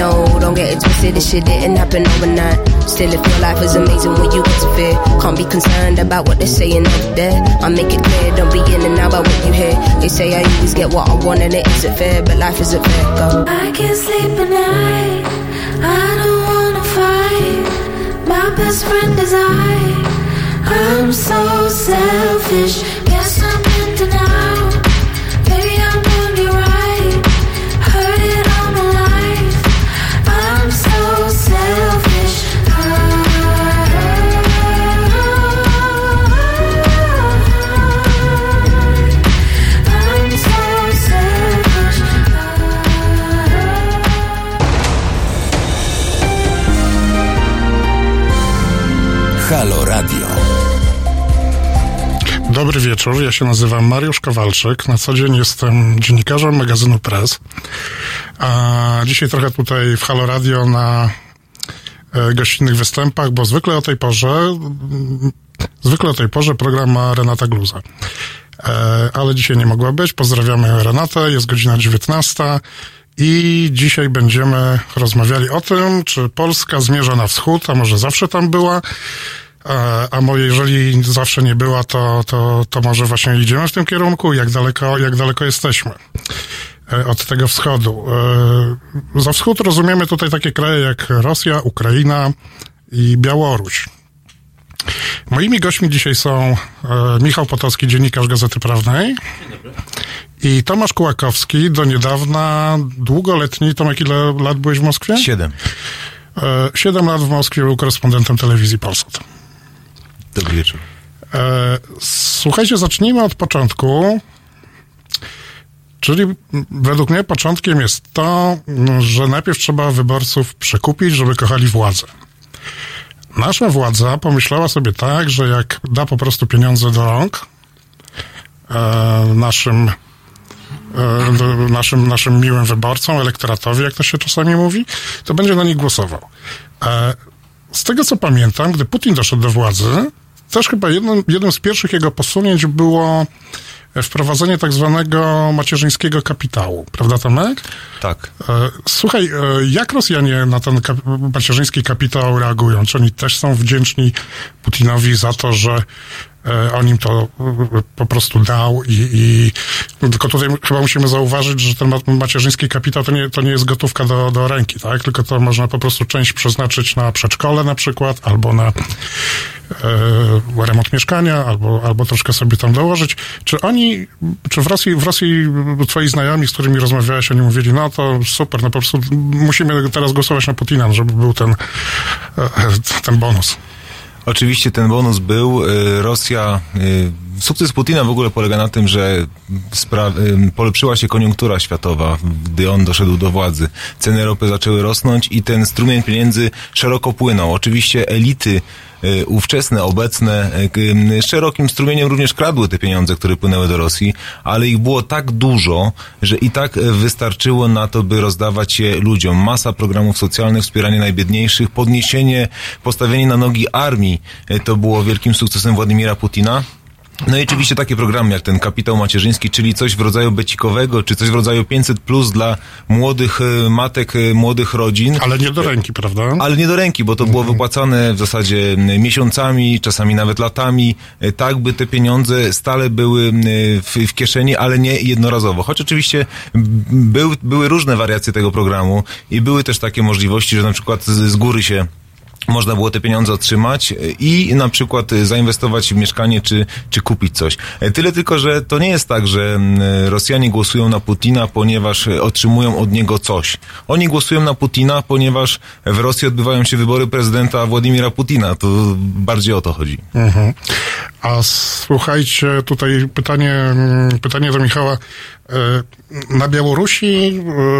know, don't get it twisted, this shit didn't happen overnight. Still, if your life is amazing when you get to fear, can't be concerned about what they're saying over there. I make it clear, don't be in and out about what you hear. They say I always get what I want and it isn't fair, but life isn't fair. Go. I can't sleep at night, I don't wanna fight. My best friend is I'm so selfish. Guess I'm in denial. Maybe I'm doing it right. Heard it all my life. I'm so selfish. I'm so selfish. Halo Radio. Dobry wieczór, ja się nazywam Mariusz Kowalczyk, na co dzień jestem dziennikarzem magazynu Press, a dzisiaj trochę tutaj w Halo Radio na gościnnych występach, bo zwykle o tej porze program ma Renata Gluza. Ale dzisiaj nie mogła być, pozdrawiamy Renatę, jest godzina 19 i dzisiaj będziemy rozmawiali o tym, czy Polska zmierza na wschód, a może zawsze tam była, a jeżeli zawsze nie była, to może właśnie idziemy w tym kierunku, jak daleko jesteśmy od tego wschodu. Za wschód rozumiemy tutaj takie kraje jak Rosja, Ukraina i Białoruś. Moimi gośćmi dzisiaj są Michał Potocki, dziennikarz Gazety Prawnej. Dzień dobry. I Tomasz Kułakowski, do niedawna długoletni. Tomek, ile lat byłeś w Moskwie? 7. 7 lat w Moskwie, był korespondentem telewizji Polsat. Dobry wieczór. Słuchajcie, zacznijmy od początku. Czyli według mnie początkiem jest to, że najpierw trzeba wyborców przekupić, żeby kochali władzę. Nasza władza pomyślała sobie tak, że jak da po prostu pieniądze do rąk naszym miłym wyborcom, elektoratowi, jak to się czasami mówi, to będzie na nich głosował. Z tego, co pamiętam, gdy Putin doszedł do władzy, też chyba jednym z pierwszych jego posunięć było wprowadzenie tak zwanego macierzyńskiego kapitału. Prawda, Tomek? Tak. Słuchaj, jak Rosjanie na ten macierzyński kapitał reagują? Czy oni też są wdzięczni Putinowi za to, że on im to po prostu dał i tylko tutaj chyba musimy zauważyć, że ten macierzyński kapitał to nie jest gotówka do ręki, tak? Tylko to można po prostu część przeznaczyć na przedszkole na przykład, albo na remont mieszkania, albo troszkę sobie tam dołożyć. Czy w Rosji twoi znajomi, z którymi rozmawiałeś, oni mówili, no to super, no po prostu musimy teraz głosować na Putina, żeby był ten bonus. Oczywiście ten bonus był. Rosja, sukces Putina w ogóle polega na tym, że polepszyła się koniunktura światowa, gdy on doszedł do władzy. Ceny ropy zaczęły rosnąć i ten strumień pieniędzy szeroko płynął. Oczywiście elity ówczesne, obecne, szerokim strumieniem również kradły te pieniądze, które płynęły do Rosji, ale ich było tak dużo, że i tak wystarczyło na to, by rozdawać je ludziom. Masa programów socjalnych, wspieranie najbiedniejszych, postawienie na nogi armii, to było wielkim sukcesem Władimira Putina. No i oczywiście takie programy jak ten kapitał macierzyński, czyli coś w rodzaju becikowego, czy coś w rodzaju 500+ dla młodych matek, młodych rodzin. Ale nie do ręki, prawda? Ale nie do ręki, bo to było wypłacane w zasadzie miesiącami, czasami nawet latami, tak by te pieniądze stale były w kieszeni, ale nie jednorazowo. Choć oczywiście były różne wariacje tego programu i były też takie możliwości, że na przykład z góry się można było te pieniądze otrzymać i na przykład zainwestować w mieszkanie czy kupić coś. Tyle tylko, że to nie jest tak, że Rosjanie głosują na Putina, ponieważ otrzymują od niego coś. Oni głosują na Putina, ponieważ w Rosji odbywają się wybory prezydenta Władimira Putina. To bardziej o to chodzi. Mhm. A słuchajcie, tutaj pytanie do Michała. Na Białorusi,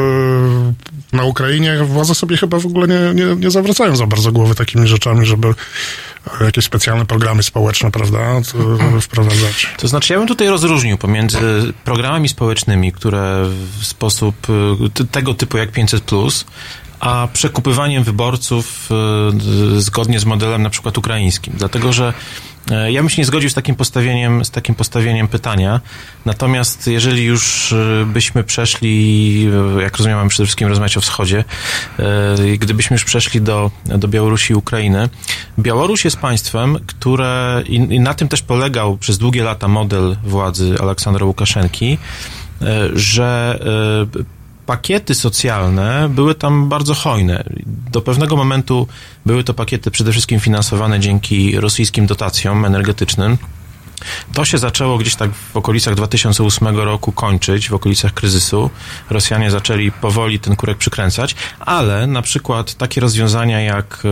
na Ukrainie władze sobie chyba w ogóle nie zawracają za bardzo głowy takimi rzeczami, żeby jakieś specjalne programy społeczne, prawda, wprowadzać. To znaczy, ja bym tutaj rozróżnił pomiędzy programami społecznymi, które w sposób tego typu jak 500+, a przekupywaniem wyborców zgodnie z modelem na przykład ukraińskim. Dlatego, że Ja bym się nie zgodził z takim postawieniem pytania. Natomiast jeżeli już byśmy przeszli, jak rozumiem, mamy przede wszystkim rozmawiać o wschodzie, gdybyśmy już przeszli do Białorusi i Ukrainy, Białoruś jest państwem, które i na tym też polegał przez długie lata model władzy Aleksandra Łukaszenki, że pakiety socjalne były tam bardzo hojne. Do pewnego momentu były to pakiety przede wszystkim finansowane dzięki rosyjskim dotacjom energetycznym. To się zaczęło gdzieś tak w okolicach 2008 roku kończyć, w okolicach kryzysu. Rosjanie zaczęli powoli ten kurek przykręcać, ale na przykład takie rozwiązania jak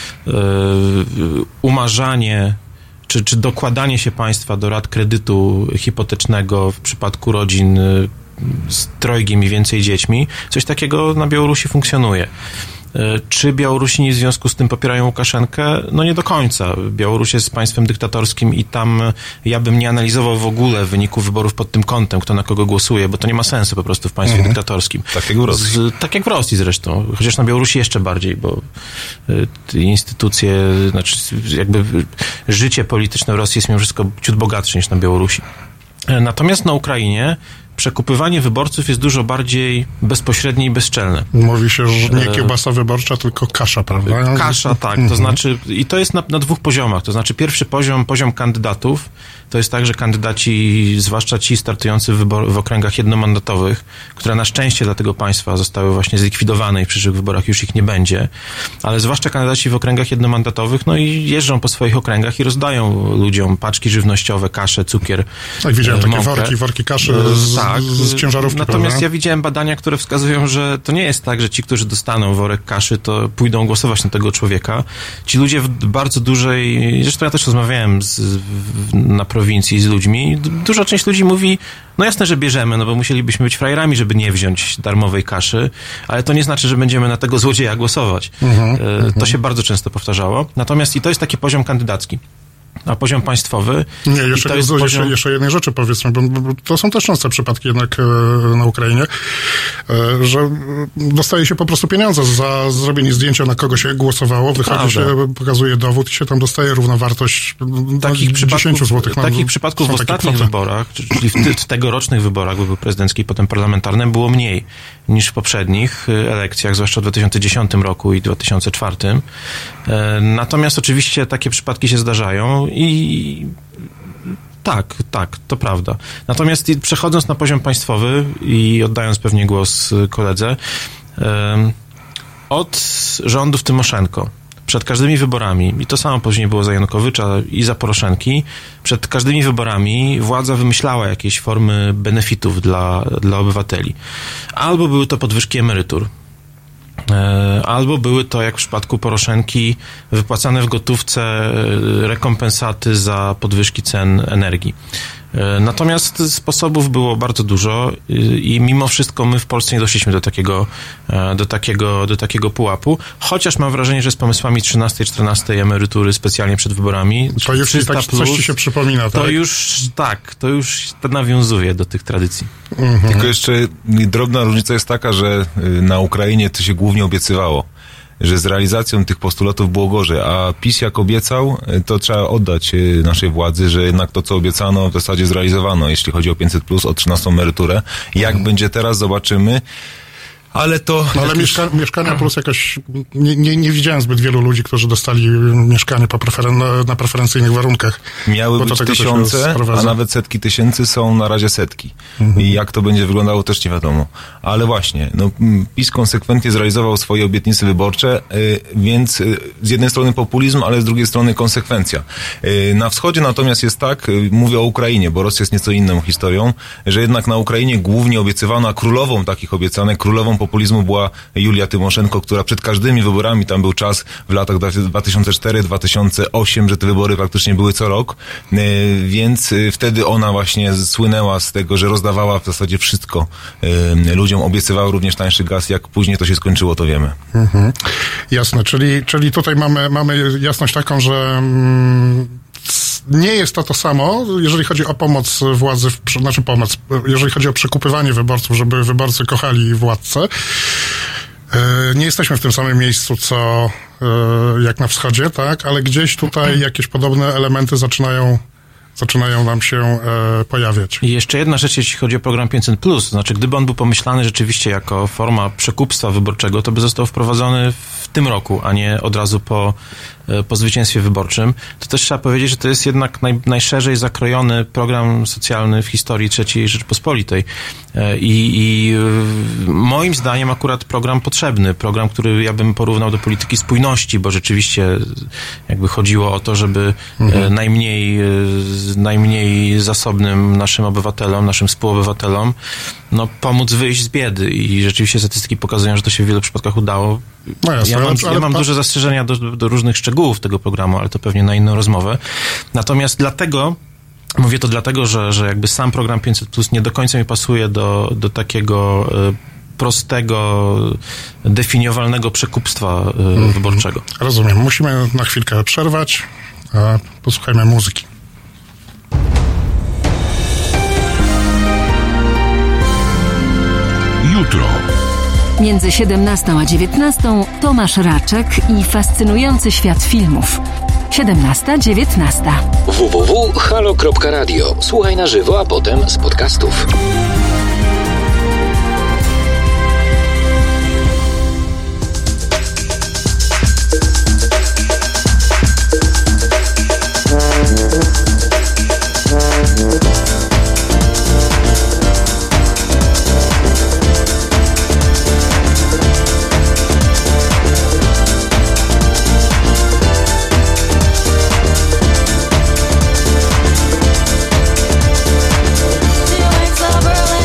umarzanie czy dokładanie się państwa do rat kredytu hipotecznego w przypadku rodzin z trojgiem i więcej dziećmi, coś takiego na Białorusi funkcjonuje. Czy Białorusini w związku z tym popierają Łukaszenkę? No nie do końca. Białoruś jest państwem dyktatorskim i tam ja bym nie analizował w ogóle wyników wyborów pod tym kątem, kto na kogo głosuje, bo to nie ma sensu po prostu w państwie dyktatorskim. Tak jak w Rosji. Tak jak w Rosji zresztą. Chociaż na Białorusi jeszcze bardziej, bo instytucje, znaczy jakby życie polityczne w Rosji jest mimo wszystko ciut bogatsze niż na Białorusi. Natomiast na Ukrainie przekupywanie wyborców jest dużo bardziej bezpośrednie i bezczelne. Mówi się, że nie kiełbasa wyborcza, tylko kasza, prawda? Kasza, tak. To znaczy, i to jest na dwóch poziomach. To znaczy, pierwszy poziom kandydatów, to jest tak, że kandydaci, zwłaszcza ci startujący w okręgach jednomandatowych, które na szczęście dla tego państwa zostały właśnie zlikwidowane i w przyszłych wyborach już ich nie będzie, ale zwłaszcza kandydaci w okręgach jednomandatowych, no i jeżdżą po swoich okręgach i rozdają ludziom paczki żywnościowe, kaszę, cukier, tak, widziałem mąkę. takie worki kaszy z ciężarówki. Natomiast prawda? ja widziałem badania, które wskazują, że to nie jest tak, że ci, którzy dostaną worek kaszy, to pójdą głosować na tego człowieka. Ci ludzie w bardzo dużej... Zresztą ja też rozmawiałem na prowincji z ludźmi. Duża część ludzi mówi, no jasne, że bierzemy, no bo musielibyśmy być frajerami, żeby nie wziąć darmowej kaszy, ale to nie znaczy, że będziemy na tego złodzieja głosować. To się bardzo często powtarzało. Natomiast i to jest taki poziom kandydacki. A poziom państwowy... Nie, jeszcze jednej rzeczy powiedzmy, bo to są też częste przypadki jednak na Ukrainie, że dostaje się po prostu pieniądze za zrobienie zdjęcia, na kogo się głosowało, wychodzi się, pokazuje dowód i się tam dostaje równowartość 10 zł. Takich przypadków w ostatnich wyborach, czyli w tegorocznych wyborach, bo były prezydenckie i potem parlamentarne, było mniej niż w poprzednich elekcjach, zwłaszcza w 2010 roku i 2004. Natomiast oczywiście takie przypadki się zdarzają i tak, to prawda. Natomiast przechodząc na poziom państwowy i oddając pewnie głos koledze, od rządów Tymoszenko przed każdymi wyborami, i to samo później było za Janukowycza i za Poroszenki, przed każdymi wyborami władza wymyślała jakieś formy benefitów dla obywateli. Albo były to podwyżki emerytur, albo były to, jak w przypadku Poroszenki, wypłacane w gotówce rekompensaty za podwyżki cen energii. Natomiast sposobów było bardzo dużo i mimo wszystko my w Polsce nie doszliśmy do takiego pułapu, chociaż mam wrażenie, że z pomysłami 13 i 14 emerytury specjalnie przed wyborami, to już tak coś ci się przypomina, tak? To już nawiązuje do tych tradycji. Tylko jeszcze drobna różnica jest taka, że na Ukrainie to się głównie obiecywało, że z realizacją tych postulatów było gorzej, a PiS jak obiecał, to trzeba oddać naszej władzy, że jednak to, co obiecano, w zasadzie zrealizowano, jeśli chodzi o 500+, o 13 emeryturę. Jak będzie teraz, zobaczymy. Ale to... No, ale mieszkania plus jakaś... Nie widziałem zbyt wielu ludzi, którzy dostali mieszkanie na preferencyjnych warunkach. Miały być tysiące, a nawet setki tysięcy, są na razie setki. I jak to będzie wyglądało, też nie wiadomo. Ale właśnie, PiS konsekwentnie zrealizował swoje obietnice wyborcze, więc z jednej strony populizm, ale z drugiej strony konsekwencja. Na wschodzie natomiast jest tak, mówię o Ukrainie, bo Rosja jest nieco inną historią, że jednak na Ukrainie głównie obiecywano, a królową takich obiecanek, królową populizmu była Julia Tymoszenko, która przed każdymi wyborami, tam był czas w latach 2004-2008, że te wybory praktycznie były co rok, więc wtedy ona właśnie słynęła z tego, że rozdawała w zasadzie wszystko ludziom, obiecywała również tańszy gaz. Jak później to się skończyło, to wiemy. Jasne, czyli tutaj mamy jasność taką, że nie jest to samo, jeżeli chodzi o pomoc władzy, jeżeli chodzi o przekupywanie wyborców, żeby wyborcy kochali władcę. Nie jesteśmy w tym samym miejscu, co jak na wschodzie, tak, ale gdzieś tutaj jakieś podobne elementy zaczynają nam się pojawiać. I jeszcze jedna rzecz, jeśli chodzi o program 500+, to znaczy gdyby on był pomyślany rzeczywiście jako forma przekupstwa wyborczego, to by został wprowadzony w tym roku, a nie od razu po zwycięstwie wyborczym. To też trzeba powiedzieć, że to jest jednak najszerzej zakrojony program socjalny w historii III Rzeczypospolitej. I moim zdaniem akurat program potrzebny, program, który ja bym porównał do polityki spójności, bo rzeczywiście jakby chodziło o to, żeby najmniej zasobnym naszym obywatelom, naszym współobywatelom, no, pomóc wyjść z biedy i rzeczywiście statystyki pokazują, że to się w wielu przypadkach udało. No jasne, ja mam duże zastrzeżenia do różnych szczegółów tego programu, ale to pewnie na inną rozmowę. Natomiast mówię to dlatego, że jakby sam program 500+ nie do końca mi pasuje do takiego prostego, definiowalnego przekupstwa wyborczego. Rozumiem. Musimy na chwilkę przerwać, a posłuchajmy muzyki. Jutro. Między 17 a 19 Tomasz Raczek i fascynujący świat filmów. 17-19. www.halo.radio. Słuchaj na żywo, a potem z podcastów. She wakes up early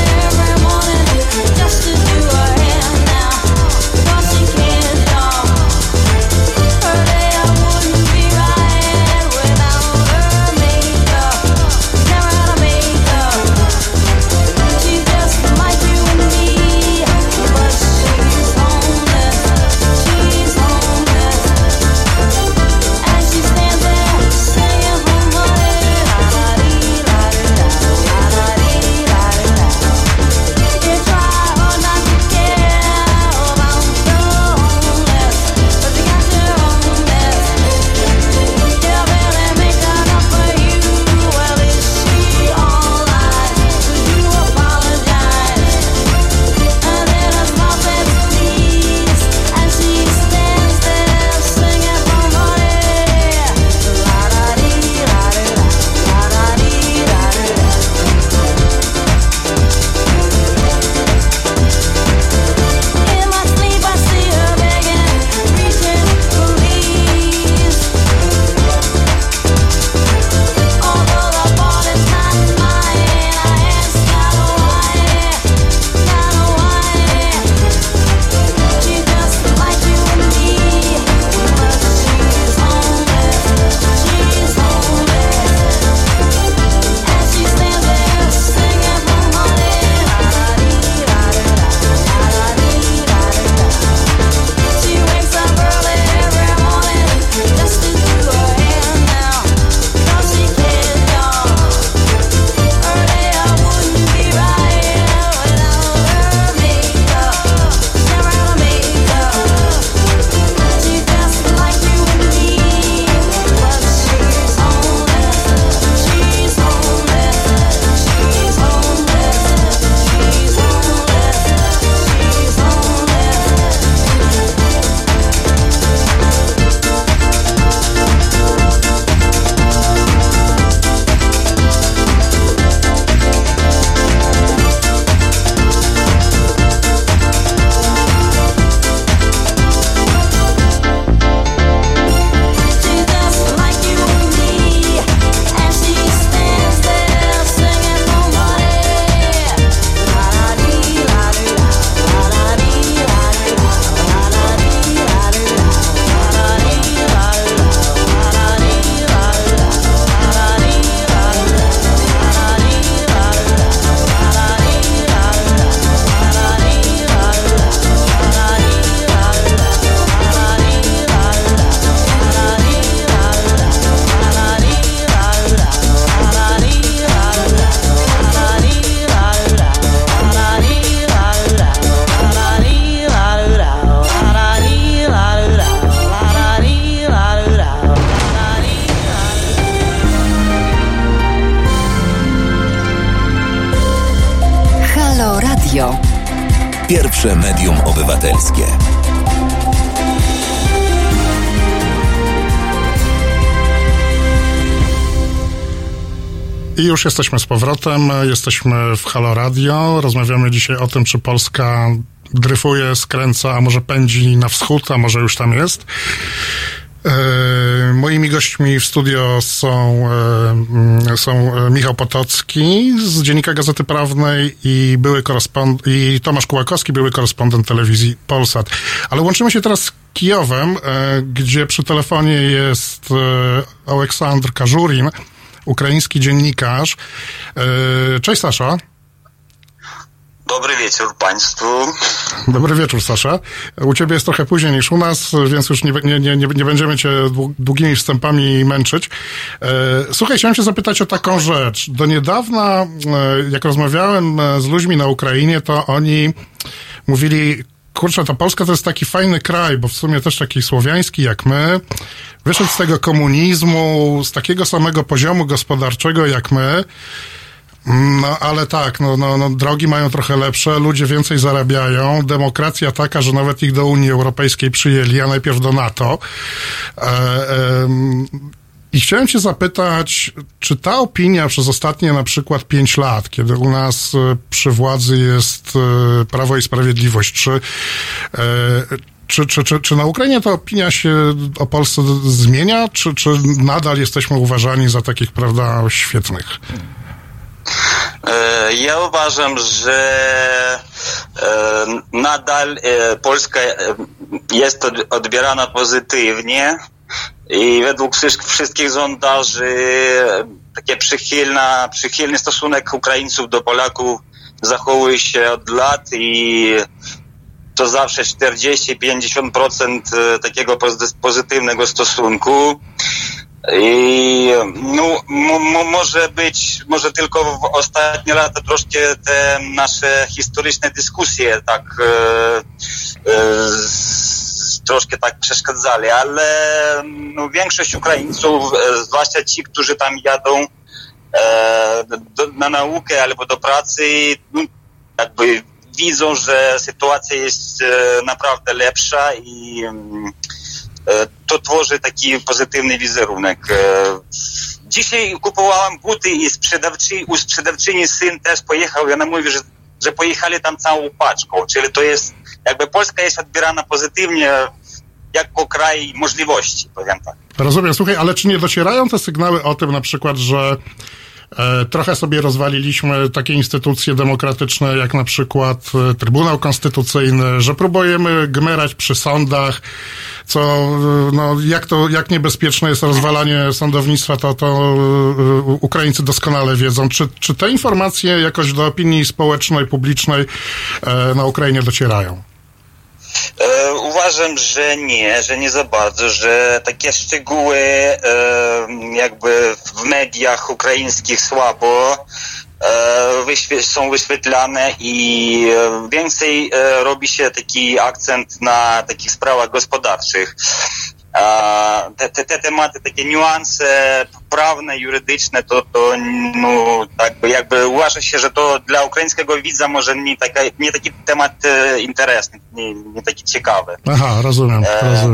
Pierwsze medium obywatelskie. I już jesteśmy z powrotem, jesteśmy w Halo Radio. Rozmawiamy dzisiaj o tym, czy Polska dryfuje, skręca, a może pędzi na wschód, a może już tam jest. Moimi gośćmi w studio są Michał Potocki z Dziennika Gazety Prawnej i Tomasz Kułakowski, były korespondent telewizji Polsat. Ale łączymy się teraz z Kijowem, gdzie przy telefonie jest Aleksandr Każurin, ukraiński dziennikarz. Cześć, Sasza. Dobry wieczór Państwu. Dobry wieczór, Sasza. U Ciebie jest trochę później niż u nas, więc już nie będziemy Cię długimi wstępami męczyć. Słuchaj, chciałem Cię zapytać o taką rzecz. Do niedawna, jak rozmawiałem z ludźmi na Ukrainie, to oni mówili, kurczę, ta Polska to jest taki fajny kraj, bo w sumie też taki słowiański jak my. Wyszedł z tego komunizmu, z takiego samego poziomu gospodarczego jak my. No, ale tak, drogi mają trochę lepsze, ludzie więcej zarabiają, demokracja taka, że nawet ich do Unii Europejskiej przyjęli, a najpierw do NATO. I chciałem Cię zapytać, czy ta opinia przez ostatnie na przykład 5 lat, kiedy u nas przy władzy jest Prawo i Sprawiedliwość, czy na Ukrainie ta opinia się o Polsce zmienia, czy nadal jesteśmy uważani za takich, prawda, świetnych? Ja uważam, że nadal Polska jest odbierana pozytywnie i według wszystkich sondaży taki przychylny stosunek Ukraińców do Polaków zachowuje się od lat i to zawsze 40-50% takiego pozytywnego stosunku. I może tylko w ostatnie lata troszkę te nasze historyczne dyskusje tak troszkę tak przeszkadzały, ale większość Ukraińców, zwłaszcza ci, którzy tam jadą na naukę albo do pracy, jakby widzą, że sytuacja jest naprawdę lepsza i to tworzy taki pozytywny wizerunek. Dzisiaj kupowałem buty i sprzedawczyni syn też pojechał i ona mówi, że pojechali tam całą paczką, czyli to jest, jakby Polska jest odbierana pozytywnie jako kraj możliwości, powiem tak. Rozumiem, słuchaj, ale czy nie docierają te sygnały o tym na przykład, że trochę sobie rozwaliliśmy takie instytucje demokratyczne, jak na przykład Trybunał Konstytucyjny, że próbujemy gmerać przy sądach, co, jak niebezpieczne jest rozwalanie sądownictwa, to Ukraińcy doskonale wiedzą. Czy te informacje jakoś do opinii społecznej, publicznej na Ukrainie docierają? Uważam, że nie za bardzo, że takie szczegóły jakby w mediach ukraińskich słabo są wyświetlane i więcej robi się taki akcent na takich sprawach gospodarczych. Te tematy, takie niuanse prawne, jurydyczne, to jakby uważa się, że to dla ukraińskiego widza może nie taki temat interesny, nie taki ciekawy. Aha, rozumiem.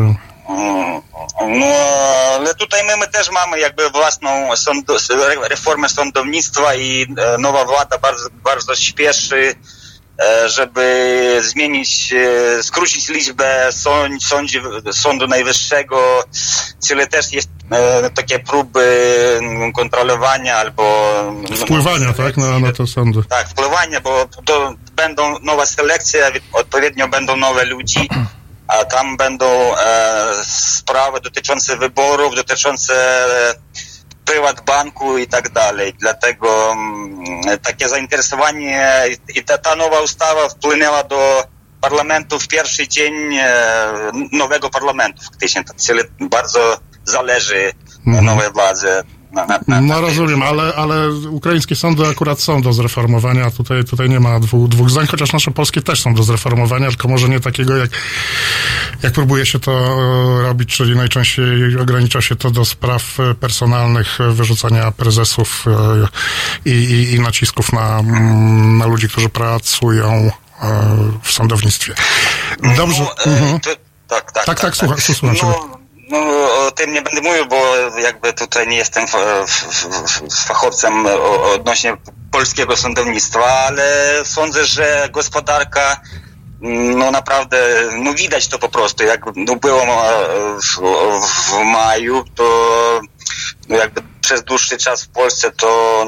No, ale tutaj my też mamy jakby własną reformę sądownictwa i nowa władza bardzo śpieszy, żeby skrócić liczbę Sądu Najwyższego, czyli też jest takie próby kontrolowania albo wpływania, tak, na te sądy. Tak, wpływania, bo to będą nowa selekcja, odpowiednio będą nowe ludzi, a tam będą sprawy dotyczące wyborów, dotyczące Prywatbanku i tak dalej. Dlatego takie zainteresowanie i ta nowa ustawa wpłynęła do parlamentu w pierwszy dzień nowego parlamentu faktycznie. Czyli bardzo zależy nowej władzy. Rozumiem, ale ukraińskie sądy akurat są do zreformowania. Tutaj nie ma dwóch zdań, chociaż nasze polskie też są do zreformowania, tylko może nie takiego, jak próbuje się to robić, czyli najczęściej ogranicza się to do spraw personalnych, wyrzucania prezesów i nacisków na ludzi, którzy pracują w sądownictwie. Dobrze. Tak, słucham ciebie. O tym nie będę mówił, bo jakby tutaj nie jestem fachowcem odnośnie polskiego sądownictwa, ale sądzę, że gospodarka naprawdę, widać to po prostu, jak było w maju, to jakby przez dłuższy czas w Polsce to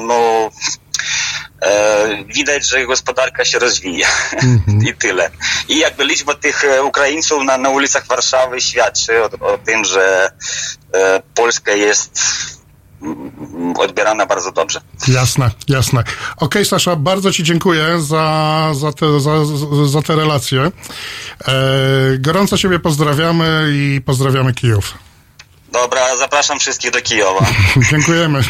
widać, że gospodarka się rozwija i tyle. I jakby liczba tych Ukraińców na ulicach Warszawy świadczy o tym, że Polska jest odbierana bardzo dobrze. Jasne. Okej, Sasza, bardzo ci dziękuję za te relacje. Gorąco ciebie pozdrawiamy i pozdrawiamy Kijów. Dobra, zapraszam wszystkich do Kijowa. Dziękujemy.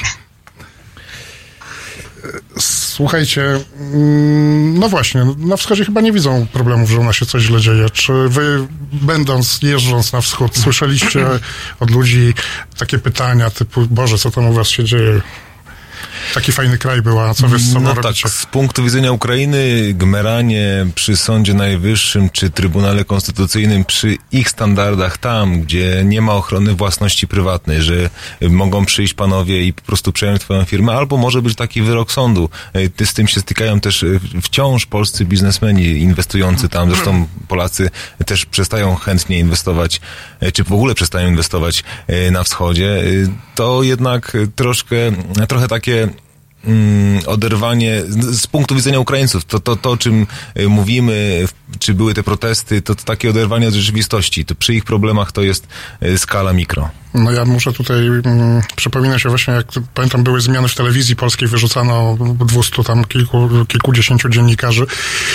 Słuchajcie, no właśnie, na wschodzie chyba nie widzą problemów, że u nas się coś źle dzieje. Czy wy, jeżdżąc na wschód, słyszeliście od ludzi takie pytania typu, Boże, co tam u was się dzieje? Taki fajny kraj był, a co wy z sobą robicie? Tak, z punktu widzenia Ukrainy, gmeranie przy Sądzie Najwyższym czy Trybunale Konstytucyjnym przy ich standardach tam, gdzie nie ma ochrony własności prywatnej, że mogą przyjść panowie i po prostu przejąć twoją firmę, albo może być taki wyrok sądu. Z tym się stykają też wciąż polscy biznesmeni inwestujący tam. Zresztą Polacy też przestają chętnie inwestować, czy w ogóle przestają inwestować na wschodzie. To jednak trochę takie oderwanie z punktu widzenia Ukraińców. To o czym mówimy, czy były te protesty, to takie oderwanie od rzeczywistości. To przy ich problemach to jest skala mikro. No ja muszę tutaj przypominać się właśnie, jak pamiętam, były zmiany w telewizji polskiej, wyrzucano 200 tam kilkudziesięciu dziennikarzy.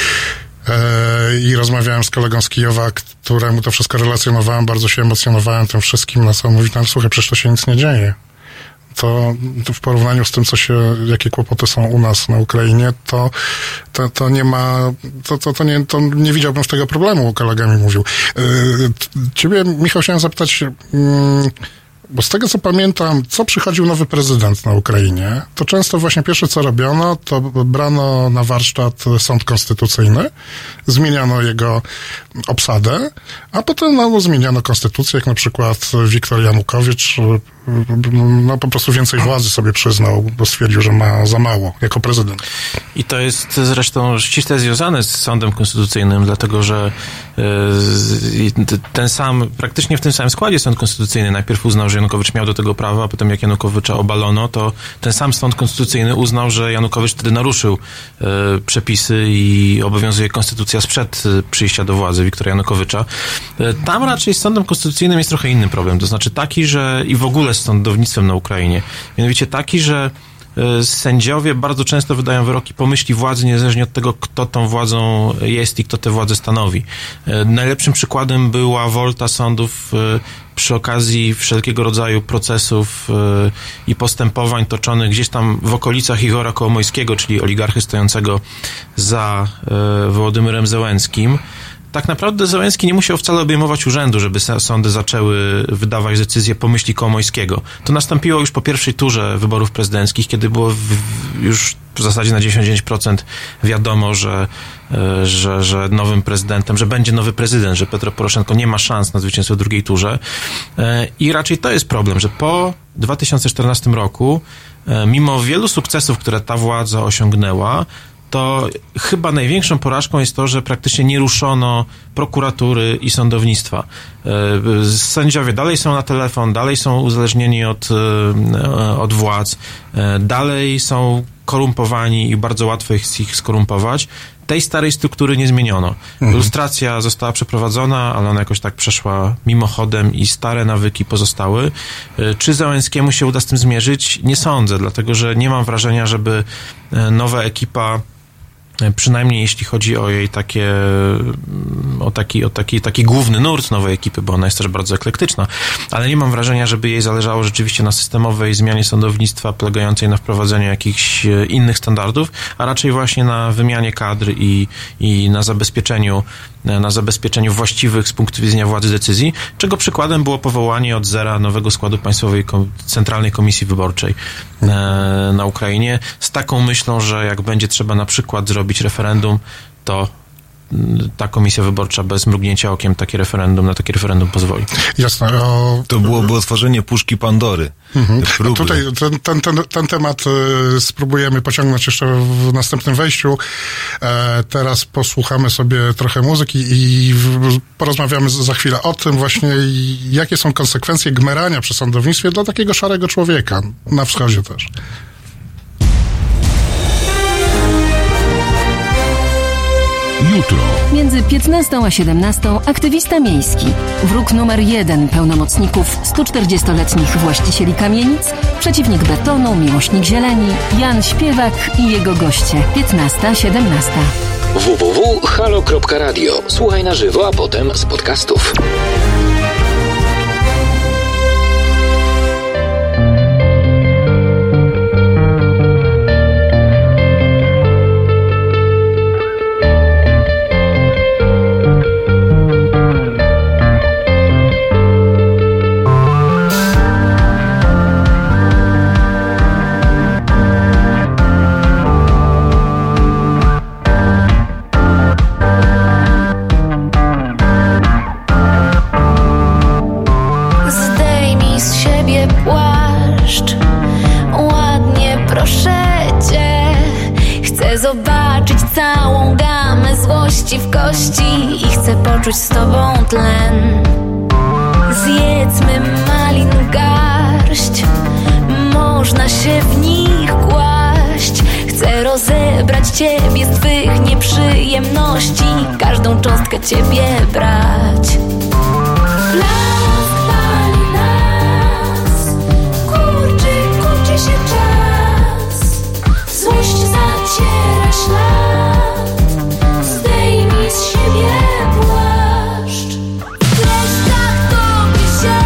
I rozmawiałem z kolegą z Kijowa, któremu to wszystko relacjonowałem, bardzo się emocjonowałem tym wszystkim, na co mówi, słuchaj, przecież to się nic nie dzieje. To w porównaniu z tym, jakie kłopoty są u nas na Ukrainie, to nie ma, to nie widziałbym z tego problemu, kolega mi mówił. Ciebie, Michał, chciałem zapytać, bo z tego, co pamiętam, co przychodził nowy prezydent na Ukrainie, to często właśnie pierwsze, co robiono, to brano na warsztat sąd konstytucyjny, zmieniano jego obsadę, a potem zmieniano konstytucję, jak na przykład Wiktor Janukowicz, po prostu więcej władzy sobie przyznał, bo stwierdził, że ma za mało jako prezydent. I to jest zresztą ściśle związane z sądem konstytucyjnym, dlatego że praktycznie w tym samym składzie sąd konstytucyjny najpierw uznał, że Janukowicz miał do tego prawo, a potem jak Janukowicza obalono, to ten sam sąd konstytucyjny uznał, że Janukowicz wtedy naruszył przepisy i obowiązuje konstytucja sprzed przyjścia do władzy Wiktora Janukowicza. Tam raczej z sądem konstytucyjnym jest trochę inny problem, to znaczy taki, że i w ogóle z sądownictwem na Ukrainie, mianowicie taki, że sędziowie bardzo często wydają wyroki po myśli władzy, niezależnie od tego, kto tą władzą jest i kto tę władzę stanowi. Najlepszym przykładem była wolta sądów przy okazji wszelkiego rodzaju procesów i postępowań toczonych gdzieś tam w okolicach Igora Kołomojskiego, czyli oligarchy stojącego za Wołodymyrem Zełenskim. Tak naprawdę Zełenski nie musiał wcale obejmować urzędu, żeby sądy zaczęły wydawać decyzje po myśli Kołomojskiego. To nastąpiło już po pierwszej turze wyborów prezydenckich, kiedy było już w zasadzie na 99% wiadomo, że nowym prezydentem, że będzie nowy prezydent, że Petro Poroszenko nie ma szans na zwycięstwo w drugiej turze. I raczej to jest problem, że po 2014 roku, mimo wielu sukcesów, które ta władza osiągnęła, to chyba największą porażką jest to, że praktycznie nie ruszono prokuratury i sądownictwa. Sędziowie dalej są na telefon, dalej są uzależnieni od władz, dalej są korumpowani i bardzo łatwo jest ich skorumpować. Tej starej struktury nie zmieniono. Lustracja została przeprowadzona, ale ona jakoś tak przeszła mimochodem i stare nawyki pozostały. Czy Zełenskiemu się uda z tym zmierzyć? Nie sądzę, dlatego że nie mam wrażenia, żeby nowa ekipa, przynajmniej jeśli chodzi o jej taki główny nurt nowej ekipy, bo ona jest też bardzo eklektyczna, ale nie mam wrażenia, żeby jej zależało rzeczywiście na systemowej zmianie sądownictwa polegającej na wprowadzeniu jakichś innych standardów, a raczej właśnie na wymianie kadr i na zabezpieczeniu właściwych z punktu widzenia władzy decyzji, czego przykładem było powołanie od zera nowego składu Państwowej Centralnej Komisji Wyborczej na Ukrainie z taką myślą, że jak będzie trzeba na przykład zrobić referendum, to ta komisja wyborcza bez mrugnięcia okiem na takie referendum pozwoli. Jasne. To byłoby otworzenie puszki Pandory. Tutaj ten temat spróbujemy pociągnąć jeszcze w następnym wejściu. Teraz posłuchamy sobie trochę muzyki i porozmawiamy za chwilę o tym właśnie, jakie są konsekwencje gmerania przy sądownictwie dla takiego szarego człowieka, na wschodzie też. Jutro. Między 15 a 17 aktywista miejski. Wróg numer 1 pełnomocników 140-letnich właścicieli kamienic, przeciwnik betonu, miłośnik zieleni, Jan Śpiewak i jego goście. 15-17. www.halo.radio. Słuchaj na żywo, a potem z podcastów. Zobaczyć całą gamę złości w kości i chcę poczuć z tobą tlen. Zjedzmy malin garść, można się w nich kłaść. Chcę rozebrać ciebie z twych nieprzyjemności, każdą cząstkę ciebie brać. Blask pali nas, kurczy się czas, złość zaciera ślad, zdejmij z siebie płaszcz. W resztach topi się,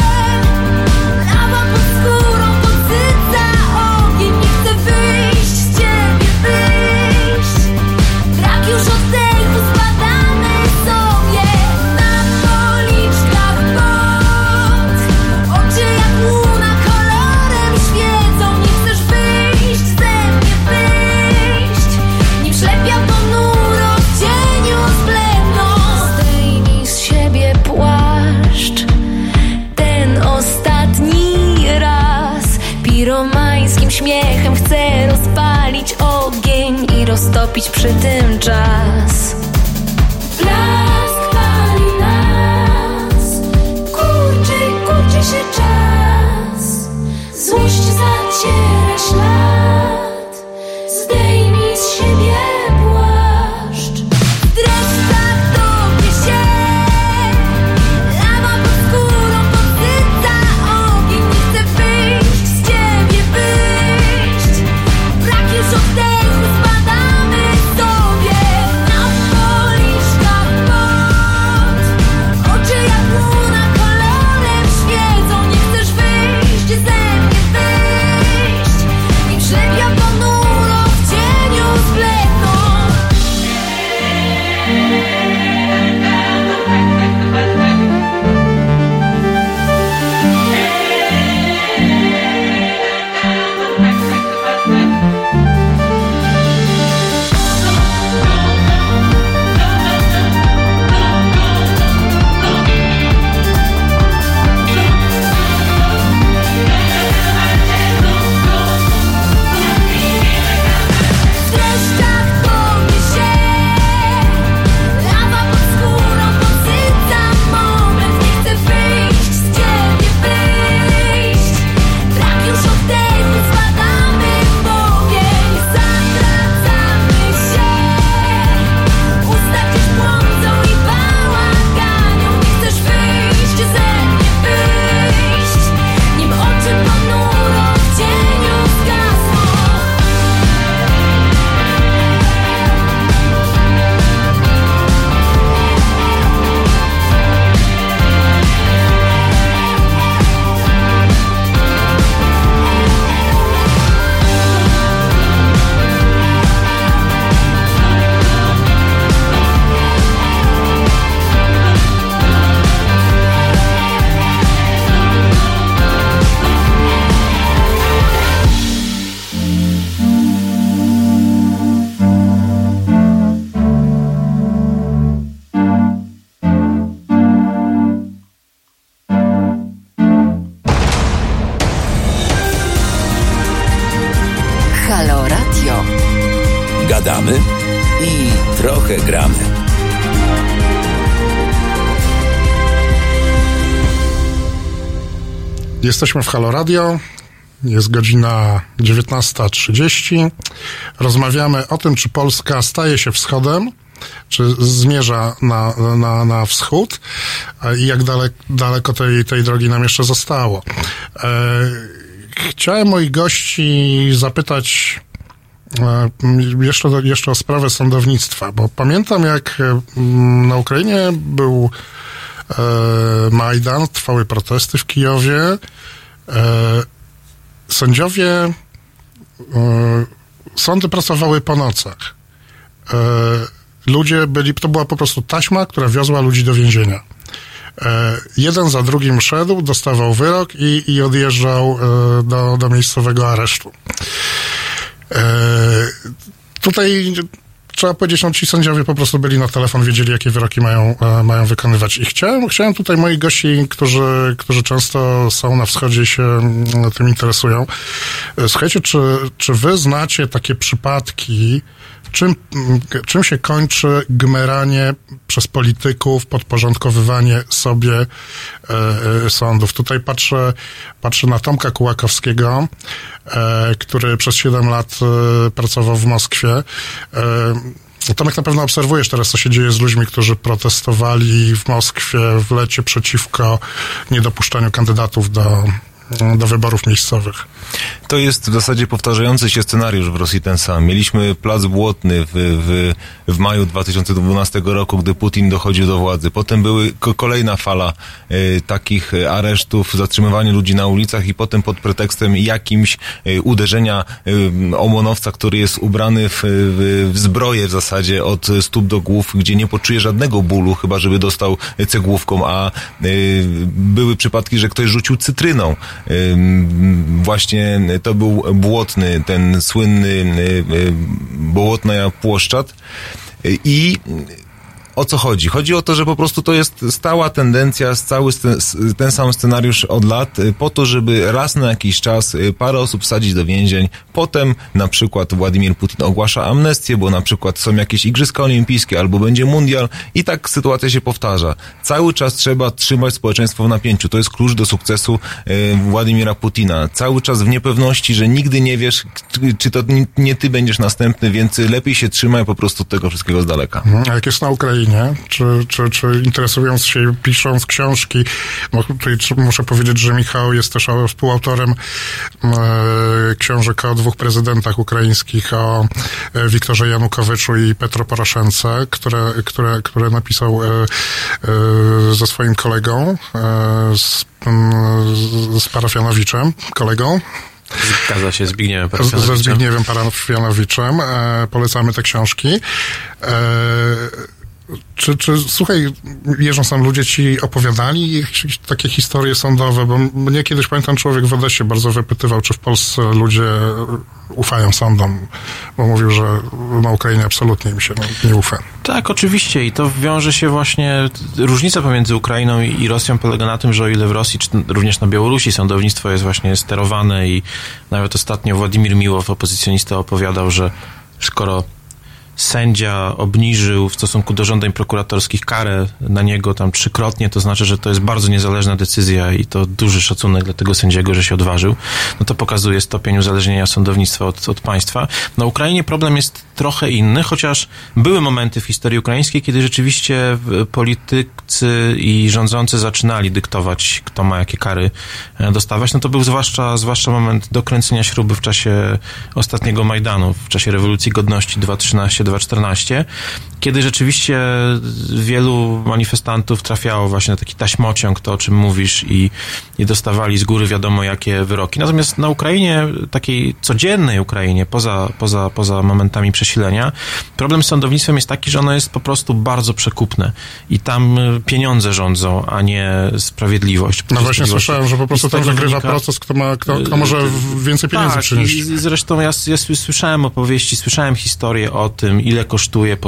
lawa pod skórą podsyca ogień. Nie chcę wyjść z ciebie, wyjść. Brak już oddechu, spadamy sobie na policzkach pot. Oczy jak łuna kolorem świecą. Nie chcesz wyjść ze mnie, wyjść. Nim ślepia ponuro w cieniu zbledną. Zdejmij z siebie płaszcz, ten ostatni raz. Piromańskim śmiechem chcę rozpalić ogień i roztopić przy tym czas. Blask pali nas, kurczy się czas, złość zaciera ślad, zdejmij z siebie płaszcz. W dreszczach topi się, lawa pod skórą podsyca ogień. Nie chcę wyjść z ciebie, wyjść. Brak już oddechu, spadamy sobie na gadamy i trochę gramy. Jesteśmy w Halo Radio. Jest godzina 19:30. Rozmawiamy o tym, czy Polska staje się wschodem, czy zmierza na wschód i jak daleko tej drogi nam jeszcze zostało. Chciałem moich gości zapytać jeszcze o sprawę sądownictwa, bo pamiętam, jak na Ukrainie był Majdan, trwały protesty w Kijowie. Sędziowie, sądy pracowały po nocach. Ludzie to była po prostu taśma, która wiozła ludzi do więzienia. Jeden za drugim szedł, dostawał wyrok i odjeżdżał do miejscowego aresztu. Tutaj trzeba powiedzieć, ci sędziowie po prostu byli na telefon, wiedzieli, jakie wyroki mają wykonywać. I chciałem tutaj moich gości, którzy często są na wschodzie i się tym interesują. Słuchajcie, czy wy znacie takie przypadki, czym się kończy gmeranie przez polityków, podporządkowywanie sobie sądów? Tutaj patrzę na Tomka Kułakowskiego, który przez 7 lat pracował w Moskwie. Tomek, na pewno obserwujesz teraz, co się dzieje z ludźmi, którzy protestowali w Moskwie w lecie przeciwko niedopuszczaniu kandydatów do wyborów miejscowych. To jest w zasadzie powtarzający się scenariusz w Rosji ten sam. Mieliśmy Plac Błotny w maju 2012 roku, gdy Putin dochodził do władzy. Potem były kolejna fala takich aresztów, zatrzymywanie ludzi na ulicach i potem pod pretekstem jakimś uderzenia OMON-owca, który jest ubrany w zbroję w zasadzie od stóp do głów, gdzie nie poczuje żadnego bólu, chyba żeby dostał cegłówką, a były przypadki, że ktoś rzucił cytryną. Właśnie to był Błotny, ten słynny Błotna Płoszczad. I o co chodzi? Chodzi o to, że po prostu to jest stała tendencja, ten sam scenariusz od lat, po to, żeby raz na jakiś czas parę osób wsadzić do więzień. Potem na przykład Władimir Putin ogłasza amnestię, bo na przykład są jakieś Igrzyska Olimpijskie albo będzie mundial i tak sytuacja się powtarza. Cały czas trzeba trzymać społeczeństwo w napięciu. To jest klucz do sukcesu Władimira Putina. Cały czas w niepewności, że nigdy nie wiesz, czy to nie ty będziesz następny, więc lepiej się trzymaj po prostu tego wszystkiego z daleka. A jak jest na Ukrainie? Czy interesując się, pisząc książki, tutaj muszę powiedzieć, że Michał jest też współautorem książek o 2 prezydentach ukraińskich, o Wiktorze Janukowyczu i Petro Poroszence, które napisał ze swoim kolegą, z Parafianowiczem, kolegą. Zgadza się, ze Zbigniewem Parafianowiczem. Polecamy te książki. Czy słuchaj, jeżdżą tam ludzie ci opowiadali takie historie sądowe, bo mnie kiedyś, pamiętam, człowiek w Odessie bardzo wypytywał, czy w Polsce ludzie ufają sądom, bo mówił, że na Ukrainie absolutnie im się nie ufa. Tak, oczywiście i to wiąże się właśnie, różnica pomiędzy Ukrainą i Rosją polega na tym, że o ile w Rosji, czy również na Białorusi sądownictwo jest właśnie sterowane i nawet ostatnio Władimir Miłow, opozycjonista, opowiadał, że skoro sędzia obniżył w stosunku do żądań prokuratorskich karę na niego tam 3-krotnie, to znaczy, że to jest bardzo niezależna decyzja i to duży szacunek dla tego sędziego, że się odważył. No to pokazuje stopień uzależnienia sądownictwa od państwa. Na Ukrainie problem jest trochę inny, chociaż były momenty w historii ukraińskiej, kiedy rzeczywiście politycy i rządzący zaczynali dyktować, kto ma jakie kary dostawać. No to był zwłaszcza moment dokręcenia śruby w czasie ostatniego Majdanu, w czasie rewolucji godności 2013-2014, kiedy rzeczywiście wielu manifestantów trafiało właśnie na taki taśmociąg, to o czym mówisz, i dostawali z góry wiadomo jakie wyroki. Natomiast na Ukrainie, takiej codziennej Ukrainie, poza momentami przesilenia, problem z sądownictwem jest taki, że ono jest po prostu bardzo przekupne i tam pieniądze rządzą, a nie sprawiedliwość. No właśnie słyszałem, że po prostu tam wygrywa proces, kto może więcej pieniędzy przynieść. I zresztą ja słyszałem opowieści, słyszałem historię o tym, ile kosztuje posada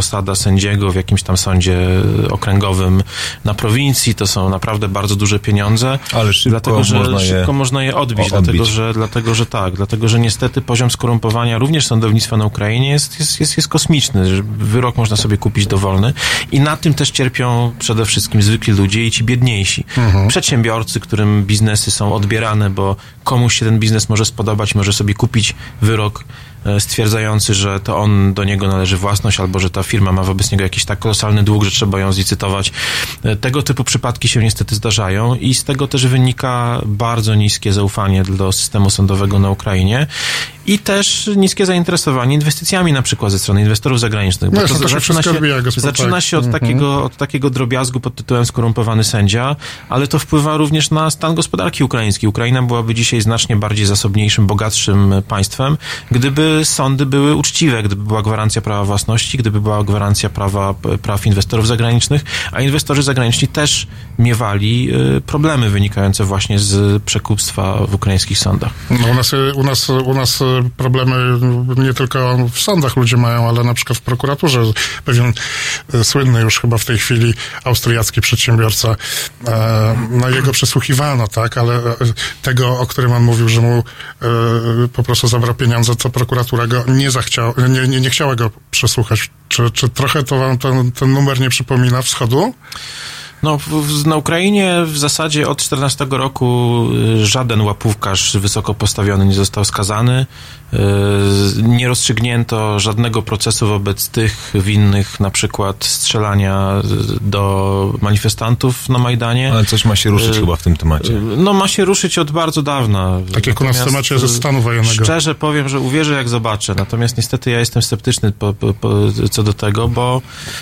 sędziego w jakimś tam sądzie okręgowym na prowincji. To są naprawdę bardzo duże pieniądze. Ale szybko można je odbić. Dlatego, że niestety poziom skorumpowania również sądownictwa na Ukrainie jest kosmiczny. Wyrok można sobie kupić dowolny i na tym też cierpią przede wszystkim zwykli ludzie i ci biedniejsi. Przedsiębiorcy, którym biznesy są odbierane, bo komuś się ten biznes może spodobać, może sobie kupić wyrok stwierdzający, że to on do niego należy własność, albo że ta firma ma wobec niego jakiś tak kolosalny dług, że trzeba ją zlicytować. Tego typu przypadki się niestety zdarzają i z tego też wynika bardzo niskie zaufanie do systemu sądowego na Ukrainie i też niskie zainteresowanie inwestycjami na przykład ze strony inwestorów zagranicznych. Bo zaczyna się od takiego drobiazgu pod tytułem skorumpowany sędzia, ale to wpływa również na stan gospodarki ukraińskiej. Ukraina byłaby dzisiaj znacznie bardziej zasobniejszym, bogatszym państwem, gdyby sądy były uczciwe, gdyby była gwarancja prawa własności, gdyby była gwarancja praw inwestorów zagranicznych, a inwestorzy zagraniczni też miewali problemy wynikające właśnie z przekupstwa w ukraińskich sądach. No u nas problemy nie tylko w sądach ludzie mają, ale na przykład w prokuraturze. Pewien słynny już chyba w tej chwili austriacki przedsiębiorca, no jego przesłuchiwano, tak, ale tego, o którym on mówił, że mu po prostu zabrał pieniądze, to prokuratura go nie chciała go przesłuchać. Czy trochę to wam ten numer nie przypomina Wschodu? No, na Ukrainie w zasadzie od 2014 roku żaden łapówkarz wysoko postawiony nie został skazany. Nie rozstrzygnięto żadnego procesu wobec tych winnych, na przykład strzelania do manifestantów na Majdanie. Ale coś ma się ruszyć chyba w tym temacie. No, ma się ruszyć od bardzo dawna. Tak jak u nas w temacie ze stanu wojennego. Szczerze powiem, że uwierzę jak zobaczę. Natomiast niestety ja jestem sceptyczny co do tego, bo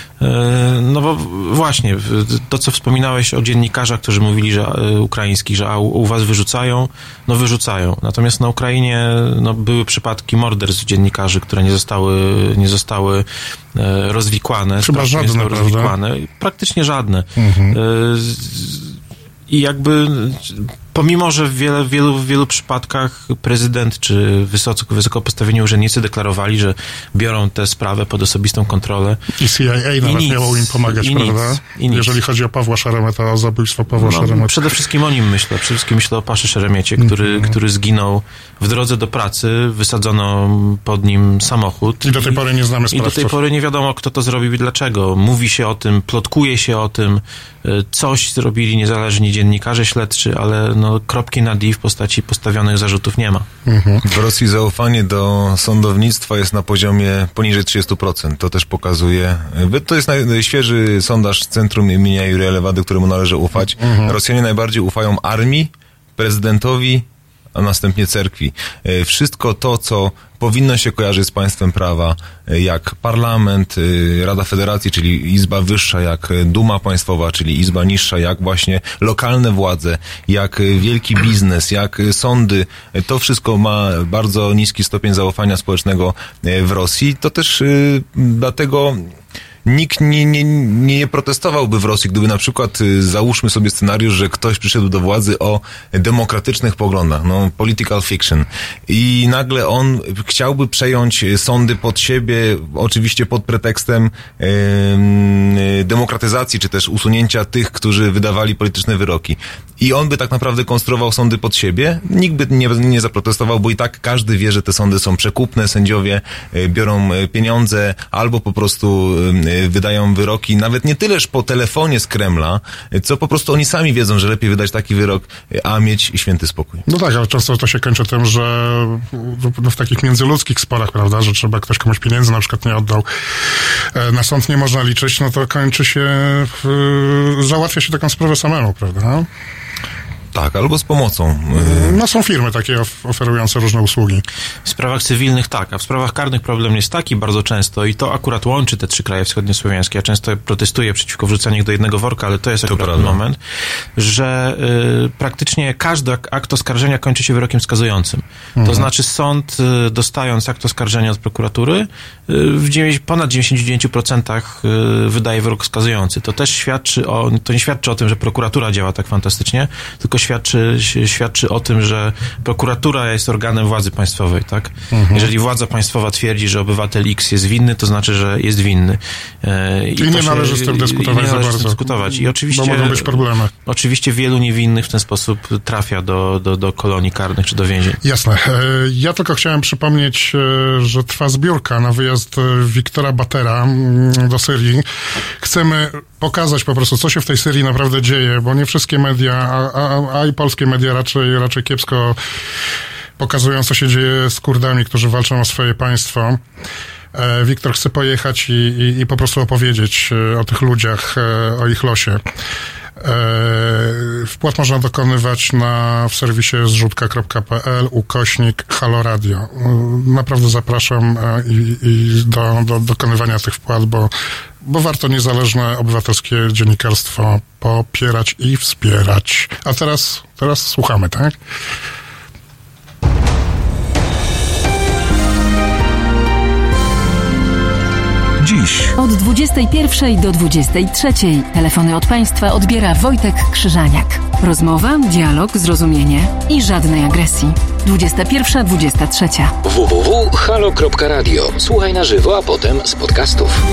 właśnie to, co wspominałeś o dziennikarzach, którzy mówili, że ukraińskich, że u was wyrzucają, no wyrzucają. Natomiast na Ukrainie były przypadki morderstw dziennikarzy, które nie zostały rozwikłane. Chyba żadne, prawda? Praktycznie żadne. I jakby pomimo, że w wielu przypadkach prezydent czy wysoko postawieni urzędnicy deklarowali, że biorą tę sprawę pod osobistą kontrolę. I CIA nawet miało im pomagać, prawda? Jeżeli chodzi o Pawła Szeremeta, o zabójstwo Pawła Szeremeta. Przede wszystkim o nim myślę. Przede wszystkim myślę o Paszy Szeremiecie, który zginął w drodze do pracy. Wysadzono pod nim samochód. I do tej pory nie znamy sprawców. I do tej pory nie wiadomo, kto to zrobił i dlaczego. Mówi się o tym, plotkuje się o tym. Coś zrobili niezależni dziennikarze śledczy, ale kropki nad i w postaci postawionych zarzutów nie ma. W Rosji zaufanie do sądownictwa jest na poziomie poniżej 30%. To też pokazuje... To jest świeży sondaż Centrum imienia Jurija Lewady, któremu należy ufać. Rosjanie najbardziej ufają armii, prezydentowi, a następnie cerkwi. Wszystko to, co powinno się kojarzyć z państwem prawa, jak parlament, Rada Federacji, czyli izba wyższa, jak Duma Państwowa, czyli izba niższa, jak właśnie lokalne władze, jak wielki biznes, jak sądy, to wszystko ma bardzo niski stopień zaufania społecznego w Rosji. To też dlatego nikt nie protestowałby w Rosji, gdyby na przykład, załóżmy sobie scenariusz, że ktoś przyszedł do władzy o demokratycznych poglądach, political fiction, i nagle on chciałby przejąć sądy pod siebie, oczywiście pod pretekstem demokratyzacji, czy też usunięcia tych, którzy wydawali polityczne wyroki. I on by tak naprawdę konstruował sądy pod siebie, nikt by nie zaprotestował, bo i tak każdy wie, że te sądy są przekupne, sędziowie biorą pieniądze, albo po prostu wydają wyroki, nawet nie tyleż po telefonie z Kremla, co po prostu oni sami wiedzą, że lepiej wydać taki wyrok, a mieć święty spokój. No tak, ale często to się kończy tym, że w takich międzyludzkich sporach, prawda, że trzeba ktoś komuś pieniędzy na przykład nie oddał, na sąd nie można liczyć, to kończy się, załatwia się taką sprawę samemu, prawda? Tak, albo z pomocą. Są firmy takie oferujące różne usługi. W sprawach cywilnych tak, a w sprawach karnych problem jest taki bardzo często i to akurat łączy te trzy kraje wschodniosłowiańskie. Ja często protestuję przeciwko wrzucaniu ich do jednego worka, ale to jest akurat ten moment, że praktycznie każdy akt oskarżenia kończy się wyrokiem skazującym. To znaczy sąd, dostając akt oskarżenia od prokuratury, w ponad 99% wydaje wyrok skazujący. To też nie świadczy o tym, że prokuratura działa tak fantastycznie, tylko świadczy o tym, że prokuratura jest organem władzy państwowej, tak? Jeżeli władza państwowa twierdzi, że obywatel X jest winny, to znaczy, że jest winny. I nie należy z tym dyskutować za bardzo. I oczywiście, bo mogą być problemy. Oczywiście wielu niewinnych w ten sposób trafia do kolonii karnych czy do więzień. Jasne. Ja tylko chciałem przypomnieć, że trwa zbiórka na wyjazd Wiktora Batera do Syrii. Chcemy pokazać po prostu, co się w tej Syrii naprawdę dzieje, bo nie wszystkie media, a i polskie media raczej kiepsko pokazują, co się dzieje z Kurdami, którzy walczą o swoje państwo. Wiktor chce pojechać i po prostu opowiedzieć o tych ludziach, o ich losie. Wpłat można dokonywać w serwisie zrzutka.pl/Halo Radio. Naprawdę zapraszam do dokonywania tych wpłat, bo warto niezależne obywatelskie dziennikarstwo popierać i wspierać. A teraz słuchamy, tak? Dziś od 21 do 23 telefony od Państwa odbiera Wojtek Krzyżaniak. Rozmowa, dialog, zrozumienie i żadnej agresji. 21:23. www.halo.radio. Słuchaj na żywo, a potem z podcastów.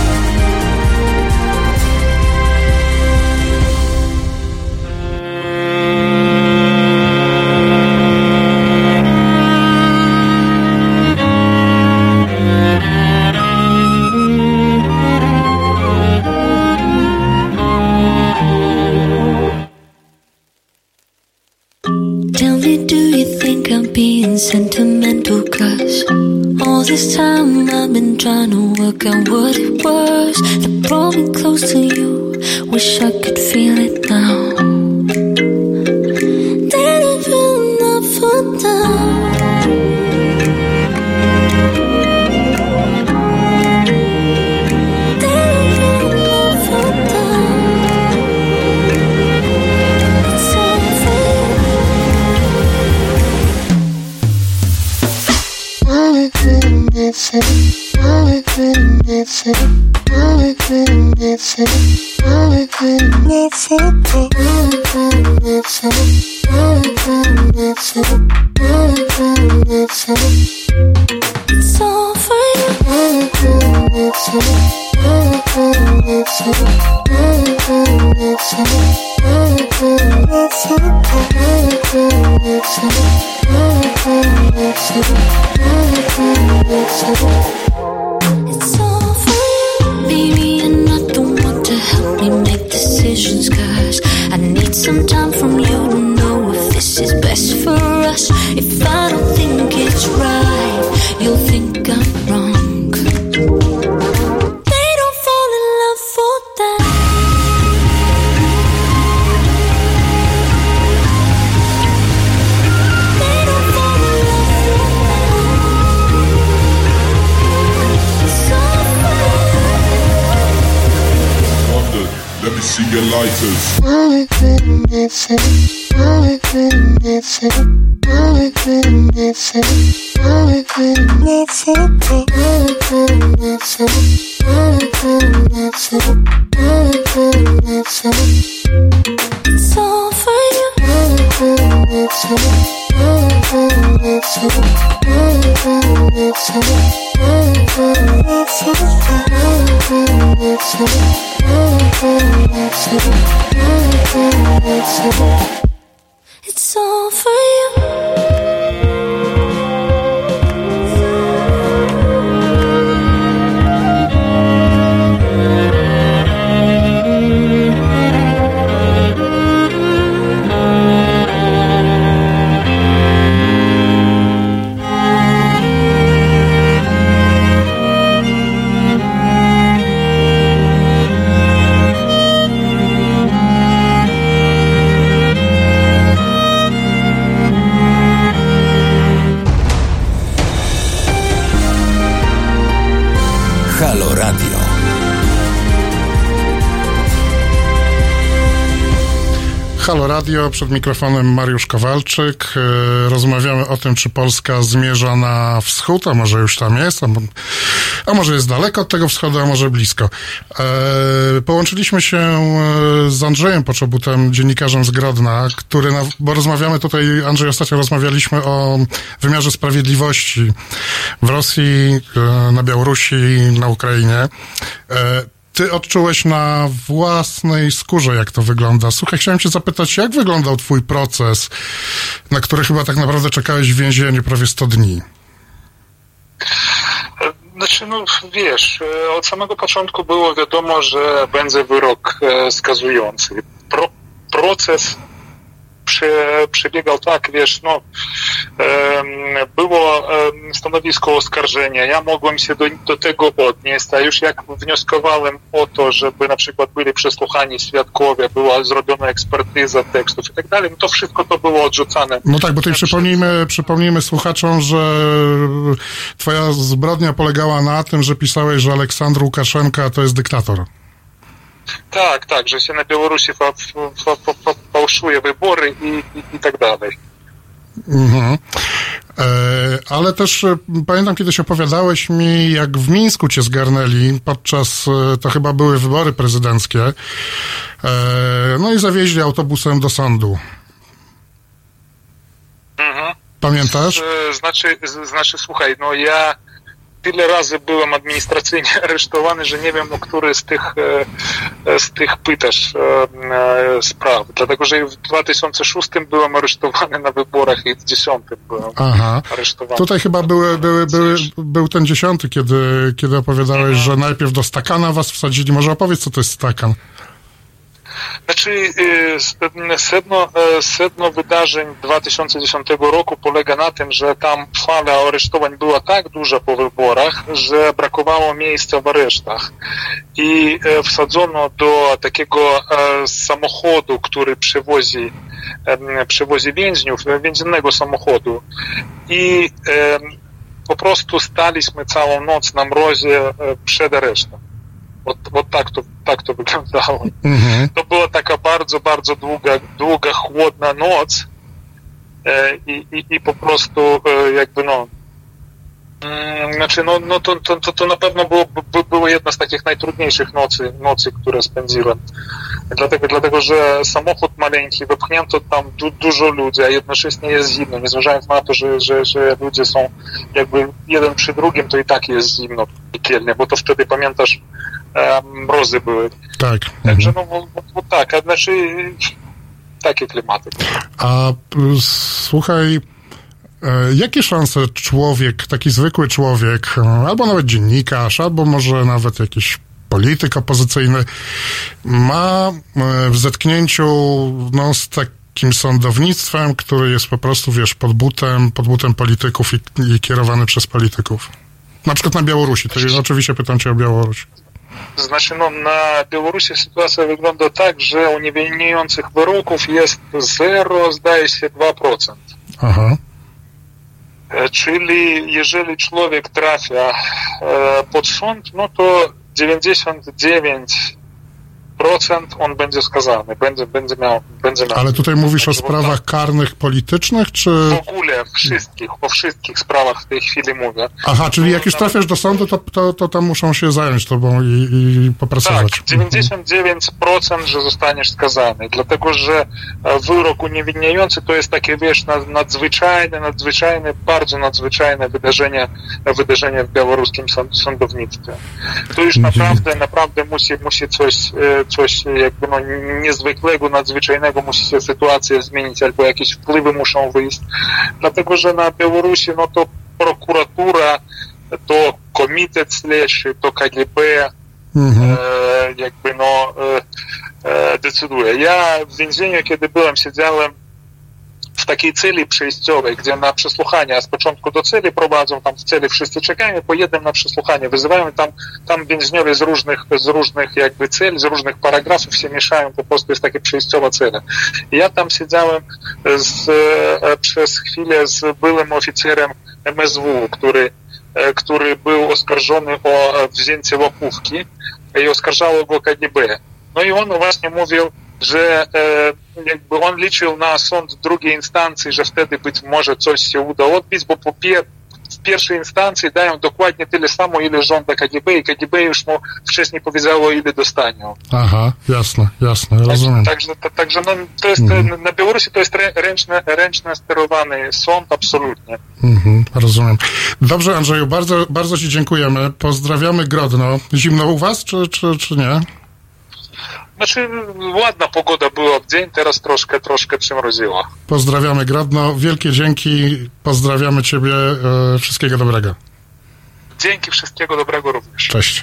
Sentimental, 'cause all this time I've been trying to work out what it was that brought me close to you. Wish I could feel it now. Didn't feel enough for now. It's all for you. It's all for you. Baby, you're not the one to help me make decisions, 'cause I need some time from you to know if this is best for us. If I don't think it's right, you'll think I'm wrong. They don't fall in love for that. They don't fall in love for that. It's all for you. London, let me see your lighters. It's all for you. It's all for you. Halo Radio, przed mikrofonem Mariusz Kowalczyk. Rozmawiamy o tym, czy Polska zmierza na wschód, a może już tam jest, a może jest daleko od tego wschodu, a może blisko. Połączyliśmy się z Andrzejem Poczobutem, dziennikarzem z Grodna, bo rozmawiamy tutaj, Andrzej, ostatnio rozmawialiśmy o wymiarze sprawiedliwości w Rosji, na Białorusi, na Ukrainie. Ty odczułeś na własnej skórze, jak to wygląda. Słuchaj, chciałem cię zapytać, jak wyglądał twój proces, na który chyba tak naprawdę czekałeś w więzieniu prawie 100 dni? Znaczy, no wiesz, od samego początku było wiadomo, że będzie wyrok skazujący. Proces przebiegał tak, wiesz, no było stanowisko oskarżenia, ja mogłem się do tego odnieść, a już jak wnioskowałem o to, żeby na przykład byli przesłuchani świadkowie, była zrobiona ekspertyza tekstów i tak dalej, no to wszystko to było odrzucane. No tak, bo tutaj przypomnijmy słuchaczom, że twoja zbrodnia polegała na tym, że pisałeś, że Aleksandr Łukaszenka to jest dyktator. Tak, że się na Białorusi fałszuje wybory i tak dalej. Mhm. Ale też pamiętam, kiedyś opowiadałeś mi, jak w Mińsku cię zgarnęli podczas, to chyba były wybory prezydenckie, no i zawieźli autobusem do sądu. Mhm. Pamiętasz? Znaczy, słuchaj, no ja tyle razy byłem administracyjnie aresztowany, że nie wiem, o który z tych pytasz spraw. Dlatego, że w 2006 byłem aresztowany na wyborach i w 2010 byłem aresztowany. Tutaj chyba był ten 10, kiedy opowiadałeś, że najpierw do stakana was wsadzili. Może opowiedz, co to jest stakan? Znaczy, sedno wydarzeń 2010 roku polega na tym, że tam fala aresztowań była tak duża po wyborach, że brakowało miejsca w aresztach. I wsadzono do takiego samochodu, który przewozi więźniów, więziennego samochodu. I po prostu staliśmy całą noc na mrozie przed aresztem. Tak to wyglądało. Mhm. To była taka bardzo, bardzo długa, chłodna noc i po prostu jakby znaczy to na pewno było jedna z takich najtrudniejszych nocy, które spędziłem. Dlatego, że samochód maleńki, wypchnięto tam dużo ludzi, a jednocześnie jest zimno. Nie zważając na to, że ludzie są jakby jeden przy drugim, to i tak jest zimno piekielnie, bo to wtedy, pamiętasz, mrozy były. Tak. Także tak, a znaczy takie klimaty. A słuchaj, jakie szanse człowiek, taki zwykły człowiek, albo nawet dziennikarz, albo może nawet jakiś polityk opozycyjny ma w zetknięciu z takim sądownictwem, który jest po prostu, wiesz, pod butem polityków i kierowany przez polityków? Na przykład na Białorusi. To oczywiście pytam cię o Białoruś. Znaczy, na Białorusi sytuacja wygląda tak, że uniewinniających wyroków jest 0, zdaje się, 2%. Aha. Czyli jeżeli człowiek trafia pod sąd, no to 99% on będzie skazany, będzie miał. Ale tutaj mówisz o sprawach karnych, politycznych, czy... W ogóle o wszystkich sprawach w tej chwili mówię. Aha, czyli jak już trafiasz do sądu, to tam muszą się zająć tobą i popracować. Tak, 99%, że zostaniesz skazany, dlatego, że wyrok uniewinniający to jest takie, wiesz, nadzwyczajne, bardzo nadzwyczajne wydarzenie w białoruskim sądownictwie. To już naprawdę musi coś jakby niezwykłego, nadzwyczajnego, musi się sytuacja zmienić, albo jakieś wpływy muszą wyjść. Dlatego, że na Białorusi, to prokuratura, to komitet śledczy, to KGB decyduje. Ja w więzieniu, kiedy byłem, siedziałem w takiej celi przejściowej, gdzie na przesłuchania z początku do celi prowadzą, tam w celi wszyscy czekają, po jednym na przesłuchanie wyzywają, tam więźniowie z różnych jakby celi, z różnych paragrafów się mieszają, po prostu jest taka przejściowa cela. I ja tam siedziałem przez chwilę z byłym oficerem MSW, który był oskarżony o wzięcie łapówki i oskarżało go KGB. No i on właśnie mówił, że jakby on liczył na sąd drugiej instancji, że wtedy być może coś się uda odbić, bo w pierwszej instancji dają dokładnie tyle samo, ile żąda KGB i KGB już mu wcześniej powiedziało, ile dostanie. Aha, jasne, rozumiem. Także no, to jest, na Białorusi to jest ręcznie sterowany sąd, absolutnie. Rozumiem. Dobrze, Andrzeju, bardzo, bardzo Ci dziękujemy. Pozdrawiamy Grodno. Zimno u Was, czy nie? Znaczy, ładna pogoda była w dzień, teraz troszkę przymroziła. Pozdrawiamy Grodno, wielkie dzięki, pozdrawiamy Ciebie, wszystkiego dobrego. Dzięki, wszystkiego dobrego również. Cześć.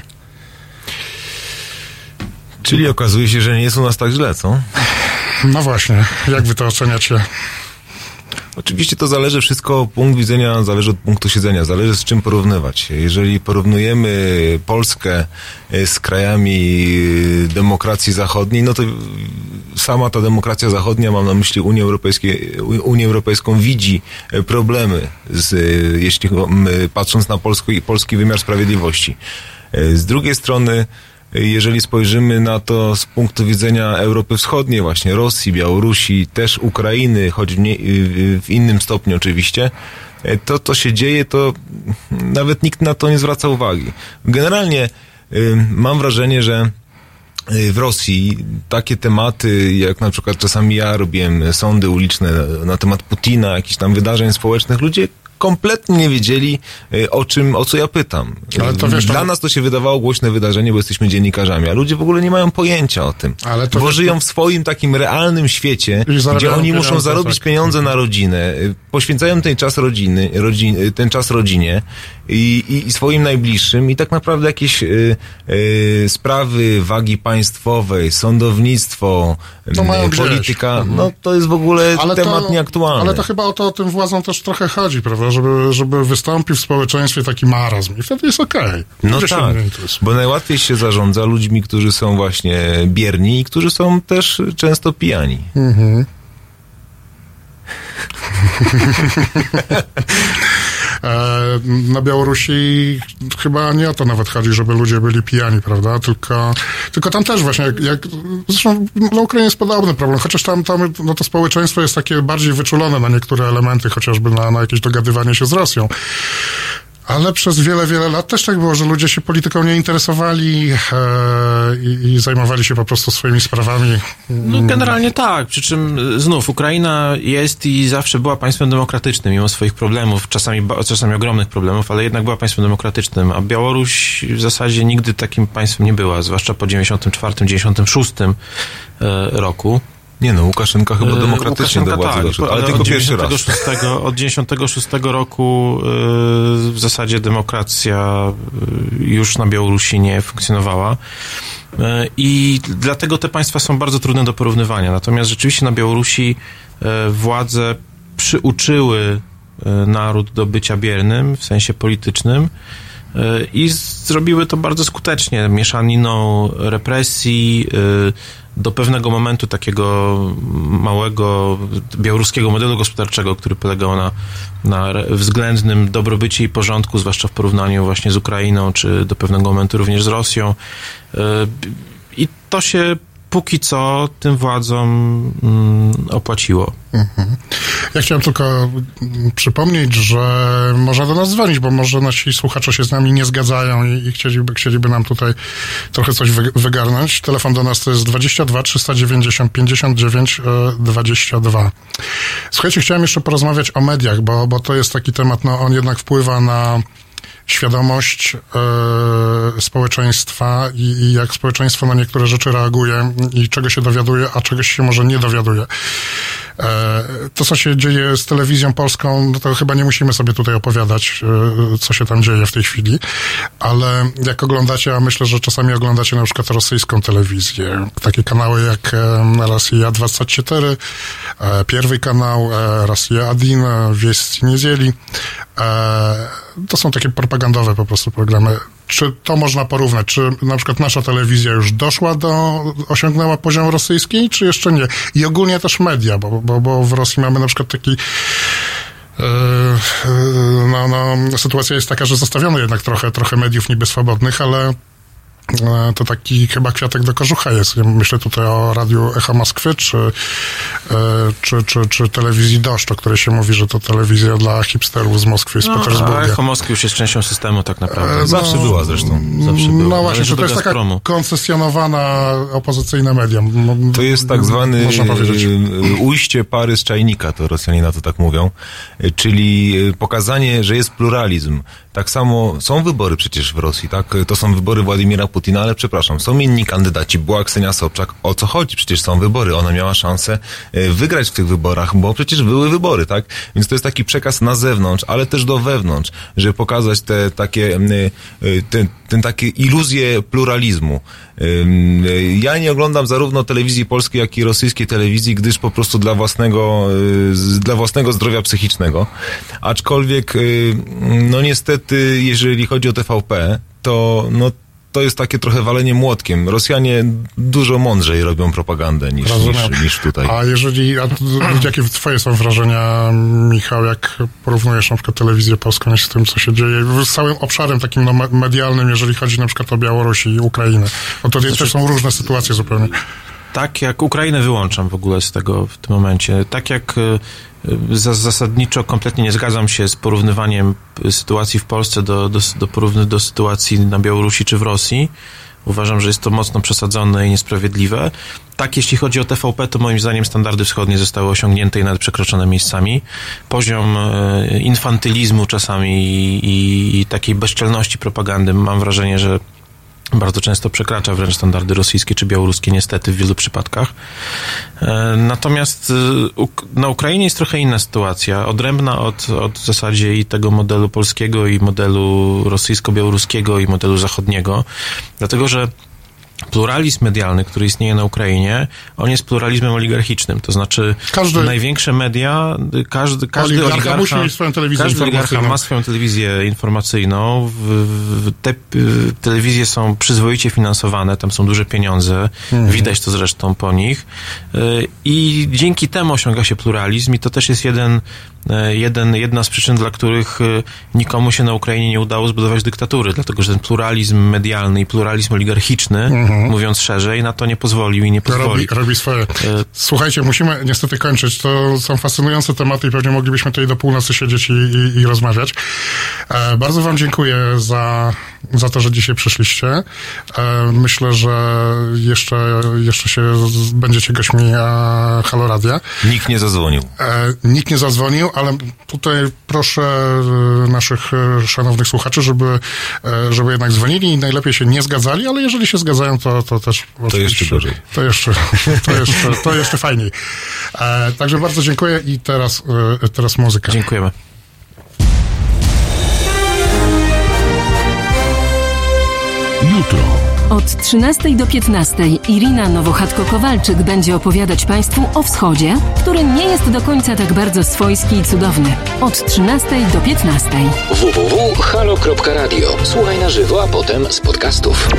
Czyli okazuje się, że nie jest u nas tak źle, co? No właśnie, jak Wy to oceniacie? Oczywiście to zależy wszystko, punkt widzenia zależy od punktu siedzenia, zależy z czym porównywać. Jeżeli porównujemy Polskę z krajami demokracji zachodniej, no to sama ta demokracja zachodnia, mam na myśli Unię Europejską, widzi problemy, patrząc na polski wymiar sprawiedliwości. Z drugiej strony, jeżeli spojrzymy na to z punktu widzenia Europy Wschodniej, właśnie Rosji, Białorusi, też Ukrainy, choć w innym stopniu oczywiście, to się dzieje, to nawet nikt na to nie zwraca uwagi. Generalnie mam wrażenie, że w Rosji takie tematy, jak na przykład czasami ja robiłem sądy uliczne na temat Putina, jakichś tam wydarzeń społecznych, ludzie kompletnie nie wiedzieli, o co ja pytam. Ale to wiesz, dla nas to się wydawało głośne wydarzenie, bo jesteśmy dziennikarzami, a ludzie w ogóle nie mają pojęcia o tym. Bo żyją w swoim takim realnym świecie, gdzie oni muszą zarobić pieniądze na rodzinę, poświęcają ten czas rodzinie i swoim najbliższym i tak naprawdę jakieś sprawy wagi państwowej, sądownictwo, polityka, no to jest w ogóle temat nieaktualny. Ale to chyba o tym władzom też trochę chodzi, prawda? Żeby wystąpił w społeczeństwie taki marazm i wtedy jest okej. No tak, bo najłatwiej się zarządza ludźmi, którzy są właśnie bierni i którzy są też często pijani. Na Białorusi chyba nie o to nawet chodzi, żeby ludzie byli pijani, prawda? Tylko tam też właśnie, zresztą na Ukrainie jest podobny problem, chociaż tam no to społeczeństwo jest takie bardziej wyczulone na niektóre elementy, chociażby na jakieś dogadywanie się z Rosją. Ale przez wiele lat też tak było, że ludzie się polityką nie interesowali i zajmowali się po prostu swoimi sprawami. No generalnie tak, przy czym znów Ukraina jest i zawsze była państwem demokratycznym, mimo swoich problemów, czasami ogromnych problemów, ale jednak była państwem demokratycznym, a Białoruś w zasadzie nigdy takim państwem nie była, zwłaszcza po 94-96 roku. Nie no, Łukaszenka chyba demokratycznie do władzy doszedł, ale tylko pierwszy raz. Od 96 roku w zasadzie demokracja już na Białorusi nie funkcjonowała i dlatego te państwa są bardzo trudne do porównywania. Natomiast rzeczywiście na Białorusi władze przyuczyły naród do bycia biernym w sensie politycznym i zrobiły to bardzo skutecznie, mieszaniną represji, do pewnego momentu takiego małego białoruskiego modelu gospodarczego, który polegał na względnym dobrobycie i porządku, zwłaszcza w porównaniu właśnie z Ukrainą, czy do pewnego momentu również z Rosją. I to się póki co tym władzom opłaciło. Ja chciałem tylko przypomnieć, że można do nas dzwonić, bo może nasi słuchacze się z nami nie zgadzają i chcieliby nam tutaj trochę coś wygarnąć. Telefon do nas to jest 22 390 59 22. Słuchajcie, chciałem jeszcze porozmawiać o mediach, bo to jest taki temat, no on jednak wpływa na świadomość społeczeństwa i jak społeczeństwo na niektóre rzeczy reaguje i czego się dowiaduje, a czegoś się może nie dowiaduje. To, co się dzieje z telewizją polską, no to chyba nie musimy sobie tutaj opowiadać, co się tam dzieje w tej chwili, ale jak oglądacie, a myślę, że czasami oglądacie na przykład rosyjską telewizję, takie kanały jak Rosja 24, Pierwszy kanał, Rosja 1, Wieści Niedzieli, to są takie propagandowe po prostu programy. Czy to można porównać? Czy na przykład nasza telewizja już osiągnęła poziom rosyjski, czy jeszcze nie? I ogólnie też media, bo w Rosji mamy na przykład taki sytuacja jest taka, że zostawiono jednak trochę mediów niby swobodnych, ale to taki chyba kwiatek do kożucha jest. Myślę tutaj o Radiu Echo Moskwy, czy telewizji Doszcz, o której się mówi, że to telewizja dla hipsterów z Moskwy i z Petersburga. Echo Moskwy już jest częścią systemu tak naprawdę. Zawsze była zresztą. No właśnie, to jest taka koncesjonowana opozycyjna media. To jest tak zwany ujście pary z czajnika, to Rosjanie na to tak mówią, czyli pokazanie, że jest pluralizm. Tak samo są wybory przecież w Rosji, tak? To są wybory Władimira Putina, ale przepraszam, są inni kandydaci, była Ksenia Sobczak. O co chodzi? Przecież są wybory. Ona miała szansę wygrać w tych wyborach, bo przecież były wybory, tak? Więc to jest taki przekaz na zewnątrz, ale też do wewnątrz, żeby pokazać te takie iluzje pluralizmu. Ja nie oglądam zarówno telewizji polskiej, jak i rosyjskiej telewizji, gdyż po prostu dla własnego zdrowia psychicznego. Aczkolwiek, no niestety, jeżeli chodzi o TVP, to jest takie trochę walenie młotkiem. Rosjanie dużo mądrzej robią propagandę niż tutaj. Jakie twoje są wrażenia, Michał, jak porównujesz na przykład telewizję polską z tym, co się dzieje z całym obszarem takim medialnym, jeżeli chodzi na przykład o Białoruś i Ukrainę? No to też są różne sytuacje zupełnie. Tak jak Ukrainę wyłączam w ogóle z tego w tym momencie. Tak jak zasadniczo kompletnie nie zgadzam się z porównywaniem sytuacji w Polsce do sytuacji na Białorusi czy w Rosji. Uważam, że jest to mocno przesadzone i niesprawiedliwe. Tak, jeśli chodzi o TVP, to moim zdaniem standardy wschodnie zostały osiągnięte i nawet przekroczone miejscami. Poziom infantylizmu czasami i takiej bezczelności propagandy, mam wrażenie, że bardzo często przekracza wręcz standardy rosyjskie czy białoruskie, niestety w wielu przypadkach. Natomiast na Ukrainie jest trochę inna sytuacja, odrębna od w zasadzie i tego modelu polskiego, i modelu rosyjsko-białoruskiego, i modelu zachodniego, dlatego że pluralizm medialny, który istnieje na Ukrainie, on jest pluralizmem oligarchicznym. To znaczy największe media, każdy oligarcha musi mieć swoją telewizję informacyjną. Ma swoją telewizję informacyjną. Te telewizje są przyzwoicie finansowane, tam są duże pieniądze. Widać to zresztą po nich. I dzięki temu osiąga się pluralizm i to też jest jedna z przyczyn, dla których nikomu się na Ukrainie nie udało zbudować dyktatury, dlatego że ten pluralizm medialny i pluralizm oligarchiczny, mówiąc szerzej, na to nie pozwolił i nie pozwoli. Robi swoje. Słuchajcie, musimy niestety kończyć. To są fascynujące tematy i pewnie moglibyśmy tutaj do północy siedzieć i rozmawiać. Bardzo wam dziękuję za to, że dzisiaj przyszliście. Myślę, że jeszcze się będziecie gośćmi Halo Radia. Nikt nie zadzwonił. Ale tutaj proszę naszych szanownych słuchaczy, żeby jednak dzwonili i najlepiej się nie zgadzali, ale jeżeli się zgadzają, to też... To jeszcze gorzej. To jeszcze fajniej. Także bardzo dziękuję i teraz muzyka. Dziękujemy. Jutro. Od 13 do 15 Irina Nowochatko-Kowalczyk będzie opowiadać Państwu o wschodzie, który nie jest do końca tak bardzo swojski i cudowny. Od 13 do 15. www.halo.radio. Słuchaj na żywo, a potem z podcastów.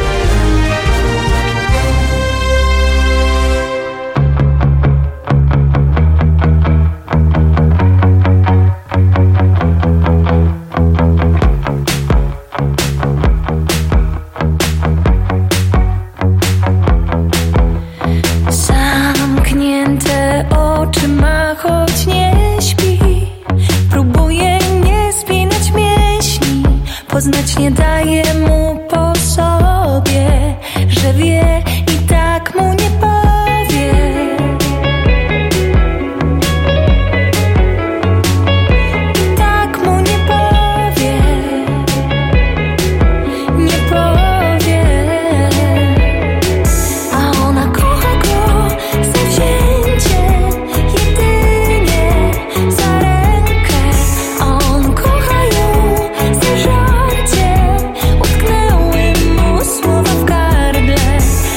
Choć nie śpi, próbuje nie spinać mięśni, poznać nie daje mu po sobie, że wie i tak mu nie powie. I tak mu nie powie, nie powie. A ona kocha go zawzięcie, za rękę, a on kocha ją za żarcie. Utknęły mu słowa w gardle.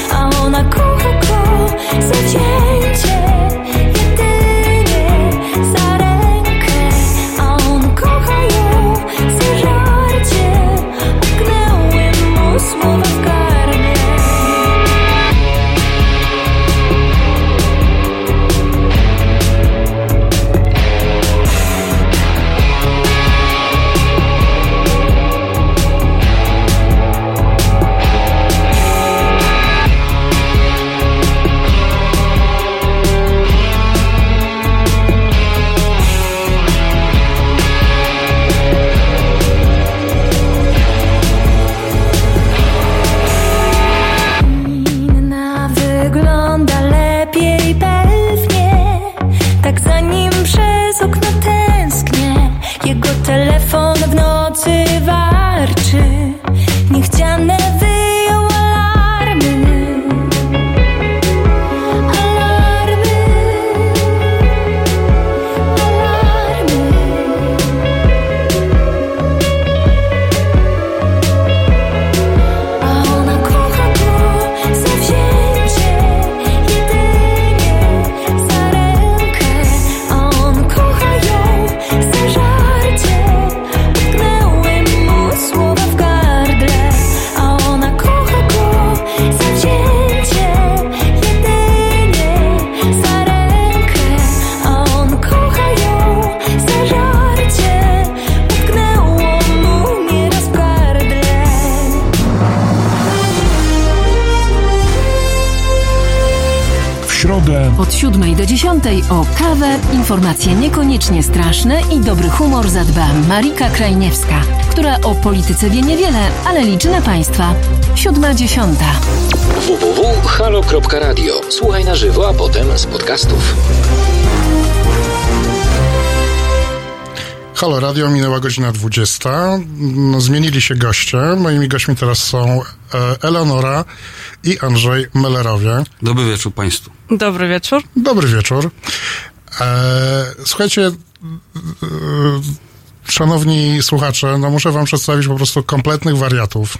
przez okno tęsknię. Jego telefon w nocy warczy. Niechciane wyjął alarmy. Od 7 do 10 o kawę, informacje niekoniecznie straszne i dobry humor zadba Marika Krajniewska, która o polityce wie niewiele, ale liczy na Państwa. 7:10. www.halo.radio. Słuchaj na żywo, a potem z podcastów. Halo Radio, minęła godzina 20. Zmienili się goście. Moimi gośćmi teraz są Eleonora i Andrzej Mellerowie. Dobry wieczór Państwu. Dobry wieczór. Dobry wieczór. Słuchajcie, szanowni słuchacze, no muszę wam przedstawić po prostu kompletnych wariatów,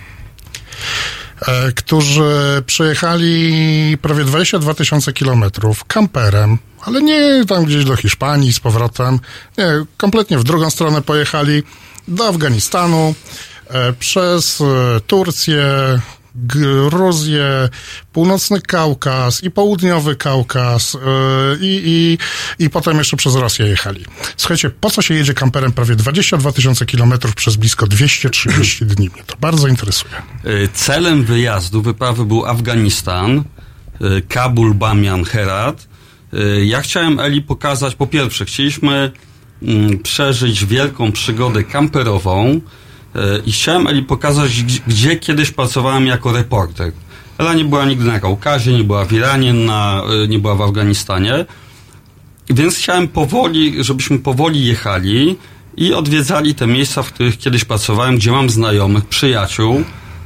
którzy przejechali prawie 22 000 kilometrów kamperem, ale nie tam gdzieś do Hiszpanii z powrotem. Nie, kompletnie w drugą stronę pojechali, do Afganistanu, przez Turcję, Gruzję, Północny Kaukaz i Południowy Kaukaz i potem jeszcze przez Rosję jechali. Słuchajcie, po co się jedzie kamperem prawie 22 000 kilometrów przez blisko 230 dni? Mnie to bardzo interesuje. Celem wyprawy był Afganistan, Kabul, Bamian, Herat. Ja chciałem Eli pokazać, po pierwsze, chcieliśmy przeżyć wielką przygodę kamperową, i chciałem Eli pokazać, gdzie kiedyś pracowałem jako reporter. Ela nie była nigdy na Kaukazie, nie była w Iranie, nie była w Afganistanie. Więc chciałem żebyśmy powoli jechali i odwiedzali te miejsca, w których kiedyś pracowałem, gdzie mam znajomych, przyjaciół.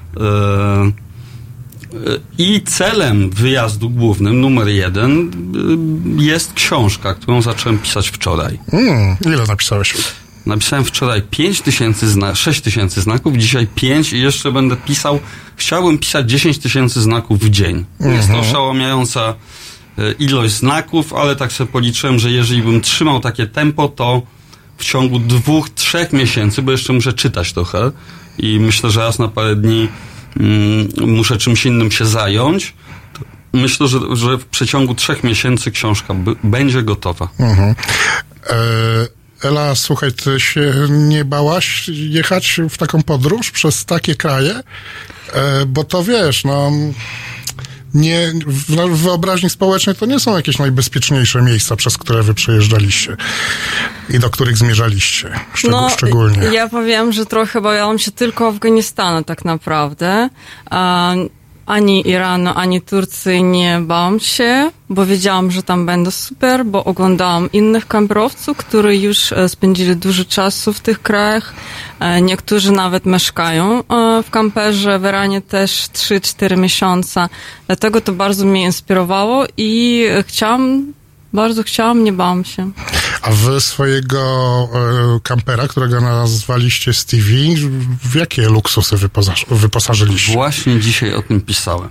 I celem wyjazdu głównym, numer 1, jest książka, którą zacząłem pisać wczoraj. Ile napisałeś? Napisałem wczoraj 6 000 znaków, dzisiaj 5 i jeszcze będę pisał. Chciałbym pisać 10 000 znaków w dzień. Jest to oszałamiająca ilość znaków, ale tak sobie policzyłem, że jeżeli bym trzymał takie tempo, to w ciągu 2-3 miesięcy, bo jeszcze muszę czytać trochę i myślę, że raz na parę dni muszę czymś innym się zająć. Myślę, że w przeciągu 3 miesięcy książka będzie gotowa. Ela, słuchaj, ty się nie bałaś jechać w taką podróż przez takie kraje? Bo to wiesz, nie, w wyobraźni społecznej to nie są jakieś najbezpieczniejsze miejsca, przez które wy przejeżdżaliście i do których zmierzaliście szczególnie. Ja powiem, że trochę bałam się tylko Afganistanu tak naprawdę. Ani Iranu, ani Turcji nie bałam się, bo wiedziałam, że tam będę super, bo oglądałam innych kamperowców, którzy już spędzili dużo czasu w tych krajach. Niektórzy nawet mieszkają w kamperze, w Iranie też 3-4 miesiące. Dlatego to bardzo mnie inspirowało i bardzo chciałam, nie bałam się. A wy swojego kampera, którego nazwaliście Stevie, w jakie luksusy wyposażyliście? Właśnie dzisiaj o tym pisałem.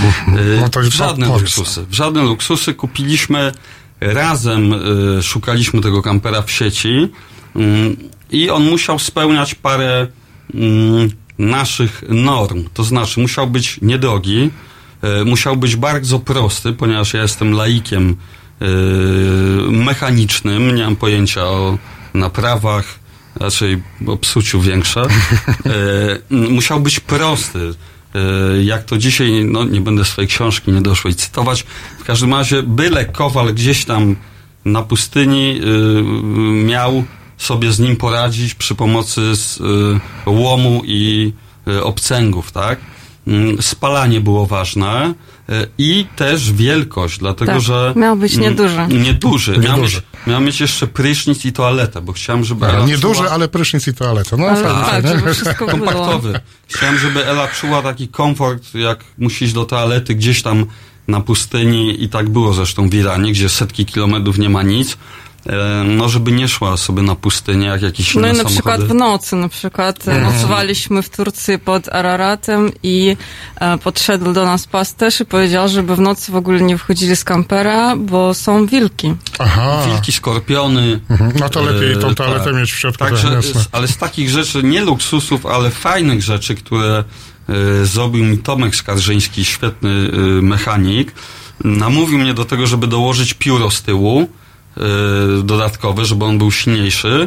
W żadne luksusy. Kupiliśmy razem, szukaliśmy tego kampera w sieci i on musiał spełniać parę naszych norm. To znaczy musiał być niedrogi, musiał być bardzo prosty, ponieważ ja jestem laikiem mechanicznym, nie mam pojęcia o naprawach, raczej o psuciu większe. Musiał być prosty. Jak to dzisiaj, nie będę swojej książki niedoszłej cytować, w każdym razie byle kowal gdzieś tam na pustyni miał sobie z nim poradzić przy pomocy łomu i obcęgów, tak? Spalanie było ważne i też wielkość, dlatego że... Miał być nieduży. Miałem mieć jeszcze prysznic i toaletę, bo chciałem, żeby Ela nie duży, ale prysznic i toaletę. No, tak, żeby wszystko kompaktowy. Chciałem, żeby Ela czuła taki komfort, jak musi iść do toalety gdzieś tam na pustyni i tak było zresztą w Iranie, gdzie setki kilometrów nie ma nic. No, żeby nie szła sobie na pustynię, jak jakieś inne samochody. No i na przykład w nocy, nocowaliśmy w Turcji pod Araratem i podszedł do nas pasterz i powiedział, żeby w nocy w ogóle nie wychodzili z kampera, bo są wilki. Aha. Wilki, skorpiony. No to lepiej tą toaletę mieć w środku. Także, ale z takich rzeczy, nie luksusów, ale fajnych rzeczy, które zrobił mi Tomek Skarżyński, świetny mechanik, namówił mnie do tego, żeby dołożyć pióro z tyłu, dodatkowe, żeby on był silniejszy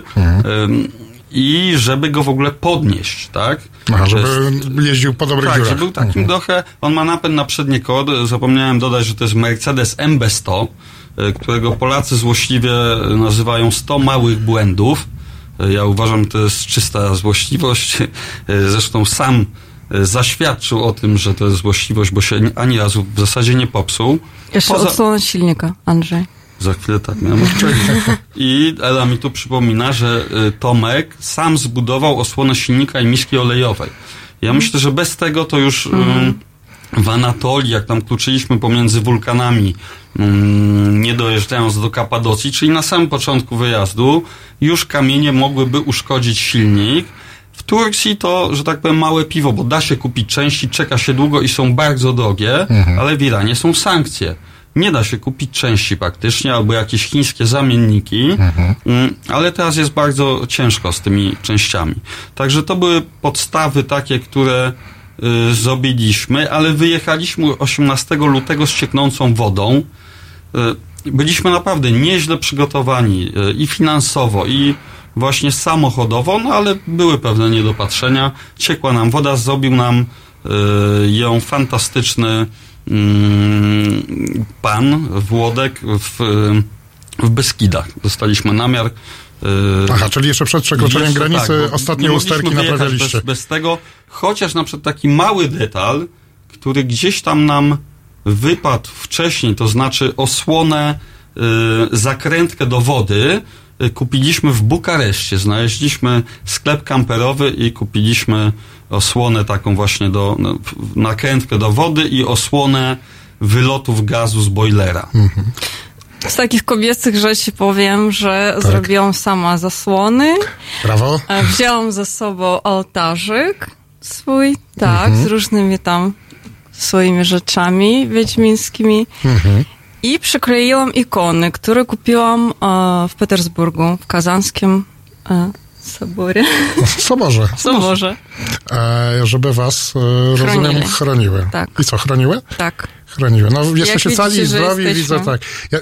i żeby go w ogóle podnieść, tak? Aha, żeby jeździł po dobrych dziurach. Tak, że był takim trochę, on ma napęd na przednie koło, zapomniałem dodać, że to jest Mercedes MB100, którego Polacy złośliwie nazywają 100 małych błędów. Ja uważam, że to jest czysta złośliwość. Zresztą sam zaświadczył o tym, że to jest złośliwość, bo się ani razu w zasadzie nie popsuł. Jeszcze odsłona silnika, Andrzej. Za chwilę tak miałem odpowiedzieć. I Ela mi tu przypomina, że Tomek sam zbudował osłonę silnika i miski olejowej. Ja myślę, że bez tego to już w Anatolii, jak tam kluczyliśmy pomiędzy wulkanami, nie dojeżdżając do Kapadocji, czyli na samym początku wyjazdu, już kamienie mogłyby uszkodzić silnik. W Turcji to, że tak powiem, małe piwo, bo da się kupić części, czeka się długo i są bardzo drogie, ale w Iranie są sankcje. Nie da się kupić części praktycznie, albo jakieś chińskie zamienniki, ale teraz jest bardzo ciężko z tymi częściami. Także to były podstawy takie, które zrobiliśmy, ale wyjechaliśmy 18 lutego z cieknącą wodą. Byliśmy naprawdę nieźle przygotowani i finansowo, i właśnie samochodowo, no ale były pewne niedopatrzenia. Ciekła nam woda, zrobił nam ją fantastyczny pan Włodek w Beskidach. Dostaliśmy namiar. Aha, czyli jeszcze przed przekroczeniem granicy tak, ostatnie usterki naprawialiście. Bez tego, chociaż na przykład taki mały detal, który gdzieś tam nam wypadł wcześniej, to znaczy osłonę, zakrętkę do wody, kupiliśmy w Bukareszcie. Znaleźliśmy sklep kamperowy i kupiliśmy osłonę taką właśnie nakrętkę do wody i osłonę wylotów gazu z bojlera. Z takich kobiecych rzeczy powiem, że zrobiłam sama zasłony. Brawo. Wzięłam ze sobą ołtarzyk swój, z różnymi tam swoimi rzeczami wiedźmińskimi. I przykleiłam ikony, które kupiłam w Petersburgu, w kazańskim soborze. Soborze. Żeby was, rozumiem, chroniły. Tak. I co, chroniły? Tak. Chroniły. No, jesteście cali i zdrowi, widzę, tak.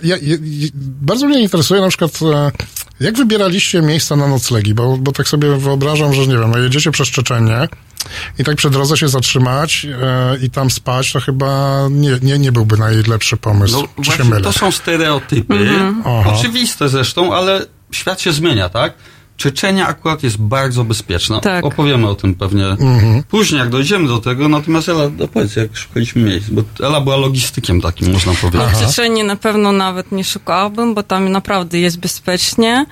Bardzo mnie interesuje na przykład, jak wybieraliście miejsca na noclegi, bo tak sobie wyobrażam, że nie wiem, jedziecie przez Czeczenię i tak przy drodze się zatrzymać i tam spać, to chyba nie byłby najlepszy pomysł. No, czy się mylę? To są stereotypy, oczywiste zresztą, ale świat się zmienia, tak? Czeczenia akurat jest bardzo bezpieczna. Tak. Opowiemy o tym pewnie później, jak dojdziemy do tego. Natomiast Ela, powiedz, jak szukaliśmy miejsc, bo Ela była logistykiem takim, można powiedzieć. W Czeczeniu na pewno nawet nie szukałabym, bo tam naprawdę jest bezpiecznie.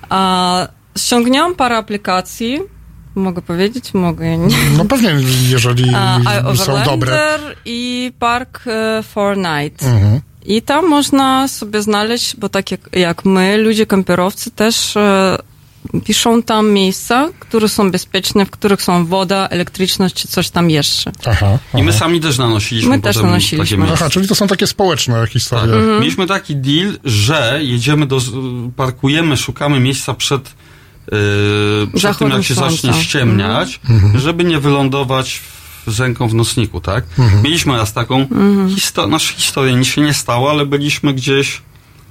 Ściągnęłam parę aplikacji. Mogę powiedzieć? Mogę. Nie. No pewnie, jeżeli są dobre. I Park for Night. I tam można sobie znaleźć, bo tak jak my, ludzie kamperowcy też piszą tam miejsca, które są bezpieczne, w których są woda, elektryczność czy coś tam jeszcze. I my sami też nanosiliśmy. My też nanosiliśmy. Takie czyli to są takie społeczne historie. Tak. Mieliśmy taki deal, że jedziemy parkujemy, szukamy miejsca przed tym, jak się zacznie ściemniać, żeby nie wylądować z ręką w nocniku, tak? Mieliśmy raz taką nasza historia, nic się nie stało, ale byliśmy gdzieś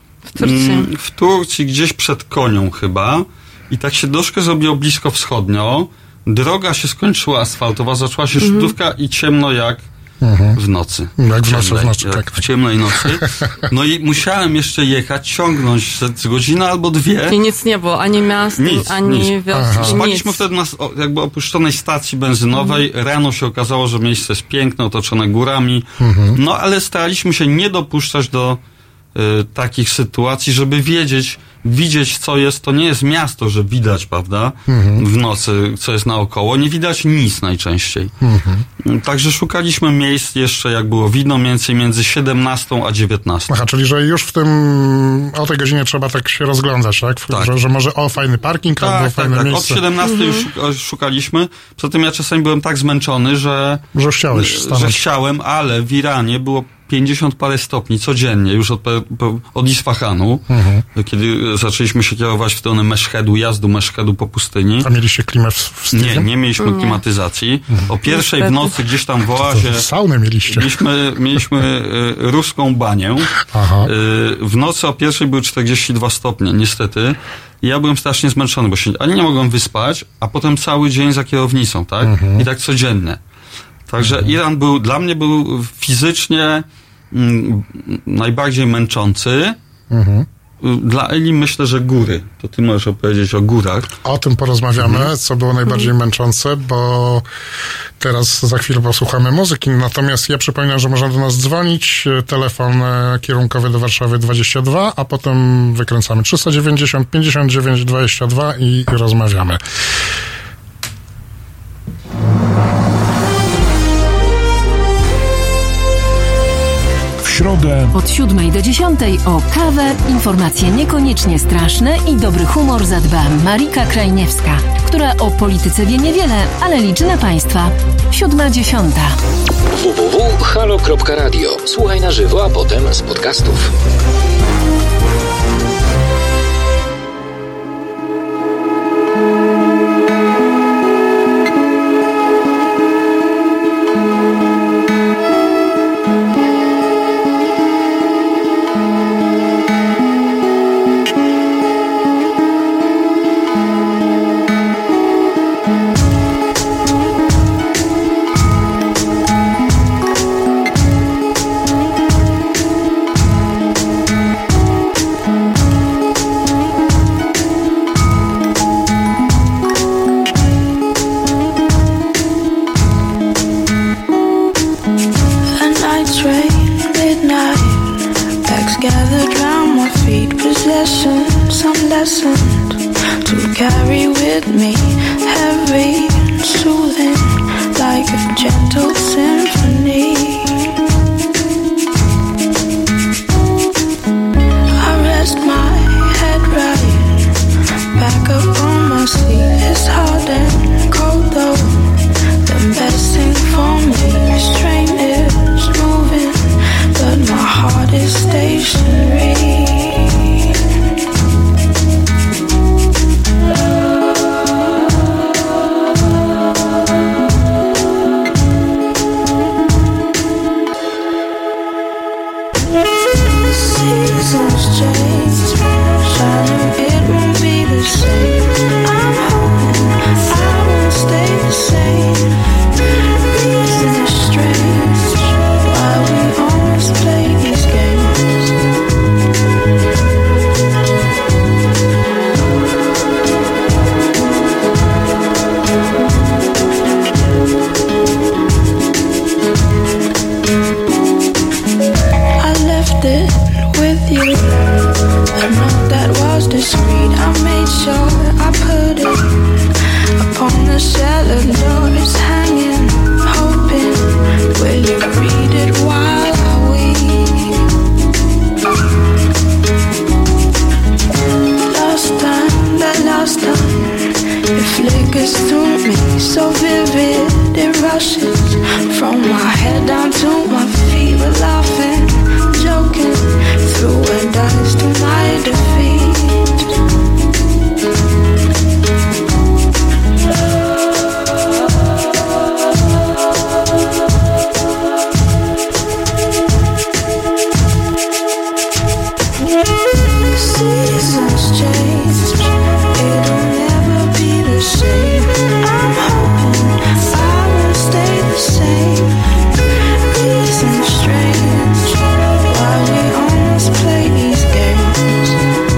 w Turcji, gdzieś przed Konią chyba i tak się troszkę zrobiło blisko wschodnio, droga się skończyła asfaltowa, zaczęła się rzutówka i ciemno jak w nocy. Jak w nocy, tak. W ciemnej nocy. No i musiałem jeszcze jechać, ciągnąć z godzinę albo dwie. I nic nie było, ani miast, ani wioski. Spaliśmy wtedy na jakby opuszczonej stacji benzynowej. Rano się okazało, że miejsce jest piękne, otoczone górami. No ale staraliśmy się nie dopuszczać do takich sytuacji, żeby wiedzieć, widzieć, co jest, to nie jest miasto, że widać, prawda, w nocy, co jest naokoło. Nie widać nic najczęściej. Także szukaliśmy miejsc jeszcze, jak było widno, mniej więcej między 17 a 19. Aha, czyli że już o tej godzinie trzeba tak się rozglądać, tak? Że może fajny parking albo fajne miejsce. Od 17 już szukaliśmy. Poza tym ja czasami byłem tak zmęczony, że chciałem, ale w Iranie było 50 parę stopni codziennie, już od Isfahanu, kiedy zaczęliśmy się kierować w stronę jazdu Meszhedu po pustyni. A mieliście klimę w Stevie? Nie mieliśmy klimatyzacji. O pierwszej w nocy gdzieś tam w oazie... Saunę mieliście. Mieliśmy ruską banię. W nocy o pierwszej były 42 stopnie, niestety. I ja byłem strasznie zmęczony, bo się ani nie mogłem wyspać, a potem cały dzień za kierownicą, tak? I tak codziennie. Także Iran dla mnie był fizycznie najbardziej męczący. Dla Eli myślę, że góry. To ty możesz opowiedzieć o górach. O tym porozmawiamy, co było najbardziej męczące, bo teraz za chwilę posłuchamy muzyki. Natomiast ja przypominam, że można do nas dzwonić. Telefon kierunkowy do Warszawy 22, a potem wykręcamy 390 59 22 i rozmawiamy. W środę od 7 do 10 o kawę, informacje niekoniecznie straszne i dobry humor zadba Marika Krajniewska, która o polityce wie niewiele, ale liczy na Państwa. 7:10. www.halo.radio. Słuchaj na żywo, a potem z podcastów. Strange, why we almost play these games.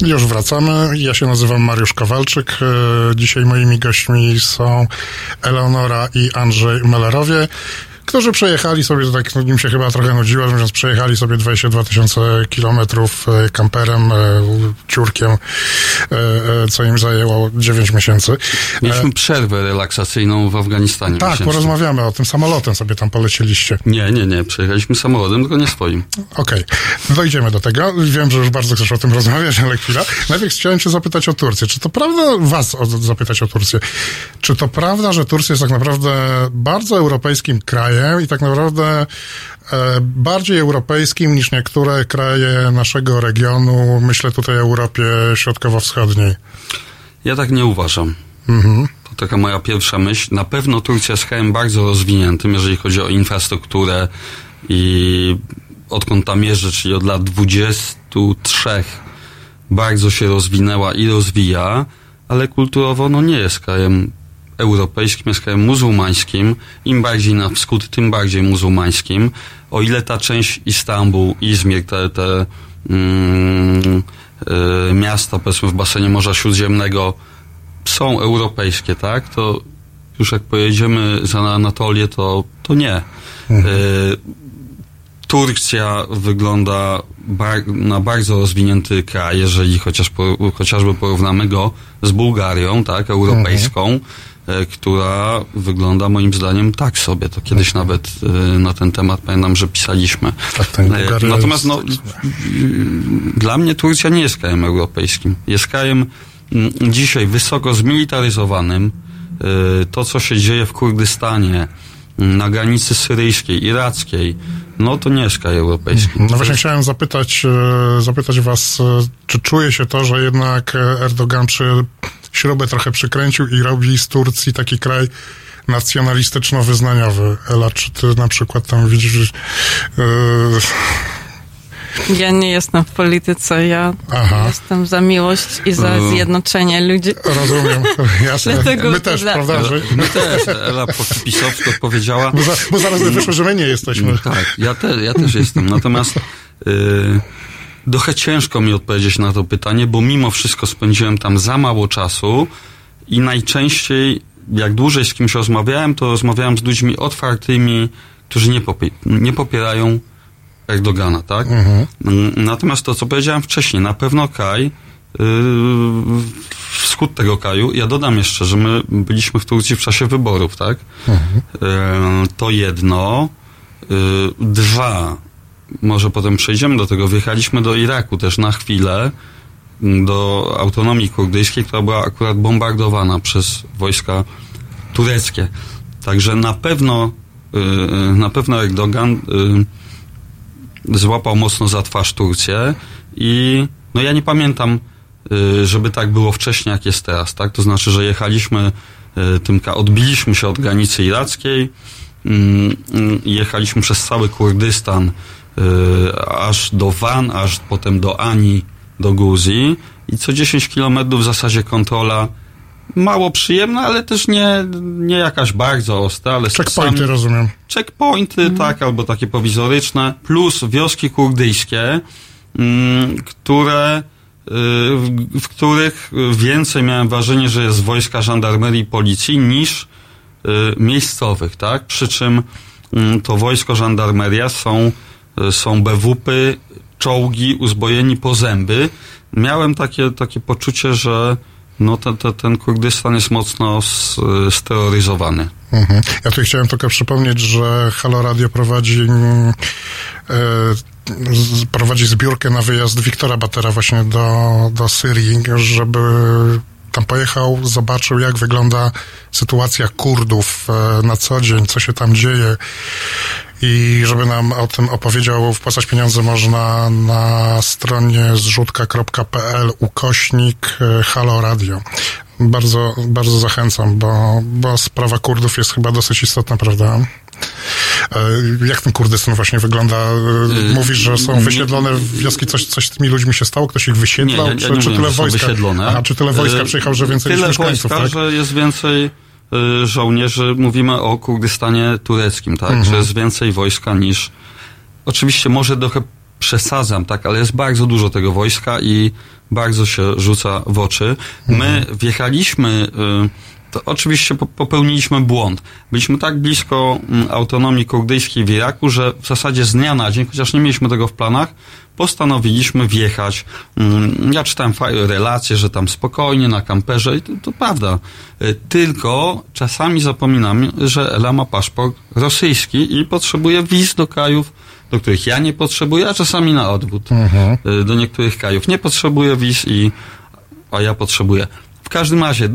Już wracamy. Ja się nazywam Mariusz Kowalczyk. Dzisiaj moimi gośćmi są Eleonora i Andrzej Mellerowie, którzy przejechali sobie, tak im się chyba trochę nudziło, mówiąc, przejechali sobie 22 000 kilometrów kamperem, ciurkiem, co im zajęło 9 miesięcy. Mieliśmy przerwę relaksacyjną w Afganistanie. Tak, porozmawiamy o tym. Samolotem sobie tam polecieliście. Nie. Przejechaliśmy samochodem, tylko nie swoim. Okej. Dojdziemy do tego. Wiem, że już bardzo chcesz o tym rozmawiać, ale chwila. Najpierw chciałem cię zapytać o Turcję. Czy to prawda, zapytać o Turcję. Czy to prawda, że Turcja jest tak naprawdę bardzo europejskim krajem i tak naprawdę bardziej europejskim niż niektóre kraje naszego regionu, myślę tutaj o Europie Środkowo-Wschodniej? Ja tak nie uważam. To taka moja pierwsza myśl. Na pewno Turcja jest krajem bardzo rozwiniętym, jeżeli chodzi o infrastrukturę i odkąd tam jeżdżę, czyli od lat 23 bardzo się rozwinęła i rozwija, ale kulturowo nie jest krajem europejskim, jest krajem muzułmańskim. Im bardziej na wschód, tym bardziej muzułmańskim. O ile ta część Istanbul, Izmir, te miasta, powiedzmy, w basenie Morza Śródziemnego są europejskie, tak? To już jak pojedziemy za Anatolię, to nie. Turcja wygląda na bardzo rozwinięty kraj, jeżeli chociażby porównamy go z Bułgarią, tak, europejską, która wygląda moim zdaniem tak sobie. To kiedyś nawet na ten temat pamiętam, że pisaliśmy. Natomiast dla mnie Turcja nie jest krajem europejskim. Jest krajem dzisiaj wysoko zmilitaryzowanym. To, co się dzieje w Kurdystanie, na granicy syryjskiej, irackiej, no to nie jest kraj europejski. No właśnie chciałem zapytać was, czy czuje się to, że jednak Erdogan śrubę trochę przykręcił i robi z Turcji taki kraj nacjonalistyczno-wyznaniowy. Ela, czy ty na przykład tam widzisz... Ja nie jestem w polityce, jestem za miłość i za zjednoczenie ludzi. Rozumiem, jasne. My też, prawda? My też, Ela po-pisowsko powiedziała. Bo zaraz wyszło, że my nie jesteśmy. Tak, ja też jestem. Natomiast trochę ciężko mi odpowiedzieć na to pytanie, bo mimo wszystko spędziłem tam za mało czasu i najczęściej, jak dłużej z kimś rozmawiałem, to rozmawiałem z ludźmi otwartymi, którzy nie popierają Erdogana, tak? Natomiast to, co powiedziałem wcześniej, na pewno kraj, wschód tego kraju, ja dodam jeszcze, że my byliśmy w Turcji w czasie wyborów, tak? To jedno. Dwa, może potem przejdziemy do tego, wjechaliśmy do Iraku też na chwilę, do autonomii kurdyjskiej, która była akurat bombardowana przez wojska tureckie. Także na pewno Erdogan złapał mocno za twarz Turcję i no ja nie pamiętam, żeby tak było wcześniej, jak jest teraz, tak? To znaczy, że jechaliśmy odbiliśmy się od granicy irackiej, jechaliśmy przez cały Kurdystan aż do Van, aż potem do Ani, do Gruzji i co 10 kilometrów w zasadzie kontrola mało przyjemna, ale też nie jakaś bardzo ostra, ale checkpointy, rozumiem. Checkpointy, tak, albo takie prowizoryczne, plus wioski kurdyjskie, w których więcej miałem wrażenie, że jest wojska, żandarmerii i policji niż miejscowych, tak? Przy czym to wojsko, żandarmeria są BWP-y, czołgi uzbrojeni po zęby. Miałem takie poczucie, że ten Kurdystan jest mocno steroryzowany. Ja tu chciałem tylko przypomnieć, że Halo Radio prowadzi zbiórkę na wyjazd Wiktora Batera właśnie do Syrii, żeby tam pojechał, zobaczył, jak wygląda sytuacja Kurdów na co dzień, co się tam dzieje i żeby nam o tym opowiedział. Wpłacać pieniądze można na stronie zrzutka.pl/Halo Radio. Bardzo, bardzo zachęcam, bo sprawa Kurdów jest chyba dosyć istotna, prawda? Jak ten Kurdystan właśnie wygląda? Mówisz, że są wysiedlone wioski, coś z tymi ludźmi się stało? Ktoś ich wysiedlał? Czy tyle wojska? Czy tyle wojska przyjechał, że więcej niż mieszkańców? Tyle wojska, że jest więcej żołnierzy. Mówimy o Kurdystanie tureckim, tak? Że jest więcej wojska niż... Oczywiście może trochę przesadzam, tak? Ale jest bardzo dużo tego wojska i bardzo się rzuca w oczy. My wjechaliśmy, to oczywiście popełniliśmy błąd. Byliśmy tak blisko autonomii kurdyjskiej w Iraku, że w zasadzie z dnia na dzień, chociaż nie mieliśmy tego w planach, postanowiliśmy wjechać. Ja czytałem relacje, że tam spokojnie, na kamperze i to prawda. Tylko czasami zapominamy, że Ela ma paszport rosyjski i potrzebuje wiz do krajów, do których ja nie potrzebuję, a czasami na odwrót. Do niektórych krajów nie potrzebuję wiz, a ja potrzebuję. W każdym razie,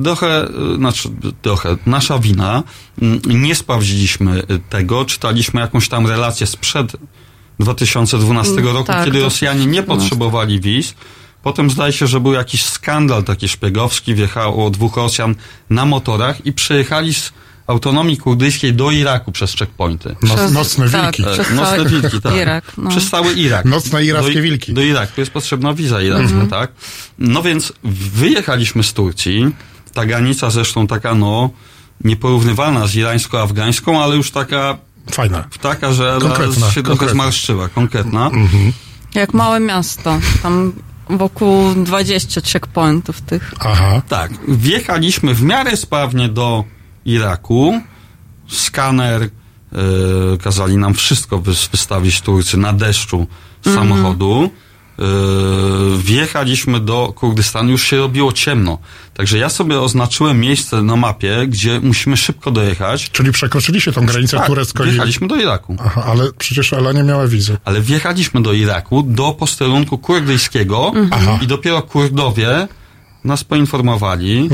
nasza wina, nie sprawdziliśmy tego, czytaliśmy jakąś tam relację sprzed 2012 roku, kiedy Rosjanie nie potrzebowali wiz. Potem zdaje się, że był jakiś skandal taki szpiegowski, wjechało 2 Rosjan na motorach i przyjechali z autonomii kurdyjskiej do Iraku przez checkpointy. Nocne wilki. Nocne wilki, tak. Irak, Przez cały Irak. Nocne irackie wilki. Do Iraku jest potrzebna wiza iracka, tak? No więc wyjechaliśmy z Turcji. Ta granica zresztą taka, nieporównywalna z irańsko-afgańską, ale już taka... Fajna. Taka, że się trochę zmarszczyła. Konkretna. Jak małe miasto. Tam wokół 20 checkpointów tych. Aha. Tak. Wjechaliśmy w miarę sprawnie do Iraku. Skaner, kazali nam wszystko wystawić Turcy na deszczu z samochodu. Wjechaliśmy do Kurdystanu, już się robiło ciemno. Także ja sobie oznaczyłem miejsce na mapie, gdzie musimy szybko dojechać. Czyli przekroczyliście tą granicę turecką. Wjechaliśmy do Iraku. Aha, ale przecież Ela nie miała wizy. Ale wjechaliśmy do Iraku, do posterunku kurdyjskiego i dopiero Kurdowie nas poinformowali,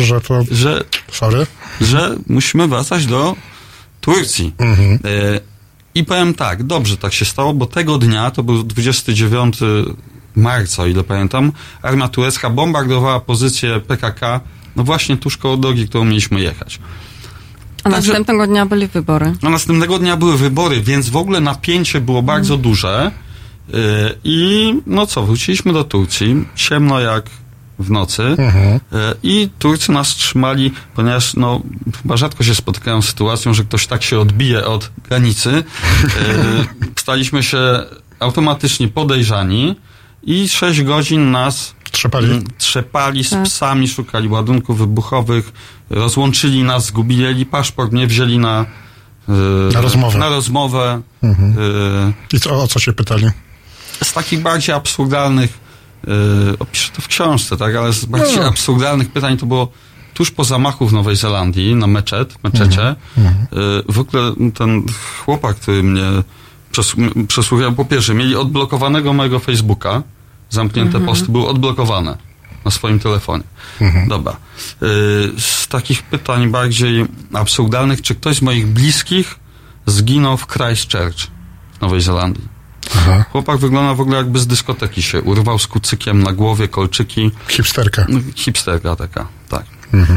że musimy wracać do Turcji. I powiem tak, dobrze tak się stało, bo tego dnia, to był 29 marca, o ile pamiętam, armia turecka bombardowała pozycję PKK, właśnie tuż koło drogi, którą mieliśmy jechać. A następnego dnia byli wybory. Następnego dnia były wybory, więc w ogóle napięcie było bardzo duże. I wróciliśmy do Turcji, ciemno jak w nocy i Turcy nas trzymali, ponieważ chyba rzadko się spotykają z sytuacją, że ktoś tak się odbije od granicy. Staliśmy się automatycznie podejrzani i 6 godzin nas trzepali z psami, szukali ładunków wybuchowych, rozłączyli nas, zgubili paszport, nie wzięli na rozmowę. I o co się pytali? Z takich bardziej absurdalnych, opiszę to w książce, tak, ale z bardziej absurdalnych pytań to było tuż po zamachu w Nowej Zelandii na meczecie. W ogóle ten chłopak, który mnie przesłuchał, po pierwsze, mieli odblokowanego mojego Facebooka, zamknięte posty były odblokowane na swoim telefonie. Dobra. Z takich pytań bardziej absurdalnych, czy ktoś z moich bliskich zginął w Christchurch w Nowej Zelandii? Chłopak wygląda w ogóle jakby z dyskoteki się urwał, z kucykiem na głowie, kolczyki. Hipsterka taka, tak.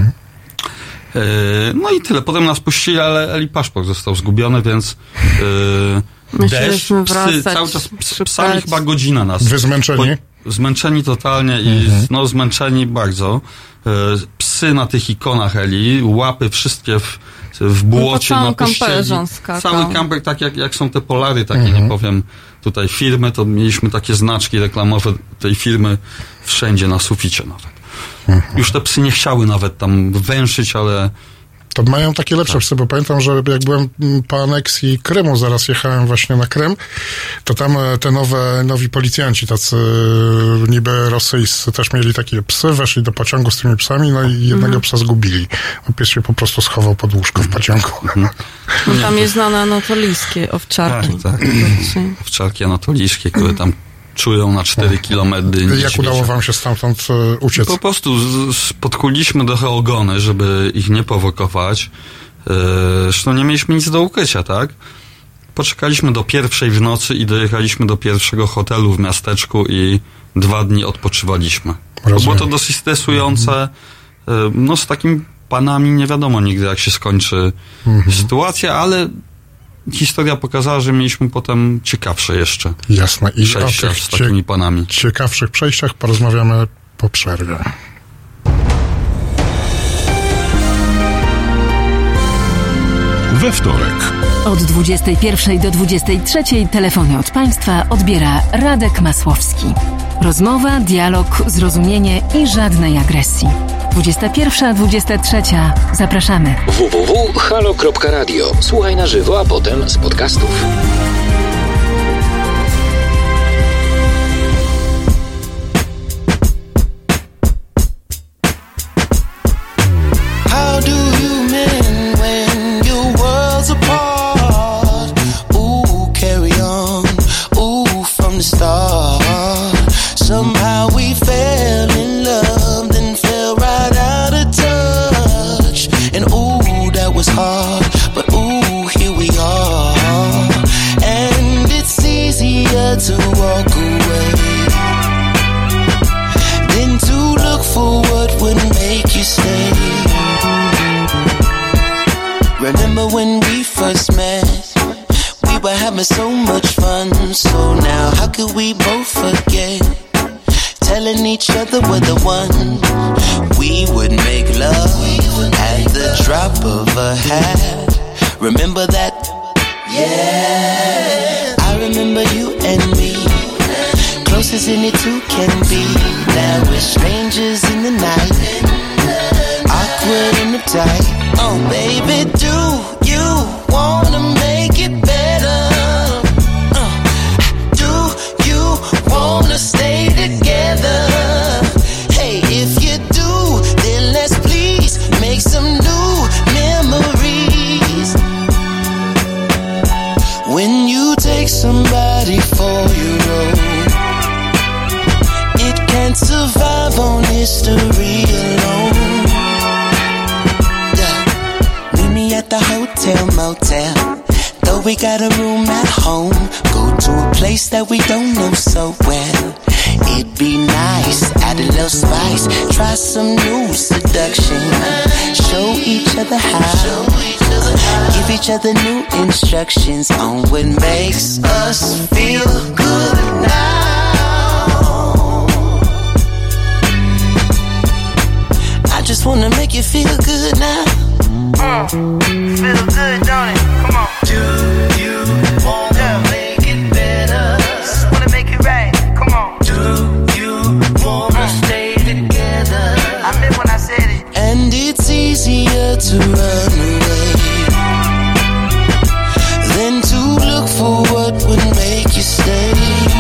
No i tyle. Potem nas puścili, ale Eli paszport został zgubiony, więc deszcz, psy, cały czas psami chyba godzina nas. Wy zmęczeni? Zmęczeni totalnie i zmęczeni bardzo. Psy na tych ikonach Eli, łapy wszystkie w błocie cały kamper, tak jak są te polary takie, nie powiem tutaj firmy, to mieliśmy takie znaczki reklamowe tej firmy wszędzie na suficie nawet. Już te psy nie chciały nawet tam węszyć, ale... To mają takie lepsze psy, bo pamiętam, że jak byłem po aneksji Krymu, zaraz jechałem właśnie na Krym, to tam te nowi policjanci, tacy niby rosyjscy, też mieli takie psy, weszli do pociągu z tymi psami, i jednego psa zgubili. Pies się po prostu schował pod łóżko w pociągu. Tam jest znane anatolijskie owczarki. Tak. Owczarki anatolijskie, które tam czują na 4 kilometry. Jak udało wam się stamtąd uciec? Po prostu podkuliśmy trochę ogony, żeby ich nie prowokować. Zresztą nie mieliśmy nic do ukrycia, tak? Poczekaliśmy do 1:00 w nocy i dojechaliśmy do pierwszego hotelu w miasteczku i 2 dni odpoczywaliśmy. Było to dosyć stresujące. Z takimi panami nie wiadomo nigdy, jak się skończy sytuacja, ale historia pokazała, że mieliśmy potem ciekawsze jeszcze. Jasne. I przejścia z takimi panami. Ciekawszych przejściach porozmawiamy po przerwie. We wtorek. Od 21 do 23 telefony od Państwa odbiera Radek Masłowski. Rozmowa, dialog, zrozumienie i żadnej agresji. 21-23. Zapraszamy. www.halo.radio. Słuchaj na żywo, a potem z podcastów. How do you mend when your world's apart? Ooh, carry on. Ooh, from the start. Somehow we fell in love, then fell right out of touch. And ooh, that was hard, but ooh, here we are. And it's easier to walk away than to look for what would make you stay. Remember when we first met? We were having so much fun. So now how could we both forget? Telling each other we're the one. We would make love at the drop of a hat. Remember that? Yeah, I remember you and me, close as any two can be. Now we're strangers in the night, awkward and uptight. Oh baby, do you wanna make it better? Do you wanna stay together? Hey, if you do, then let's please make some new memories. When you take somebody for your own, it can't survive on history alone. Meet me at the hotel motel, though we got a room at home. Go to a place that we don't know so well. It'd be nice, add a little spice, try some new seduction, show each other how, give each other new instructions on what makes us feel good now. I just wanna make you feel good now. Feel good, don't it? Come on. Do you wanna make it better? Just wanna make it right. Come on. Do you wanna stay together? I meant when I said it. And it's easier to run away than to look for what would make you stay.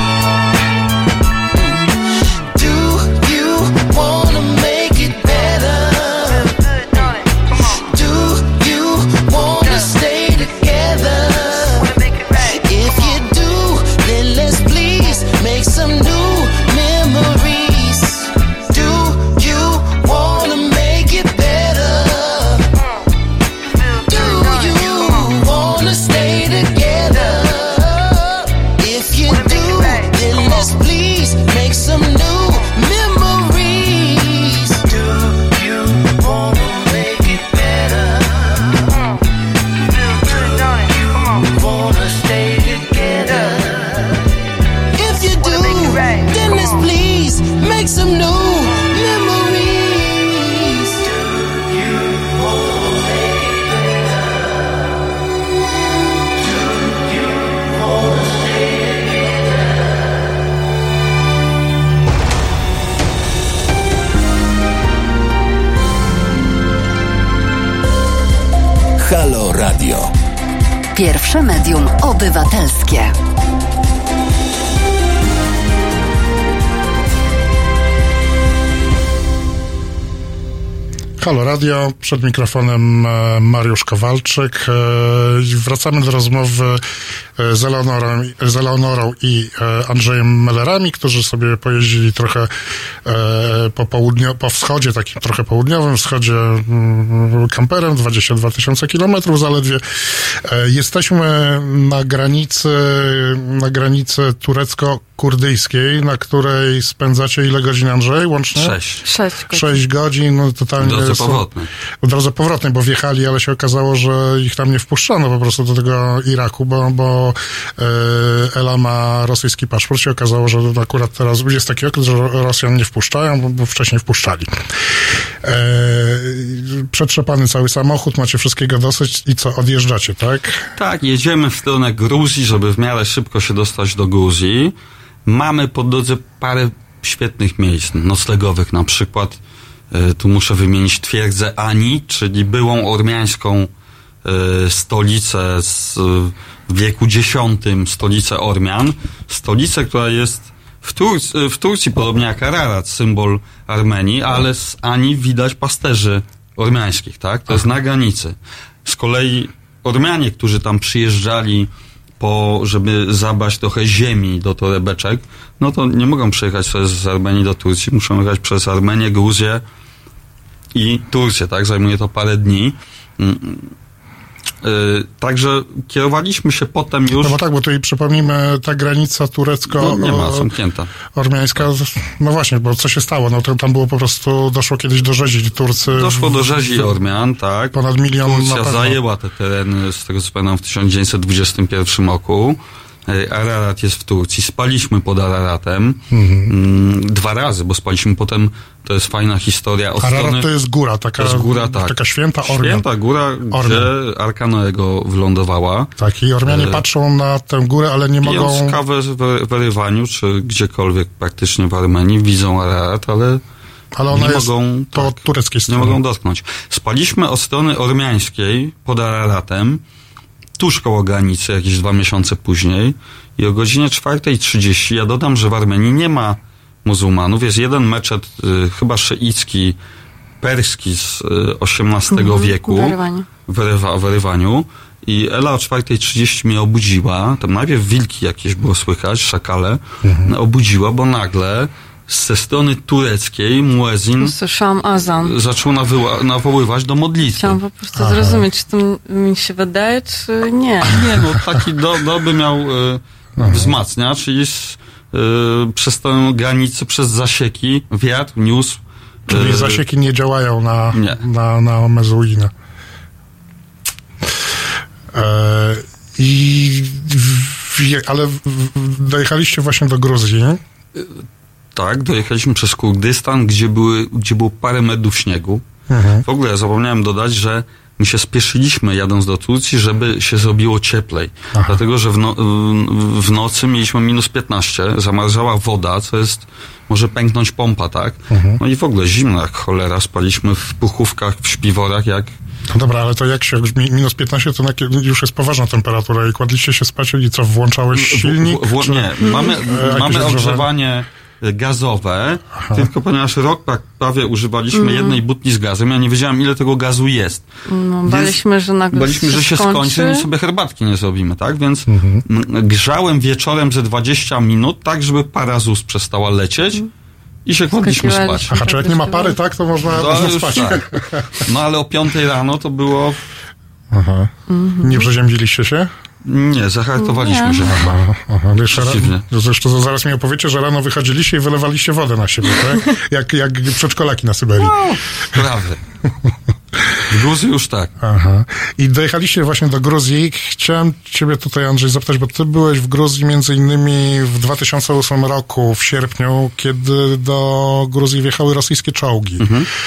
Do you wanna make it better? Do you wanna stay together? If you do, then let's please make some new memories. Do you wanna make it better? Do you wanna stay together? If you do, then let's please make some new memories. Do you wanna make it better? Wanna stay together? If you do, then let's please make some new memories. Do you wanna make it better? Do you wanna stay together? Halo Radio. Pierwsze medium obywatelskie. Halo Radio, przed mikrofonem Mariusz Kowalczyk. Wracamy do rozmowy z Eleonorą i Andrzejem Mellerami, którzy sobie pojeździli trochę po wschodzie, takim trochę południowym wschodzie kamperem, 22 000 kilometrów zaledwie. Jesteśmy na granicy turecko-kurdyjskiej, na której spędzacie ile godzin, Andrzej, łącznie? 6 godzin. No, totalnie w drodze powrotnej, bo wjechali, ale się okazało, że ich tam nie wpuszczono po prostu do tego Iraku, bo Ela ma rosyjski paszport. Się okazało, że akurat teraz jest taki okres, że Rosjan nie wpuszczają, bo wcześniej wpuszczali. Przetrzepany cały samochód, macie wszystkiego dosyć i co, odjeżdżacie, tak? Tak, jedziemy w stronę Gruzji, żeby w miarę szybko się dostać do Gruzji. Mamy po drodze parę świetnych miejsc noclegowych, na przykład tu muszę wymienić twierdzę Ani, czyli byłą ormiańską stolicę w wieku X, stolicę Ormian, stolicę, która jest w Turcji, podobnie jak Ararat, symbol Armenii, ale z Ani widać pasterzy ormiańskich, tak? To jest na granicy. Z kolei Ormianie, którzy tam przyjeżdżali żeby zabrać trochę ziemi do torebeczek, no to nie mogą przejechać z Armenii do Turcji, muszą jechać przez Armenię, Gruzję i Turcję, tak? Zajmuje to parę dni. Także kierowaliśmy się potem już... No bo tak, bo tutaj przypomnijmy, ta granica nie ma, zamknięta. Ormiańska, no właśnie, bo co się stało? No to tam było po prostu, doszło kiedyś do rzezi, Turcy... Doszło do rzezi Ormian, tak. Ponad 1 milion Turcja na pewno. zajęła te tereny, z tego co pamiętam, w 1921 roku. Ararat jest w Turcji. Spaliśmy pod Araratem 2 razy, bo spaliśmy potem, to jest fajna historia. Ararat to jest góra, taka, to jest góra, tak. Taka święta Ormian. Święta góra, gdzie Arka Noego wylądowała. Tak, i Ormianie patrzą na tę górę, ale nie mogą... Pijąc kawę w Erywaniu, czy gdziekolwiek praktycznie w Armenii, widzą Ararat, ale ona nie jest mogą, po tureckiej stronie. Nie mogą dotknąć. Spaliśmy od strony ormiańskiej pod Araratem, tuż koło granicy, jakieś 2 miesiące później, i o godzinie 4:30, ja dodam, że w Armenii nie ma muzułmanów, jest jeden meczet, chyba szyicki, perski z XVIII wieku w Erywaniu, i Ela o 4:30 mnie obudziła, tam najpierw wilki jakieś było słychać, szakale, obudziła, bo nagle ze strony tureckiej muezin Słyszałam azan. Zaczął nawoływać do modlitwy. Chciałam po prostu zrozumieć, czy to mi się wydaje, czy nie. Nie, no taki doby miał wzmacniacz, czyli przez tę granicę, przez zasieki wiatr niósł. Czyli zasieki nie działają na mezuinę. Ale dojechaliście właśnie do Gruzji. Tak, dojechaliśmy przez Kurdystan, gdzie było parę metrów śniegu. W ogóle ja zapomniałem dodać, że my się spieszyliśmy jadąc do Turcji, żeby się zrobiło cieplej. Dlatego, że w nocy mieliśmy -15, zamarzała woda, co jest, może pęknąć pompa, tak? No i w ogóle zimno jak cholera, spaliśmy w puchówkach, w śpiworach, jak... No dobra, ale to jak się -15, to już jest poważna temperatura i kładliście się spać i co, włączałeś silnik? Nie, mamy ogrzewanie gazowe, tylko ponieważ rok prawie używaliśmy jednej butni z gazem, ja nie wiedziałem, ile tego gazu jest. No, baliśmy, że się skończy i sobie herbatki nie zrobimy, tak? Więc grzałem wieczorem ze 20 minut, tak, żeby para ZUS przestała lecieć i się kładliśmy spać. Aha, czy jak nie ma pary, tak, to można spać. Tak. No ale o 5 rano to było... Nie przeziębiliście się? Nie, zahartowaliśmy się. Zresztą zaraz mi opowiecie, że rano wychodziliście i wylewaliście wodę na siebie, tak? jak przedszkolaki na Syberii. No, prawie. W Gruzji już tak. I dojechaliście właśnie do Gruzji. Chciałem ciebie tutaj, Andrzej, zapytać, bo ty byłeś w Gruzji między innymi w 2008 roku, w sierpniu, kiedy do Gruzji wjechały rosyjskie czołgi.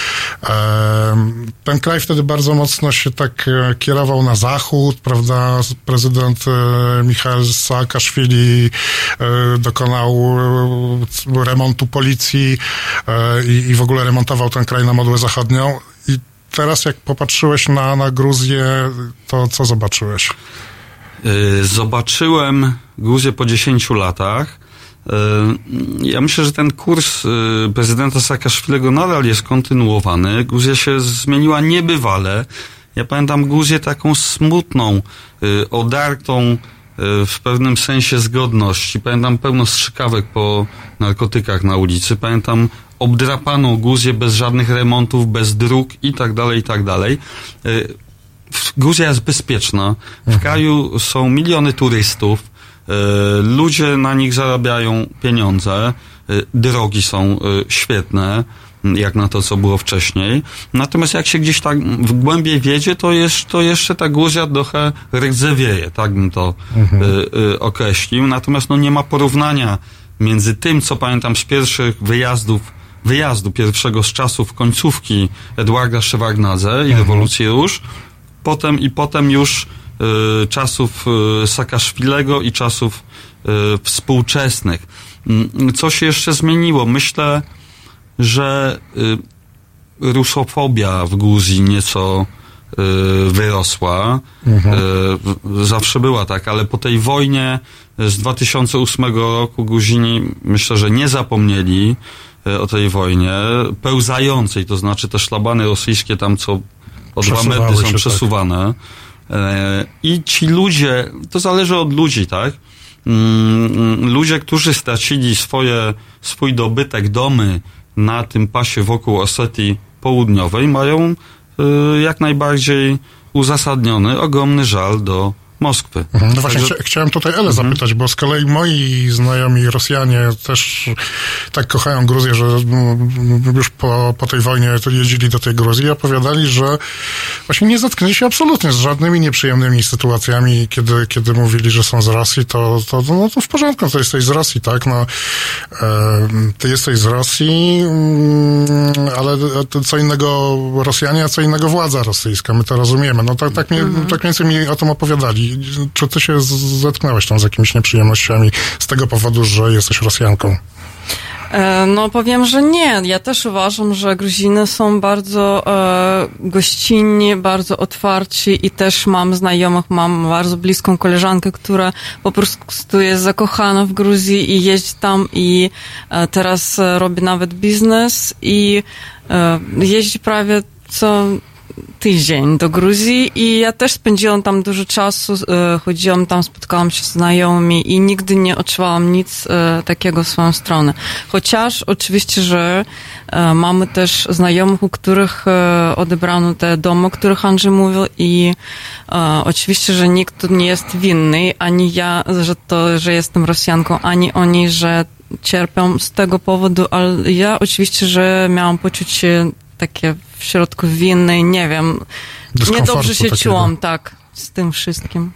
Ten kraj wtedy bardzo mocno się tak kierował na zachód, prawda? Prezydent Michał Saakaszwili dokonał remontu policji i w ogóle remontował ten kraj na modłę zachodnią. I teraz jak popatrzyłeś na Gruzję, to co zobaczyłeś? Zobaczyłem Gruzję po 10 latach. Ja myślę, że ten kurs prezydenta Saakaszwilego nadal jest kontynuowany. Gruzja się zmieniła niebywale. Ja pamiętam Gruzję taką smutną, odartą w pewnym sensie z godności. Pamiętam pełno strzykawek po narkotykach na ulicy. Pamiętam obdrapaną Gruzję bez żadnych remontów, bez dróg i tak dalej, i tak dalej. Gruzja jest bezpieczna. W kraju są miliony turystów. Ludzie na nich zarabiają pieniądze. Drogi są świetne, jak na to, co było wcześniej. Natomiast jak się gdzieś tak w głębiej wiedzie, to jeszcze ta Gruzja trochę rdzewieje, tak bym to określił. Natomiast nie ma porównania między tym, co pamiętam z pierwszych wyjazdu pierwszego z czasów końcówki Eduarda Szewardnadze i rewolucji Róż, potem już czasów Saakaszwilego i czasów współczesnych. Co się jeszcze zmieniło? Myślę, że rusofobia w Gruzji nieco wyrosła. Zawsze była tak, ale po tej wojnie z 2008 roku Gruzini myślę, że nie zapomnieli o tej wojnie pełzającej, to znaczy te szlabany rosyjskie tam co o 2 metry są przesuwane. I ci ludzie, to zależy od ludzi, tak? Ludzie, którzy stracili swój dobytek, domy na tym pasie wokół Osetii Południowej, mają jak najbardziej uzasadniony, ogromny żal do Moskwy. No właśnie, chciałem tutaj Elę zapytać, bo z kolei moi znajomi Rosjanie też tak kochają Gruzję, że już po tej wojnie jeździli do tej Gruzji i opowiadali, że właśnie nie zetknęli się absolutnie z żadnymi nieprzyjemnymi sytuacjami, kiedy mówili, że są z Rosji, to w porządku, to jesteś z Rosji, tak? No, ty jesteś z Rosji, ale co innego Rosjanie, a co innego władza rosyjska, my to rozumiemy. No tak mniej więcej mi o tym opowiadali. Czy ty się zetknęłaś tam z jakimiś nieprzyjemnościami z tego powodu, że jesteś Rosjanką? No powiem, że nie. Ja też uważam, że Gruziny są bardzo gościnni, bardzo otwarci i też mam znajomych, mam bardzo bliską koleżankę, która po prostu jest zakochana w Gruzji i jeździ tam i teraz robi nawet biznes i jeździ prawie co tydzień do Gruzji i ja też spędziłam tam dużo czasu, chodziłam tam, spotkałam się z znajomymi i nigdy nie odczuwałam nic takiego w swoją stronę. Chociaż oczywiście, że mamy też znajomych, u których odebrano te domy, o których Andrzej mówił i oczywiście, że nikt tu nie jest winny, ani ja, że jestem Rosjanką, ani oni, że cierpią z tego powodu, ale ja oczywiście, że miałam poczucie takie w środku winy, nie wiem, niedobrze się czułam, tak, z tym wszystkim.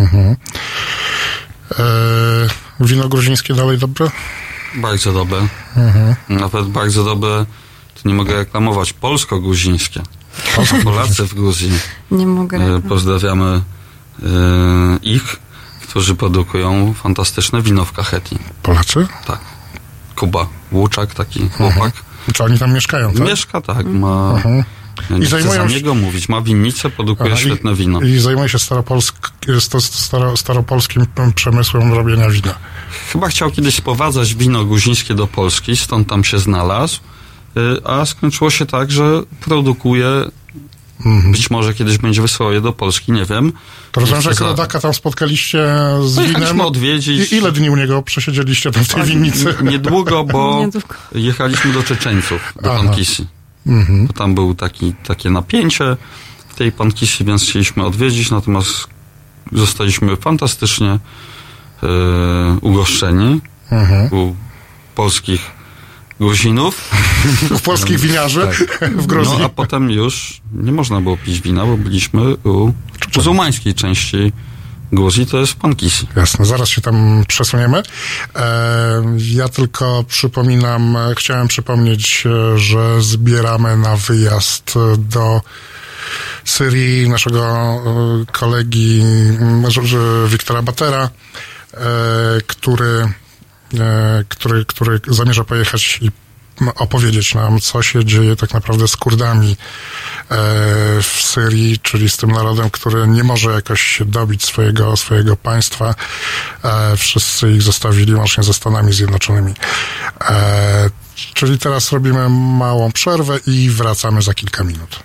Wino gruzińskie dalej dobre? Bardzo dobre. Nawet bardzo dobre, to nie mogę reklamować, polsko-gruzińskie. Polacy w Gruzji. Nie mogę reklamować. Pozdrawiamy ich, którzy produkują fantastyczne wino w Kachetii. Polacy? Tak. Kuba Łuczak, taki chłopak. Czy oni tam mieszkają, tak? Mieszka, tak. Ma... Ja nie chcę za niego mówić. Ma winnicę, produkuje świetne wino. I zajmuje się staropolskim przemysłem robienia wina. Chyba chciał kiedyś sprowadzać wino gruzińskie do Polski, stąd tam się znalazł, a skończyło się tak, że produkuje, być może kiedyś będzie wysyłał je do Polski, nie wiem. To rozumiem, że jak rodaka tam spotkaliście z winem. Odwiedzić. Ile dni u niego przesiedzieliście tam w tej winnicy? Niedługo, bo jechaliśmy do Czeczeńców, do Pankisi. Bo tam było takie napięcie w tej Pankisi, więc chcieliśmy odwiedzić, natomiast zostaliśmy fantastycznie ugoszczeni u polskich Gruzinów. U polskich winiarzy w Gruzji. No a potem już nie można było pić wina, bo byliśmy u muzułmańskiej części Gruzji, to jest Pankisi. Jasne, zaraz się tam przesuniemy. Ja tylko chciałem przypomnieć, że zbieramy na wyjazd do Syrii naszego kolegi Wiktora Batera, który zamierza pojechać i opowiedzieć nam, co się dzieje tak naprawdę z Kurdami w Syrii, czyli z tym narodem, który nie może jakoś się dobić swojego państwa. Wszyscy ich zostawili, łącznie ze Stanami Zjednoczonymi. Czyli teraz robimy małą przerwę i wracamy za kilka minut.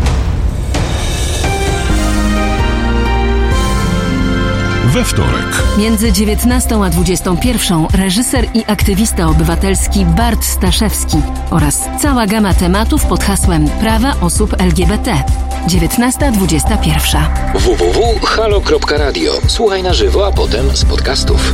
We wtorek. Między 19 a 21 reżyser i aktywista obywatelski Bart Staszewski oraz cała gama tematów pod hasłem Prawa osób LGBT. 19:21. www.halo.radio. Słuchaj na żywo, a potem z podcastów.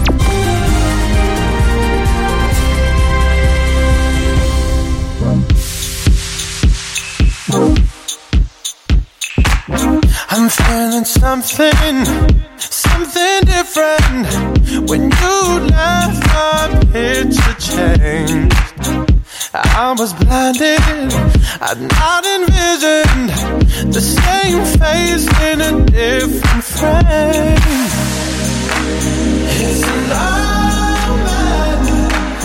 I'm feeling something different. When you left, my picture changed. I was blinded, I'd not envisioned the same face in a different frame. It's an old man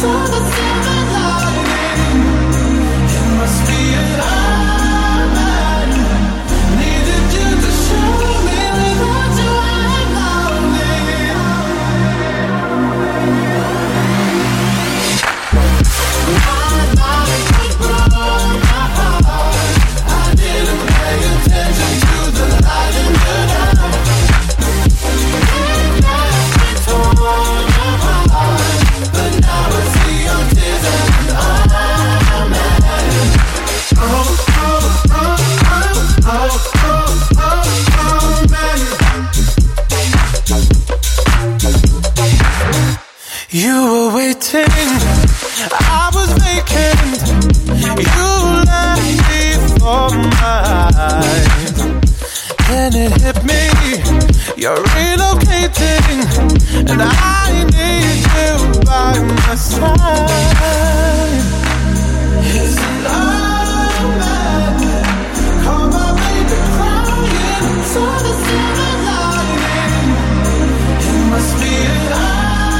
You were waiting, I was vacant. You left me for mine. Then it hit me, you're relocating, and I need you by my side. It's love, man. Call my baby crying, so the silver lining. It must be love.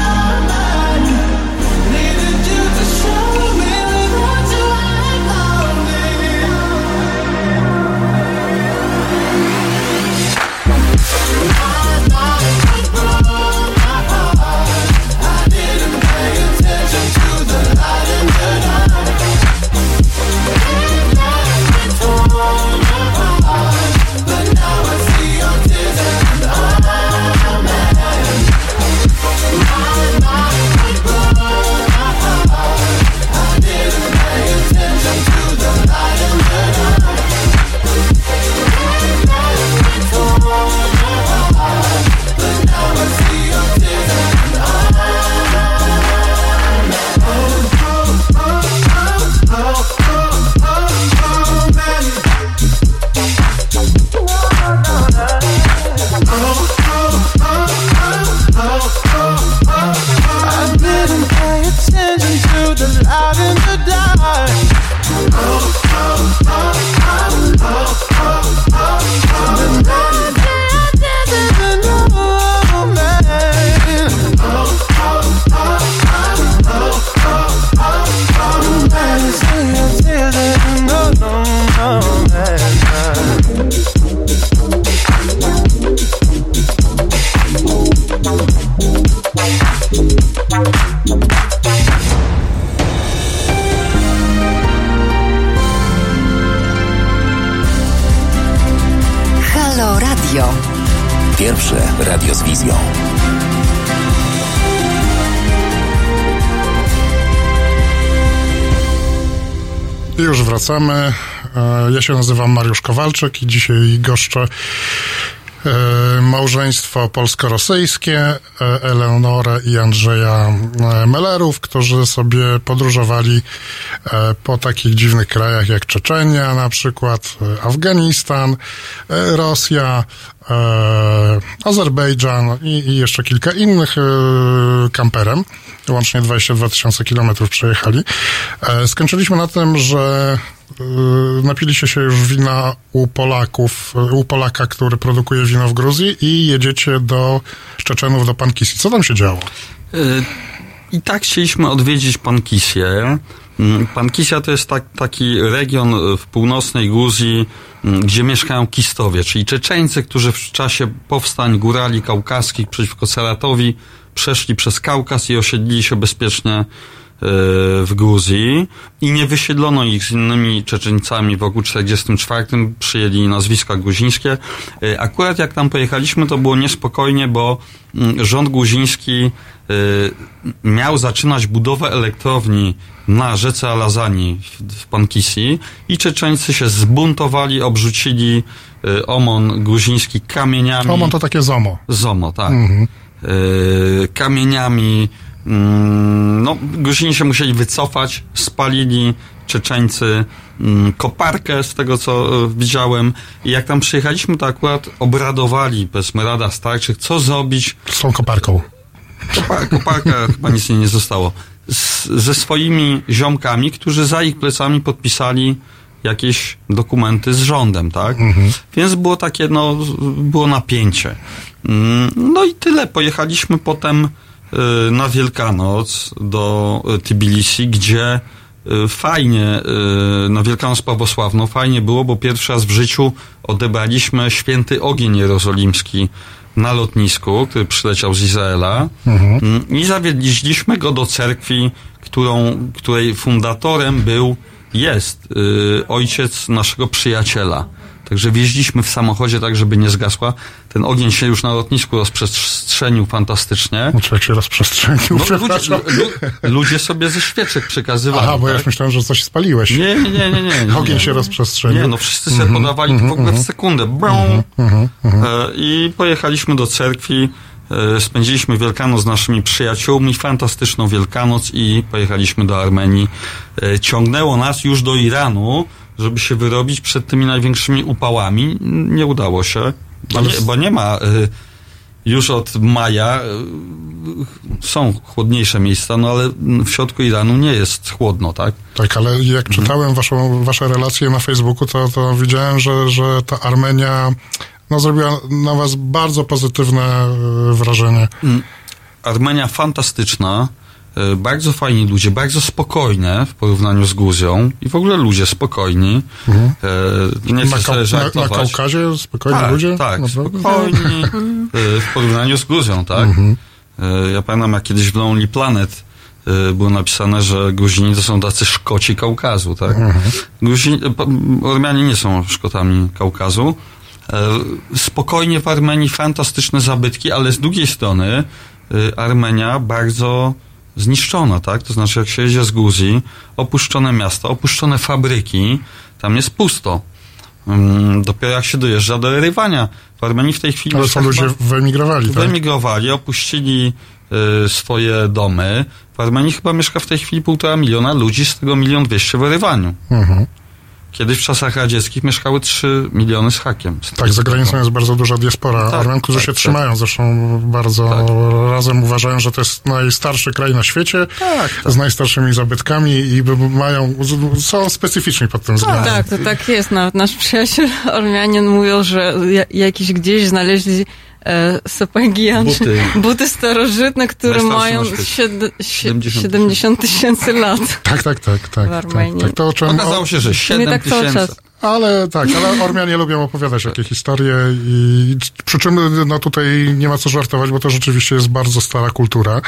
Pierwsze radio z wizją. I już wracamy. Ja się nazywam Mariusz Kowalczyk i dzisiaj goszczę małżeństwo polsko-rosyjskie, Eleonorę i Andrzeja Mellerów, którzy sobie podróżowali po takich dziwnych krajach jak Czeczenia na przykład, Afganistan, Rosja, Azerbejdżan i jeszcze kilka innych kamperem. Łącznie 22 000 kilometrów przejechali. Skończyliśmy na tym, że napiliście się już wina u Polaka, który produkuje wino w Gruzji i jedziecie do Czeczenów, do Pankisi. Co tam się działo? I tak chcieliśmy odwiedzić Pankisię. Pankisia to jest taki region w północnej Gruzji, gdzie mieszkają Kistowie, czyli Czeczeńcy, którzy w czasie powstań górali kaukaskich przeciwko Saratowi przeszli przez Kaukaz i osiedlili się bezpiecznie w Gruzji i nie wysiedlono ich z innymi Czeczeńcami w roku 1944, przyjęli nazwiska gruzińskie. Akurat jak tam pojechaliśmy, to było niespokojnie, bo rząd gruziński miał zaczynać budowę elektrowni na rzece Alazani w Pankisi i Czeczeńcy się zbuntowali, obrzucili OMON gruziński kamieniami. OMON to takie ZOMO. ZOMO, tak. Kamieniami. No, Gruzini się musieli wycofać, spalili Czeczeńcy koparkę, z tego co widziałem. I jak tam przyjechaliśmy, to akurat obradowali, powiedzmy, Rada Starszych, co zrobić z tą koparką. Koparka chyba nic nie zostało. Ze swoimi ziomkami, którzy za ich plecami podpisali jakieś dokumenty z rządem, tak? Więc było takie, było napięcie. No i tyle. Pojechaliśmy potem na Wielkanoc do Tbilisi, gdzie fajnie, na Wielkanoc prawosławną fajnie było, bo pierwszy raz w życiu odebraliśmy święty ogień jerozolimski na lotnisku, który przyleciał z Izraela i zawieźliśmy go do cerkwi, której fundatorem jest ojciec naszego przyjaciela. Także wjeździliśmy w samochodzie tak, żeby nie zgasła. Ten ogień się już na lotnisku rozprzestrzenił fantastycznie. Człowiek się rozprzestrzenił, ludzie sobie ze świeczek przekazywali. Aha, bo ja już myślałem, że coś spaliłeś. Nie. Ogień się rozprzestrzenił. Nie, no wszyscy sobie podawali w ogóle w sekundę. I pojechaliśmy do cerkwi, spędziliśmy Wielkanoc z naszymi przyjaciółmi, fantastyczną Wielkanoc i pojechaliśmy do Armenii. Ciągnęło nas już do Iranu, żeby się wyrobić przed tymi największymi upałami. Nie udało się, bo nie ma już od maja, są chłodniejsze miejsca, no ale w środku Iranu nie jest chłodno, tak? Tak, ale jak czytałem wasze relacje na Facebooku, to widziałem, że ta Armenia zrobiła na was bardzo pozytywne wrażenie. Armenia fantastyczna, bardzo fajni ludzie, bardzo spokojne w porównaniu z Gruzją i w ogóle ludzie spokojni. Nie chcę sobie żartować. Na Kaukazie spokojni ludzie? Tak, spokojni w porównaniu z Gruzją, tak? Ja pamiętam, jak kiedyś w Lonely Planet było napisane, że Gruzini to są tacy Szkoci Kaukazu, tak? Ormianie nie są Szkotami Kaukazu. Spokojnie w Armenii, fantastyczne zabytki, ale z drugiej strony Armenia bardzo zniszczona, tak? To znaczy, jak się jedzie z Gruzji, opuszczone miasta, opuszczone fabryki, tam jest pusto. Dopiero jak się dojeżdża do Erywania. W Armenii w tej chwili... Ale są ludzie wyemigrowali, tak? Wyemigrowali, opuścili swoje domy. W Armenii chyba mieszka w tej chwili 1,5 miliona ludzi, z tego 1 200 000 w Erywaniu. Kiedyś w czasach radzieckich mieszkały 3 miliony z hakiem. Tak, za granicą jest bardzo duża diaspora Armian, którzy się trzymają. Zresztą bardzo razem uważają, że to jest najstarszy kraj na świecie, z najstarszymi zabytkami i są specyficzni pod tym względem. Tak, to tak jest. Nawet nasz przyjaciel Ormianin mówił, że jakiś gdzieś znaleźli sapagi, buty starożytne, które mają 70 000 lat. Tak. W Armenii. Tak, to, o czym okazało się, że 7 000. Ale Ormianie lubią opowiadać takie historie i przy czym tutaj nie ma co żartować, bo to rzeczywiście jest bardzo stara kultura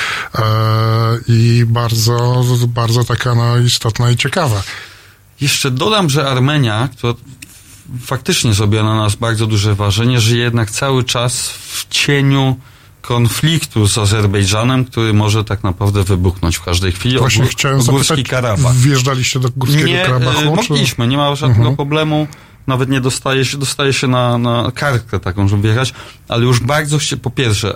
i bardzo, bardzo taka istotna i ciekawa. Jeszcze dodam, że Armenia, która faktycznie zrobiła na nas bardzo duże wrażenie, że jednak cały czas w cieniu konfliktu z Azerbejdżanem, który może tak naprawdę wybuchnąć w każdej chwili. Właśnie chciałem Górski Karabach. Wjeżdżaliście do Górskiego Karabachu? Nie, mogliśmy, nie ma żadnego problemu. Nawet nie dostaje się na kartkę taką, żeby wjechać, ale już bardzo się, po pierwsze,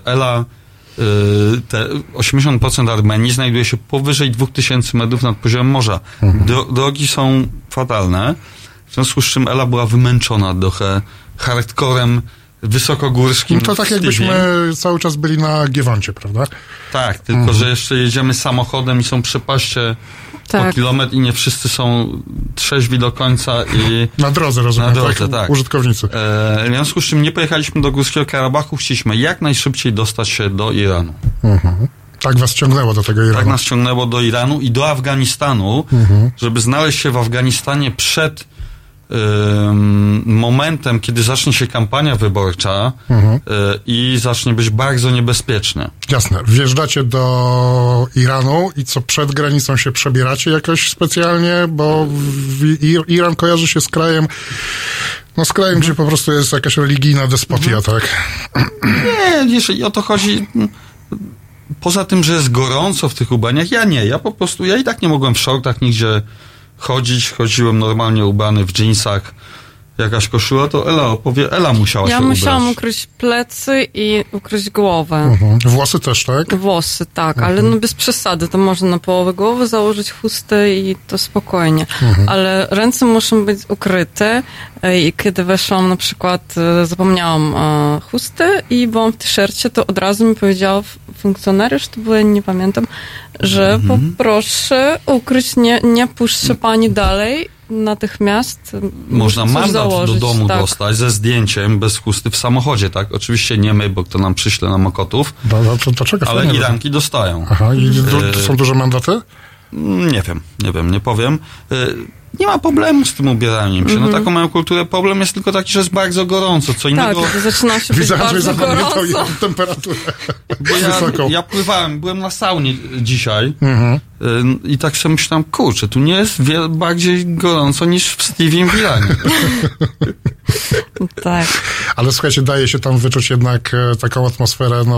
te 80% Armenii znajduje się powyżej 2000 metrów nad poziomem morza. Drogi są fatalne. W związku z czym Ela była wymęczona trochę hardcorem wysokogórskim. To tak jakbyśmy cały czas byli na Giewoncie, prawda? Tak, tylko że jeszcze jedziemy samochodem i są przepaście po kilometr i nie wszyscy są trzeźwi do końca i... Na drodze, rozumiem, tak? Użytkownicy. W związku z czym nie pojechaliśmy do Górskiego Karabachu, chcieliśmy jak najszybciej dostać się do Iranu. Tak was ciągnęło do tego Iranu. Tak nas ciągnęło do Iranu i do Afganistanu, żeby znaleźć się w Afganistanie przed momentem, kiedy zacznie się kampania wyborcza i zacznie być bardzo niebezpiecznie. Jasne. Wjeżdżacie do Iranu i co, przed granicą się przebieracie jakoś specjalnie? Bo Iran kojarzy się z krajem, gdzie po prostu jest jakaś religijna despotia, tak? Nie, jeżeli o to chodzi... Poza tym, że jest gorąco w tych ubaniach, ja po prostu i tak nie mogłem w shortach nigdzie chodziłem normalnie ubrany w dżinsach, jakaś koszula, to Ela musiała się ubrać. Ja musiałam ukryć plecy i ukryć głowę. Włosy też, tak? Włosy, tak, ale bez przesady. To można na połowę głowy założyć chustę i to spokojnie. Ale ręce muszą być ukryte i kiedy weszłam, na przykład zapomniałam chustę i byłam w t-shircie, to od razu mi powiedział funkcjonariusz, to było, nie pamiętam, że poproszę ukryć, nie puszczę pani dalej, natychmiast można mandat założyć, do domu tak. dostać ze zdjęciem bez chusty w samochodzie, tak? Oczywiście nie my, bo kto nam przyśle na Mokotów, to czeka, ale Iranki dostają. Aha, i są duże mandaty? Nie wiem, nie powiem. Nie ma problemu z tym ubieraniem się. No taką mają kulturę. Problem jest tylko taki, że jest bardzo gorąco. Co innego... Tak, zaczyna się być bardzo gorąco. Temperaturę bo ja pływałem, byłem na saunie dzisiaj i tak sobie myślałem, kurczę, tu nie jest bardziej gorąco niż w Stevie w Iranie. Tak. Ale słuchajcie, daje się tam wyczuć jednak taką atmosferę, no,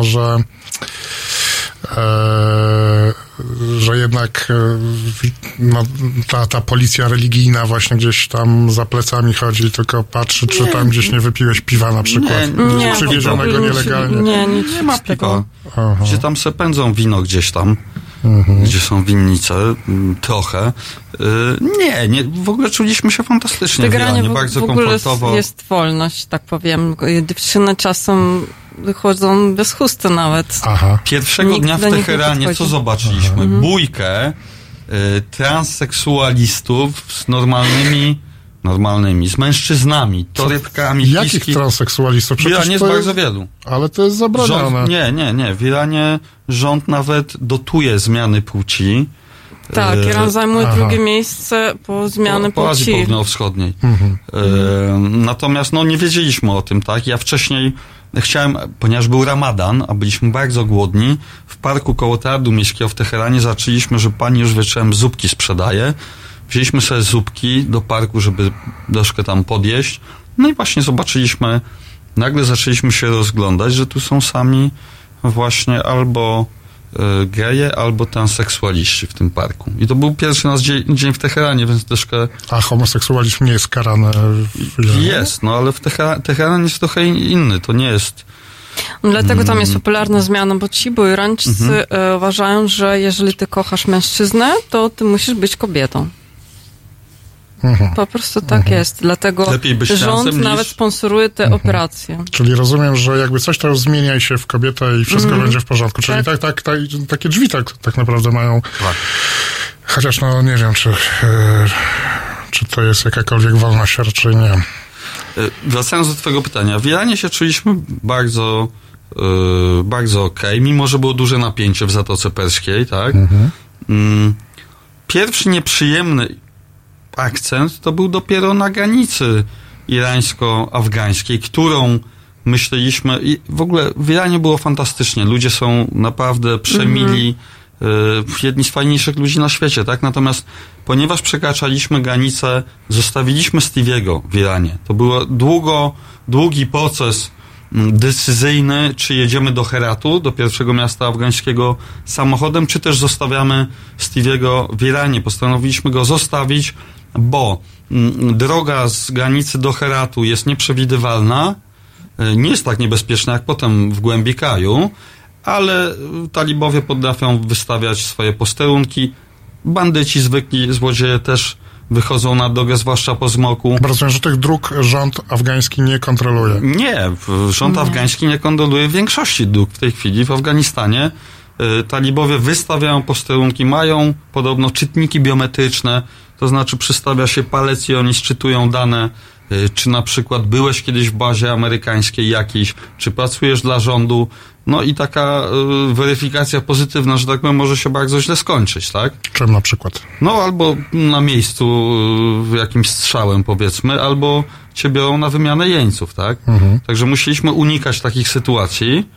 że jednak no, ta policja religijna właśnie gdzieś tam za plecami chodzi, tylko patrzy, czy tam gdzieś nie wypiłeś piwa na przykład. Nie, przywiezionego nielegalnie. Nie ma piwa. Gdzie tam se pędzą wino gdzieś tam, gdzie są winnice, trochę. Nie, w ogóle czuliśmy się fantastycznie w Iranie, bardzo komfortowo. Jest wolność, tak powiem. Dziewczyny czasem wychodzą bez chusty nawet. Pierwszego dnia w Teheranie co zobaczyliśmy? Bójkę transseksualistów z normalnymi, z mężczyznami, torebkami, jakich transseksualistów? W Iranie jest bardzo wielu. Ale to jest zabronione. Nie. W Iranie rząd nawet dotuje zmiany płci. Tak, Iran zajmuje drugie miejsce po zmiany po Azji płci. Południowo-Wschodniej. Natomiast nie wiedzieliśmy o tym, tak? Ja wcześniej chciałem, ponieważ był Ramadan, a byliśmy bardzo głodni, w parku koło Teatru Miejskiego w Teheranie zaczęliśmy, że pani już wieczorem zupki sprzedaje. Wzięliśmy sobie zupki do parku, żeby troszkę tam podjeść. No i właśnie zobaczyliśmy, nagle zaczęliśmy się rozglądać, że tu są sami właśnie albo geje, albo transseksualiści w tym parku. I to był pierwszy nasz dzień w Teheranie, więc troszkę... A homoseksualizm nie jest karany w Iranie? Jest, ale w Teheran jest trochę inny, to nie jest... Dlatego tam jest popularna zmiana płci, bo Irańczycy uważają, że jeżeli ty kochasz mężczyznę, to ty musisz być kobietą. Po prostu tak jest. Dlatego rząd nawet sponsoruje te operacje. Czyli rozumiem, że jakby coś, to zmienia się w kobietę i wszystko będzie w porządku. Czyli takie drzwi tak naprawdę mają. Tak. Chociaż nie wiem, czy to jest jakakolwiek wolność, raczej nie. Wracając do twojego pytania. W Iranie się czuliśmy bardzo okej, mimo że było duże napięcie w Zatoce Perskiej, tak? Pierwszy nieprzyjemny akcent to był dopiero na granicy irańsko-afgańskiej, którą myśleliśmy, i w ogóle w Iranie było fantastycznie, ludzie są naprawdę przemili, jedni z fajniejszych ludzi na świecie, tak? Natomiast ponieważ przekraczaliśmy granicę, zostawiliśmy Stevie'ego w Iranie. To był długi proces decyzyjny, czy jedziemy do Heratu, do pierwszego miasta afgańskiego samochodem, czy też zostawiamy Stevie'ego w Iranie. Postanowiliśmy go zostawić, bo droga z granicy do Heratu jest nieprzewidywalna, nie jest tak niebezpieczna jak potem w głębi kraju, ale talibowie potrafią wystawiać swoje posterunki, bandyci zwykli, złodzieje też wychodzą na drogę, zwłaszcza po zmroku. Rozumiem, że tych dróg rząd afgański nie kontroluje. Nie, rząd afgański nie kontroluje większości dróg w tej chwili w Afganistanie. Talibowie wystawiają posterunki, mają podobno czytniki biometryczne, to znaczy przystawia się palec i oni szczytują dane, czy na przykład byłeś kiedyś w bazie amerykańskiej jakiejś, czy pracujesz dla rządu, i taka weryfikacja pozytywna, że tak powiem, może się bardzo źle skończyć, tak? Czym na przykład? Albo na miejscu jakimś strzałem, powiedzmy, albo cię biorą na wymianę jeńców, tak? Także musieliśmy unikać takich sytuacji.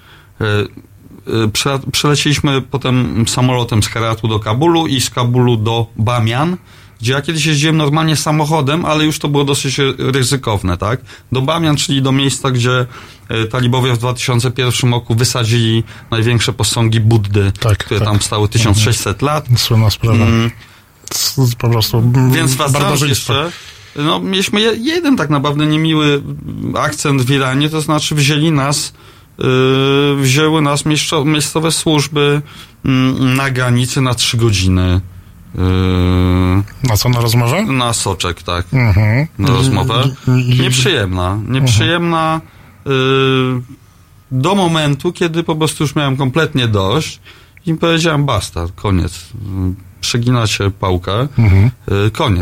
Przelecieliśmy potem samolotem z Heratu do Kabulu i z Kabulu do Bamian, gdzie ja kiedyś jeździłem normalnie samochodem, ale już to było dosyć ryzykowne, tak? Do Bamian, czyli do miejsca, gdzie talibowie w 2001 roku wysadzili największe posągi Buddy, które tam stały 1600 lat. Słynna sprawa. Po prostu więc wracając jeszcze, mieliśmy jeden tak naprawdę niemiły akcent w Iranie, to znaczy wzięły nas miejscowe służby na granicy na 3 godziny. Na co, na rozmowę? Na soczek, tak. Na rozmowę. Nieprzyjemna do momentu, kiedy po prostu już miałem kompletnie dość i powiedziałem basta, koniec. Przeginacie pałkę, koniec. Po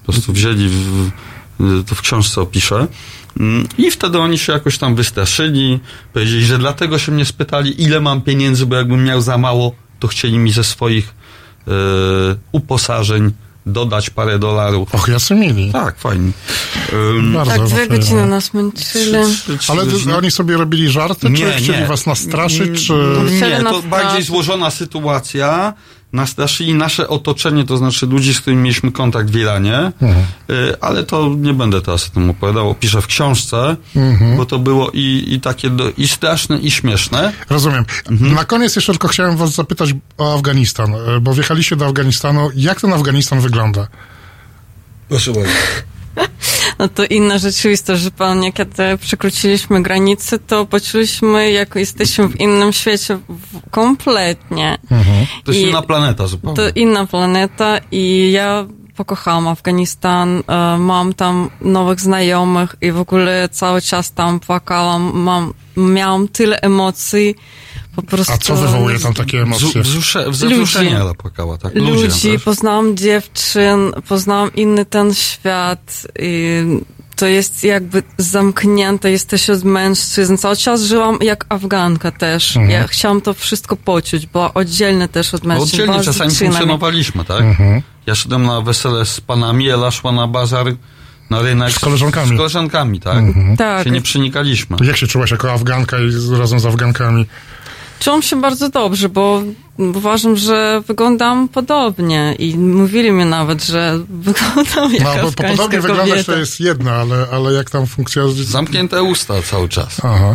Po prostu wzięli, to w książce opiszę. I wtedy oni się jakoś tam wystraszyli, powiedzieli, że dlatego się mnie spytali, ile mam pieniędzy, bo jakbym miał za mało, to chcieli mi ze swoich uposażeń dodać parę dolarów. Och, jacy mili. Tak, fajnie. Tak, 2 godziny nas męczyli. Ale oni sobie robili żarty, czy chcieli was nastraszyć, czy... Nie, to bardziej złożona sytuacja. Nastraszyli nasze otoczenie, to znaczy ludzi, z którymi mieliśmy kontakt w Iranie, ale to nie będę teraz o tym opowiadał, opiszę w książce, bo to było i takie i straszne, i śmieszne. Rozumiem. Na koniec jeszcze tylko chciałem was zapytać o Afganistan, bo wjechaliście do Afganistanu. Jak ten Afganistan wygląda? Proszę bardzo. No to inna rzeczywistość, że kiedy przekroczyliśmy granicę, to poczuliśmy, jak jesteśmy w innym świecie kompletnie. To jest inna planeta zupełnie. To inna planeta i ja pokochałam Afganistan, mam tam nowych znajomych i w ogóle cały czas tam płakałam, miałam tyle emocji. Po prostu... A co wywołuje tam takie emocje? Wzruszenie płakała, tak? Ludzi, poznałam dziewczyn, poznałam inny ten świat i to jest jakby zamknięte, jesteś od mężczyzn. Cały czas żyłam jak Afganka też. Ja chciałam to wszystko poczuć, była oddzielna też od mężczyzn. Oddzielnie czasami funkcjonowaliśmy, tak? Ja szedłem na wesele z panami, Ela szła na bazar, na rynek z koleżankami. Z koleżankami, tak? Tak. Się nie przenikaliśmy. Jak się czułaś jako Afganka i razem z Afgankami? Czułam się bardzo dobrze, bo uważam, że wyglądam podobnie i mówili mi nawet, że wyglądam jak afgańska kobieta. Podobnie wyglądać to jest jedno, ale jak tam funkcjonuje... Zamknięte usta cały czas. Aha.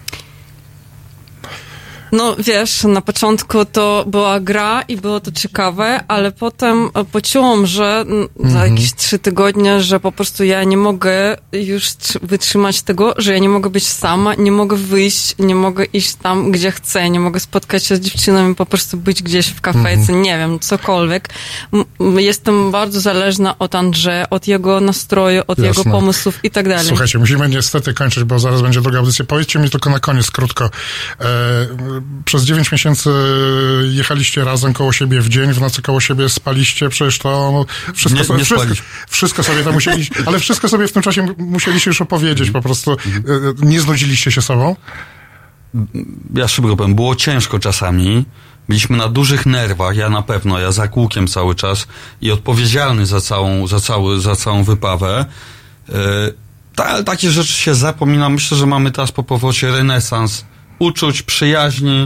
No wiesz, na początku to była gra i było to ciekawe, ale potem poczułam, że za jakieś 3 tygodnie, że po prostu ja nie mogę już wytrzymać tego, że ja nie mogę być sama, nie mogę wyjść, nie mogę iść tam, gdzie chcę, nie mogę spotkać się z dziewczynami, po prostu być gdzieś w kafejce, nie wiem, cokolwiek. Jestem bardzo zależna od Andrzeja, od jego nastroju, od jego pomysłów i tak dalej. Słuchajcie, musimy niestety kończyć, bo zaraz będzie druga audycja. Powiedzcie mi tylko na koniec krótko. Przez 9 miesięcy jechaliście razem koło siebie w dzień, w nocy koło siebie spaliście, przecież to wszystko sobie tam musieliście, ale wszystko sobie w tym czasie musieliście już opowiedzieć, po prostu nie znudziliście się sobą? Ja szybko powiem, było ciężko czasami, byliśmy na dużych nerwach, ja na pewno, ja za kółkiem cały czas i odpowiedzialny za całą wyprawę. Ale takie rzeczy się zapomina, myślę, że mamy teraz po powrocie renesans uczuć, przyjaźni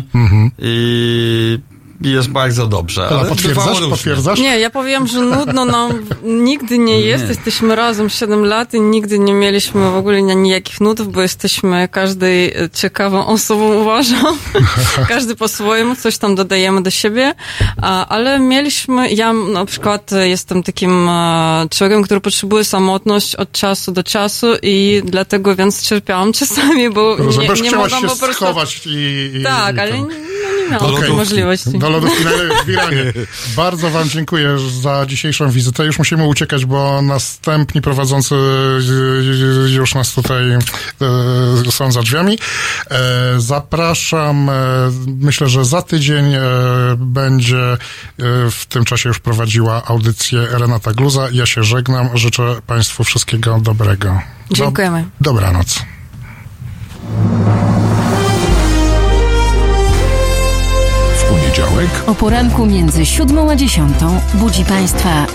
i jest bardzo dobrze. Ale potwierdzasz? Nie, ja powiem, że nudno nam nigdy nie jest. Jesteśmy razem 7 lat i nigdy nie mieliśmy w ogóle nijakich nudów, bo jesteśmy każdej ciekawą osobą, uważam. Każdy po swojemu, coś tam dodajemy do siebie, ale ja na przykład jestem takim człowiekiem, który potrzebuje samotność od czasu do czasu i dlatego więc cierpiałam czasami, bo nie mogłam po prostu... schować tak, ale nie miałam takiej możliwości. Do lodówki w Iranie. Bardzo wam dziękuję za dzisiejszą wizytę. Już musimy uciekać, bo następni prowadzący już nas tutaj są za drzwiami. Zapraszam. Myślę, że za tydzień będzie w tym czasie już prowadziła audycję Renata Gluza. Ja się żegnam. Życzę państwu wszystkiego dobrego. Dziękujemy. Dobranoc. Poniedziałek o poranku między 7 a 10 budzi państwa